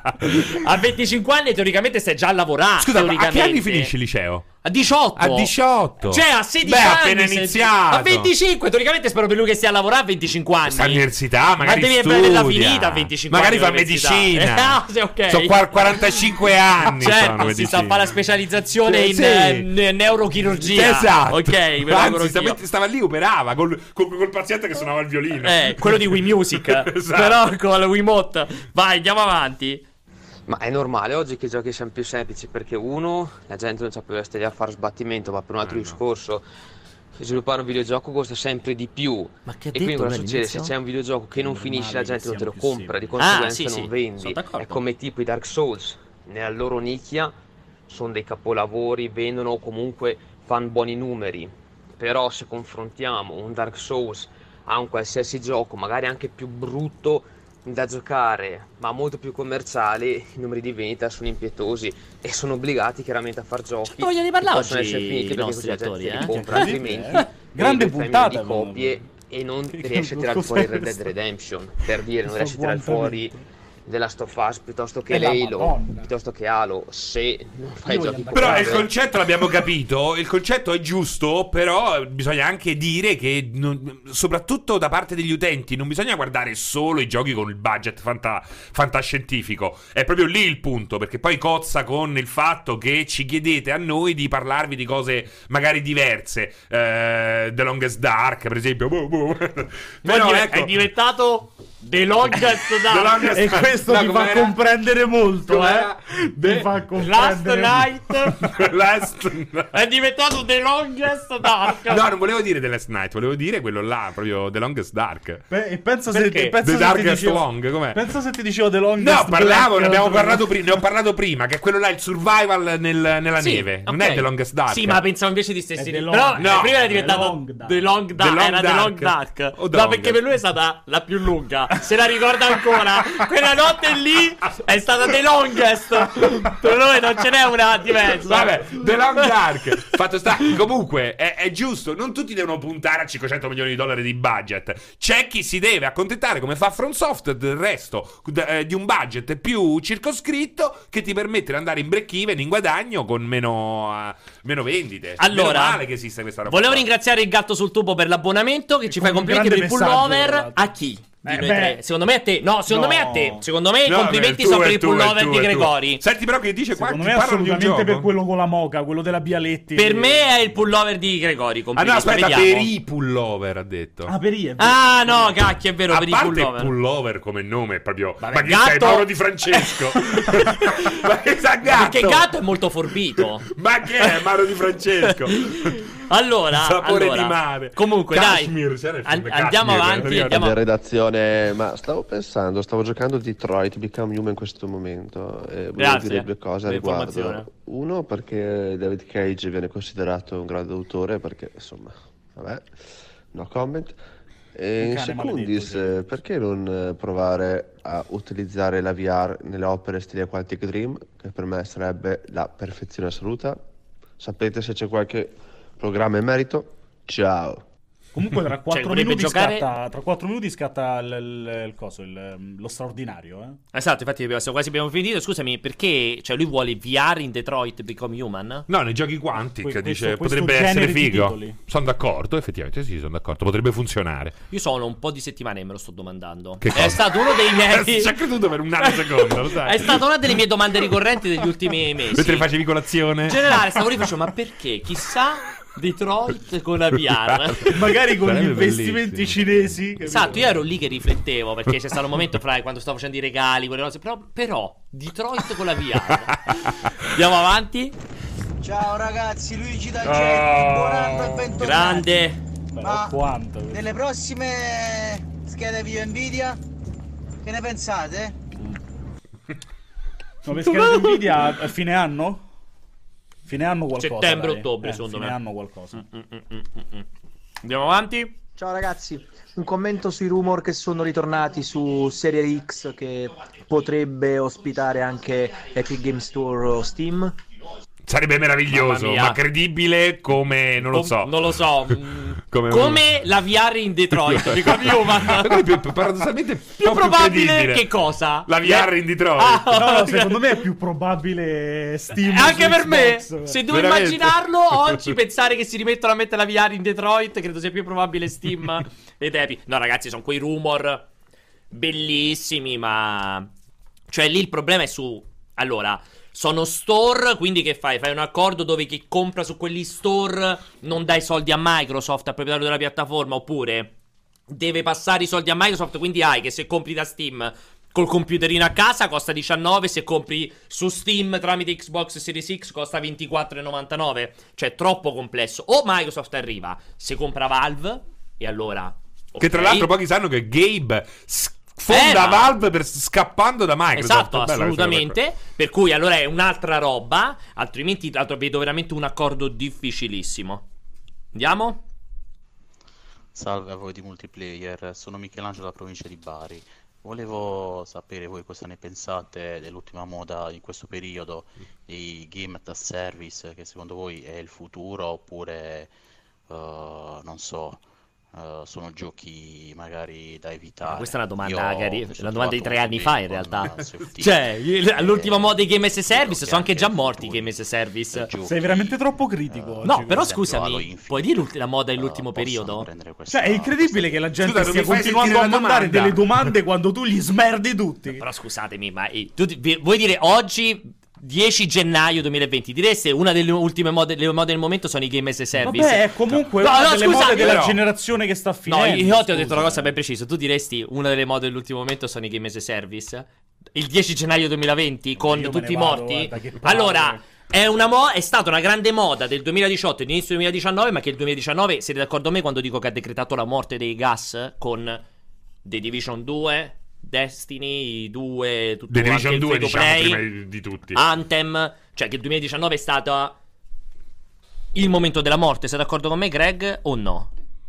A venticinque anni teoricamente stai già a lavorare. Scusa, ma a che anni teoricamente. finisci il liceo? A diciotto. A diciotto. Cioè a sedici Beh, anni. appena sei- iniziato. A venticinque. Teoricamente spero per lui che stia a lavorare a venticinque anni. Sta all'università, magari Ma devi studia. averla finita a venticinque magari anni. fa all'università. medicina. Eh, ah, sì, ok. Sono qua- quarantacinque anni. sono Certo, si medicina. sta a fare la specializzazione Sì, in sì. eh, ne- neurochirurgia. Esatto. Ok, ve lo auguro Anzi, stava, anch'io. stava lì, operava col, col, col paziente che suonava il violino. Eh, quello di Wii Music. Esatto. Però con la Wiimote. Vai, andiamo avanti. Ma è normale oggi che i giochi siano più semplici perché uno, la gente non c'ha più la stella a fare sbattimento, ma per un altro discorso sviluppare un videogioco costa sempre di più. Ma che ha e quindi detto cosa lui succede? Se all'inizio? c'è un videogioco che non normale finisce la gente che non te lo siano più compra, di semplici. conseguenza Ah, sì, non sì, vendi. sono d'accordo. È come tipo i Dark Souls, nella loro nicchia sono dei capolavori, vendono o comunque fanno buoni numeri. Però se confrontiamo un Dark Souls a un qualsiasi gioco, magari anche più brutto da giocare, ma molto più commerciale, i numeri di vendita sono impietosi e sono obbligati chiaramente a far giochi C'è voglia di che parlarci possono essere finiti i perché nostri così la gente attori, li eh? compra, Incredibile, altrimenti eh? Grande vedi un puntata, di proprio. copie e non Che- riesci a che- tirar cos'è fuori Red Dead questo? Redemption, per dire, non Questo riesci a tirar fuori agguantamento. The Last of Us piuttosto che E la Halo, Madonna. piuttosto che Halo, se non fai Io voglio giochi Però il quadri. concetto l'abbiamo capito, il concetto è giusto, però bisogna anche dire che non- soprattutto da parte degli utenti non bisogna guardare solo i giochi con il budget fanta- fantascientifico, è proprio lì il punto, perché poi cozza con il fatto che ci chiedete a noi di parlarvi di cose magari diverse, eh, The Longest Dark per esempio. Boh, boh. Però Poi ecco, è diventato The Longest Dark. Longest- E questo No, ti fa com'era? comprendere molto, Com'era? eh? Ti fa Last comprendere Night Last è diventato The Longest Dark. No, non volevo dire The Last Night, volevo dire quello là, proprio The Longest Dark. Beh, e pensa se, Perché? pensa The se ti Darkest dicevo, Long, com'è? pensa se ti dicevo The Longest No, parlavo, Black, ne abbiamo eh, parlato prima, ne ho parlato prima, che è quello là, il survival nel- nella Sì, neve. Non ok. è The Longest Dark. Sì, ma pensavo invece di stessi È The di- Long- Però no, prima era The diventato Long Dark. The Long Dark. The Long Era The Long Dark. Dark. O The No, Long perché per lui è stata la più lunga. Se la ricorda ancora. Quella notte lì è stata The Longest. Per lui non ce n'è una diversa. Vabbè, The Long Dark. Fatto sta, comunque è, è giusto, non tutti devono puntare a cinquecento milioni di dollari di budget. C'è chi si deve accontentare, come fa FromSoft, del resto d- eh, di un budget più circoscritto che ti permette di andare in break even, in guadagno con meno, eh, meno vendite. Allora, Meno male che esiste questa roba. volevo qua. ringraziare il gatto sul tubo per l'abbonamento. Che ci con fai un complimenti per il grande messaggio, pullover. tra l'altro. A chi? Di Eh, noi beh. tre. Secondo me a te. No, secondo No. me a te. Secondo me i No, complimenti beh, tu, sono per è il tu, è pullover tu, di è tu. Gregori. Senti però che dice qua, Secondo ti me parlano di un assolutamente gioco. per quello con la moca, quello della Bialetti. Per me è il pullover di Gregori. Ah no, Complimenti. aspetta, vediamo. per i pullover ha detto. Ah, per i, è vero. Ah, no, cacchio, è vero. A Per i parte pullover. pullover come nome è proprio. Vabbè, ma che gatto- sei Mauro Di Francesco? Ma che sa gatto? Perché gatto è molto forbito. Ma che è Mauro Di Francesco? Allora, Sapore allora, di mare. Comunque, Kashmir, dai, c'era il an- film andiamo Kashmir, avanti. ricordo. Andiamo... In redazione, ma stavo pensando, stavo giocando Detroit Become Human in questo momento e volevo Grazie dire due cose a per riguardo. l'informazione. Uno, perché David Cage viene considerato un grande autore, perché insomma, vabbè, no comment. E Un in cane secundis, maledetto, eh, perché non eh, provare a utilizzare la V R nelle opere stile Quantic Dream, che per me sarebbe la perfezione assoluta? Sapete se c'è qualche programma in merito? Ciao. Comunque tra quattro dovrebbe minuti giocare- scatta tra quattro minuti scatta il, il- il coso, il- lo straordinario, eh. Esatto, infatti siamo quasi abbiamo finito. Scusami, perché cioè lui vuole V R in Detroit Become Human? No, nei giochi Quantic Que- dice questo- questo potrebbe genere essere di figo. titoli. Sono d'accordo, effettivamente sì, sono d'accordo. Potrebbe funzionare. Io sono un po' di settimane e me lo sto domandando. Che È cosa? stato uno dei miei Ci ha creduto per un nanosecondo, lo sai. È stata una delle mie domande ricorrenti degli ultimi mesi. Mentre facevi colazione? In generale stavo lì e facevo, ma perché? Chissà Detroit con la V R. Magari con gli Sarebbe investimenti cinesi, capito? Esatto, io ero lì che riflettevo perché c'è stato un momento fra quando stavo facendo i regali, quelle cose, però, però Detroit con la V R. Andiamo avanti. Ciao ragazzi, Luigi da Oh. Getti, buon anno e bentornati. Grande. Ma quanto? delle prossime schede video Nvidia, che ne pensate? No, per scheda Nvidia a fine anno? Fine anno qualcosa. Settembre, dai. ottobre, Eh, secondo fine me. anno qualcosa. Andiamo avanti. Ciao ragazzi, un commento sui rumor che sono ritornati su Serie X che potrebbe ospitare anche Epic Games Store o Steam. Sarebbe meraviglioso, Mamma mia. ma credibile come non lo Com- so. Non lo so. mm, Come, Come la V R in Detroit. Dico io, ma paradossalmente più probabile che cosa? La V R in Detroit. Ah, no, no, secondo me è più probabile Steam. Anche su per Xbox. me, se devo Veramente? immaginarlo oggi, pensare che si rimettono a mettere la V R in Detroit, credo sia più probabile Steam ed Epic. No, ragazzi, sono quei rumor bellissimi, ma cioè lì il problema è su. Allora, sono store, quindi che fai? Fai un accordo dove chi compra su quegli store non dai soldi a Microsoft, al proprietario della piattaforma, oppure deve passare i soldi a Microsoft, quindi hai che se compri da Steam col computerino a casa costa diciannove, se compri su Steam tramite Xbox Series X costa ventiquattro e novantanove. Cioè troppo complesso. O Microsoft arriva, se compra Valve, e allora okay. Che tra l'altro pochi sanno che Gabe fonda Eh, ma- Valve per, scappando da Microsoft. Esatto, Bella assolutamente. Per cui allora è un'altra roba. Altrimenti altro, vedo veramente un accordo difficilissimo. Andiamo? Salve a voi di Multiplayer, sono Michelangelo dalla provincia di Bari. Volevo sapere voi cosa ne pensate dell'ultima moda in queso periodo, i game as a service, che secondo voi è il futuro oppure, uh, non so, uh, sono giochi magari da evitare. Questa è una domanda, Io magari, mi sono una domanda di trovato tre anni molto fa bene in con, realtà. uh, Swift Cioè, Team. io- l'ultima moda dei game as a Credo service che sono anche anche già il morti i futuro game as a service. giochi, Sei veramente troppo critico oggi, No, per però esempio. Halo scusami, Infinite, puoi dire la moda dell'ultimo uh, possono periodo? prendere questa- Cioè, è incredibile che la gente Scusa, non stia mi fai continuando a sentire la mandare domanda? delle domande quando tu li smerdi tutti. Però scusatemi, ma eh, tu ti- vi- vuoi dire oggi dieci gennaio duemilaventi direste una delle ultime mode, le mode del momento sono i game as a service? Vabbè, è comunque No, una no, delle scusami, mode della però- generazione che sta No, finendo. io, io ti ho detto scusa. una cosa ben precisa. Tu diresti una delle mode dell'ultimo momento sono i game as a service? Il dieci gennaio duemilaventi con io me tutti ne i vado, morti? guarda, che palle. Allora, è, una mo- è stata una grande moda del duemiladiciotto e inizio duemiladiciannove, ma che il duemiladiciannove, siete d'accordo con me quando dico che ha decretato la morte dei gas con The Division due, Destiny due, tutto The anche Division il due, free to diciamo, play, prima di- di tutti. Anthem, cioè che il duemiladiciannove è stato il momento della morte. Sei d'accordo con me, Greg, o no?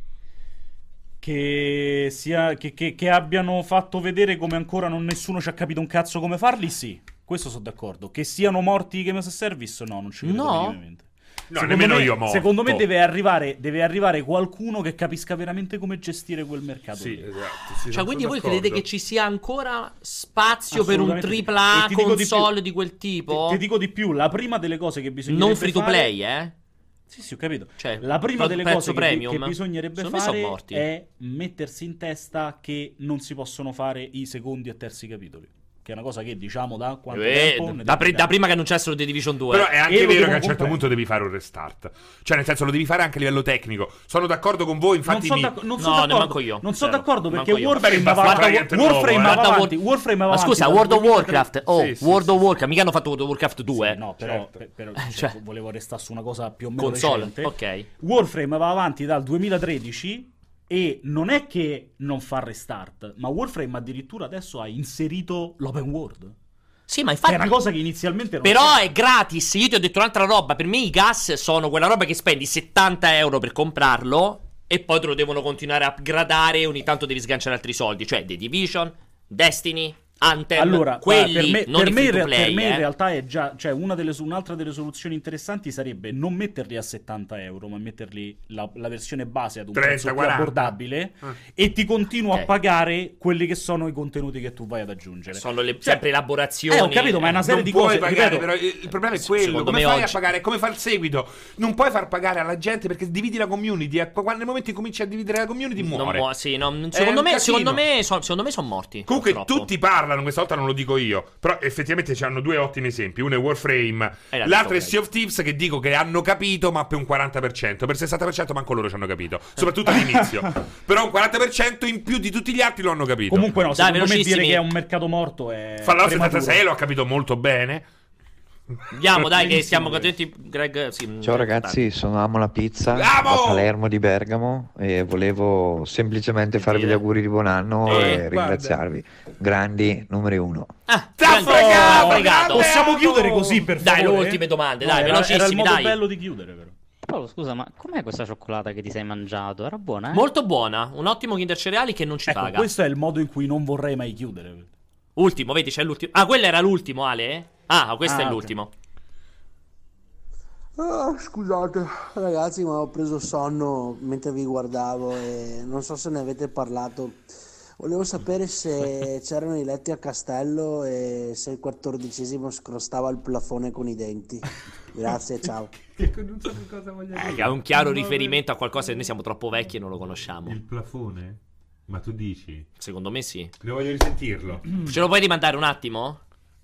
Che, sia, che, che, che abbiano fatto vedere come ancora non nessuno ci ha capito un cazzo come farli, sì. Questo sono d'accordo. Che siano morti i game as a service, no, non ci credo No? minimamente. No, Secondo nemmeno me- io morto. Secondo me deve arrivare, deve arrivare qualcuno che capisca veramente come gestire quel mercato. Sì, lì. esatto. sì, Cioè, quindi sono voi d'accordo. credete che ci sia ancora spazio per un Assolutamente. tripla A E ti dico di console più. di quel tipo? Ti, ti dico di più, la prima delle cose che bisogna Non free to play, eh? Sì, sì, ho capito. Cioè, La prima pro- delle prezzo cose che, premium? che bisognerebbe Secondo me sono fare morti. è mettersi in testa che non si possono fare i secondi e terzi capitoli. Che è una cosa che diciamo da quanto Eh, tempo? Ne da, pre- tempo da prima che annunciassero The Division due. Però è anche E lo vero devo che a un certo comprare. punto devi fare un restart. Cioè, nel senso, lo devi fare anche a livello tecnico. Sono d'accordo con voi, infatti. non mi- sono d'acc- non No, so ne d'accordo. manco io. Non sono Zero. d'accordo Manco perché io. Warframe Vabbè, va basta avanti. niente Warframe nuovo, va eh. Guarda, avanti. War- Warframe va Ma avanti scusa, dal World of duemilatré. Warcraft. Oh, Sì, sì, World sì, of sì. Warcraft. Mica hanno fatto World of Warcraft due. Sì, no, però, Certo. per- però, Eh, cioè, cioè- volevo restare su una cosa più o meno Console, recente. ok. Warframe va avanti dal duemilatredici e non è che non fa restart, ma Warframe addirittura adesso ha inserito l'open world. Sì, ma Che infatti. è una cosa che inizialmente non Però c'era. è gratis. Io ti ho detto un'altra roba. Per me i gas sono quella roba che spendi settanta euro per comprarlo e poi te lo devono continuare a upgradare e ogni tanto devi sganciare altri soldi. Cioè The Division, Destiny, Anthem, Allora, quelli guarda, per me, non per i me free in to rea- play, per me in eh. realtà è già, cioè una delle, un'altra delle soluzioni interessanti sarebbe non metterli a settanta euro, ma metterli la, la versione base ad un trenta, prezzo più quaranta. abbordabile Ah. e ti continuo Ok. a pagare quelli che sono i contenuti che tu vai ad aggiungere. Sono le, Cioè, sempre elaborazioni. Eh, ho capito, ma è una serie Non di puoi cose. pagare, ripeto, però il il problema è quello. secondo Come me fai oggi- a pagare? Come fa il seguito? Non puoi far pagare alla gente perché dividi la community. E quando- nel momento in cui cominci a dividere la community, Non muore. muo- sì, no, È secondo, un me, casino. secondo me son- secondo me sono morti. Comunque purtroppo. tutti parlano, questa volta non lo dico io, però effettivamente ci hanno due ottimi esempi. Uno è Warframe, E l'altro l'altro è è Sea of Thieves, che dico che hanno capito, ma per un quaranta per cento. Per sessanta per cento manco loro ci hanno capito, soprattutto all'inizio. Però un quaranta per cento in più di tutti gli altri lo hanno capito. comunque no, Dai, secondo me dire velocissimi. che è un mercato morto è Fallout prematuro. settantasei l'ho capito molto bene. Andiamo, dai, che Benissimo, siamo Greg. contenti. Greg, sì, Ciao ragazzi, sono Amo la Pizza Amo! da Palermo di Bergamo e volevo semplicemente farvi gli auguri di buon anno Eh, e ringraziarvi. Grandi numeri uno. Ah, T'ha grande- fregato, fregato. Possiamo Grande chiudere Amo! così per Dai, favore? le ultime domande, No, dai, era, era il velocissimi, modo dai. bello di chiudere, però. Paolo, scusa, ma com'è questa cioccolata che ti sei mangiato? Era buona, eh? Molto buona, un ottimo Kinder Cereali che non ci Ecco, paga. questo è il modo in cui non vorrei mai chiudere. Ultimo, vedi, c'è l'ultimo. Ah, quello era l'ultimo, Ale? Ah, questo Ah, è ok. l'ultimo. Ah, scusate ragazzi, ma ho preso sonno mentre vi guardavo e non so se ne avete parlato. Volevo sapere se c'erano i letti a castello e se il quattordicesimo scrostava il plafone con i denti. Grazie, ciao. Non so che cosa voglia Eh, dire. che ha un chiaro riferimento a qualcosa che noi siamo troppo vecchi e non lo conosciamo. Il plafone? Ma tu dici? Secondo me sì. Devo voglio risentirlo. Ce lo puoi rimandare un attimo?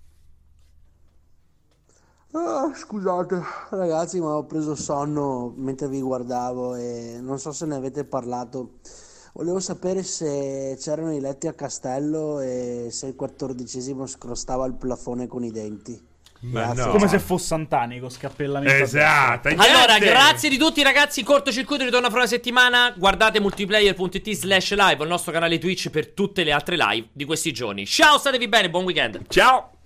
Ah, scusate ragazzi, ma ho preso sonno mentre vi guardavo e non so se ne avete parlato. Volevo sapere se c'erano i letti a castello e se il quattordicesimo scrostava il plafone con i denti. Ma Grazie. no. Come se fosse Santani con scappellamento. a Esatto. destra. Allora, niente. grazie di tutti ragazzi, cortocircuito ritorna fra una settimana. Guardate multiplayer.it slash live, il nostro canale Twitch per tutte le altre live di questi giorni. Ciao, statevi bene, buon weekend. Ciao.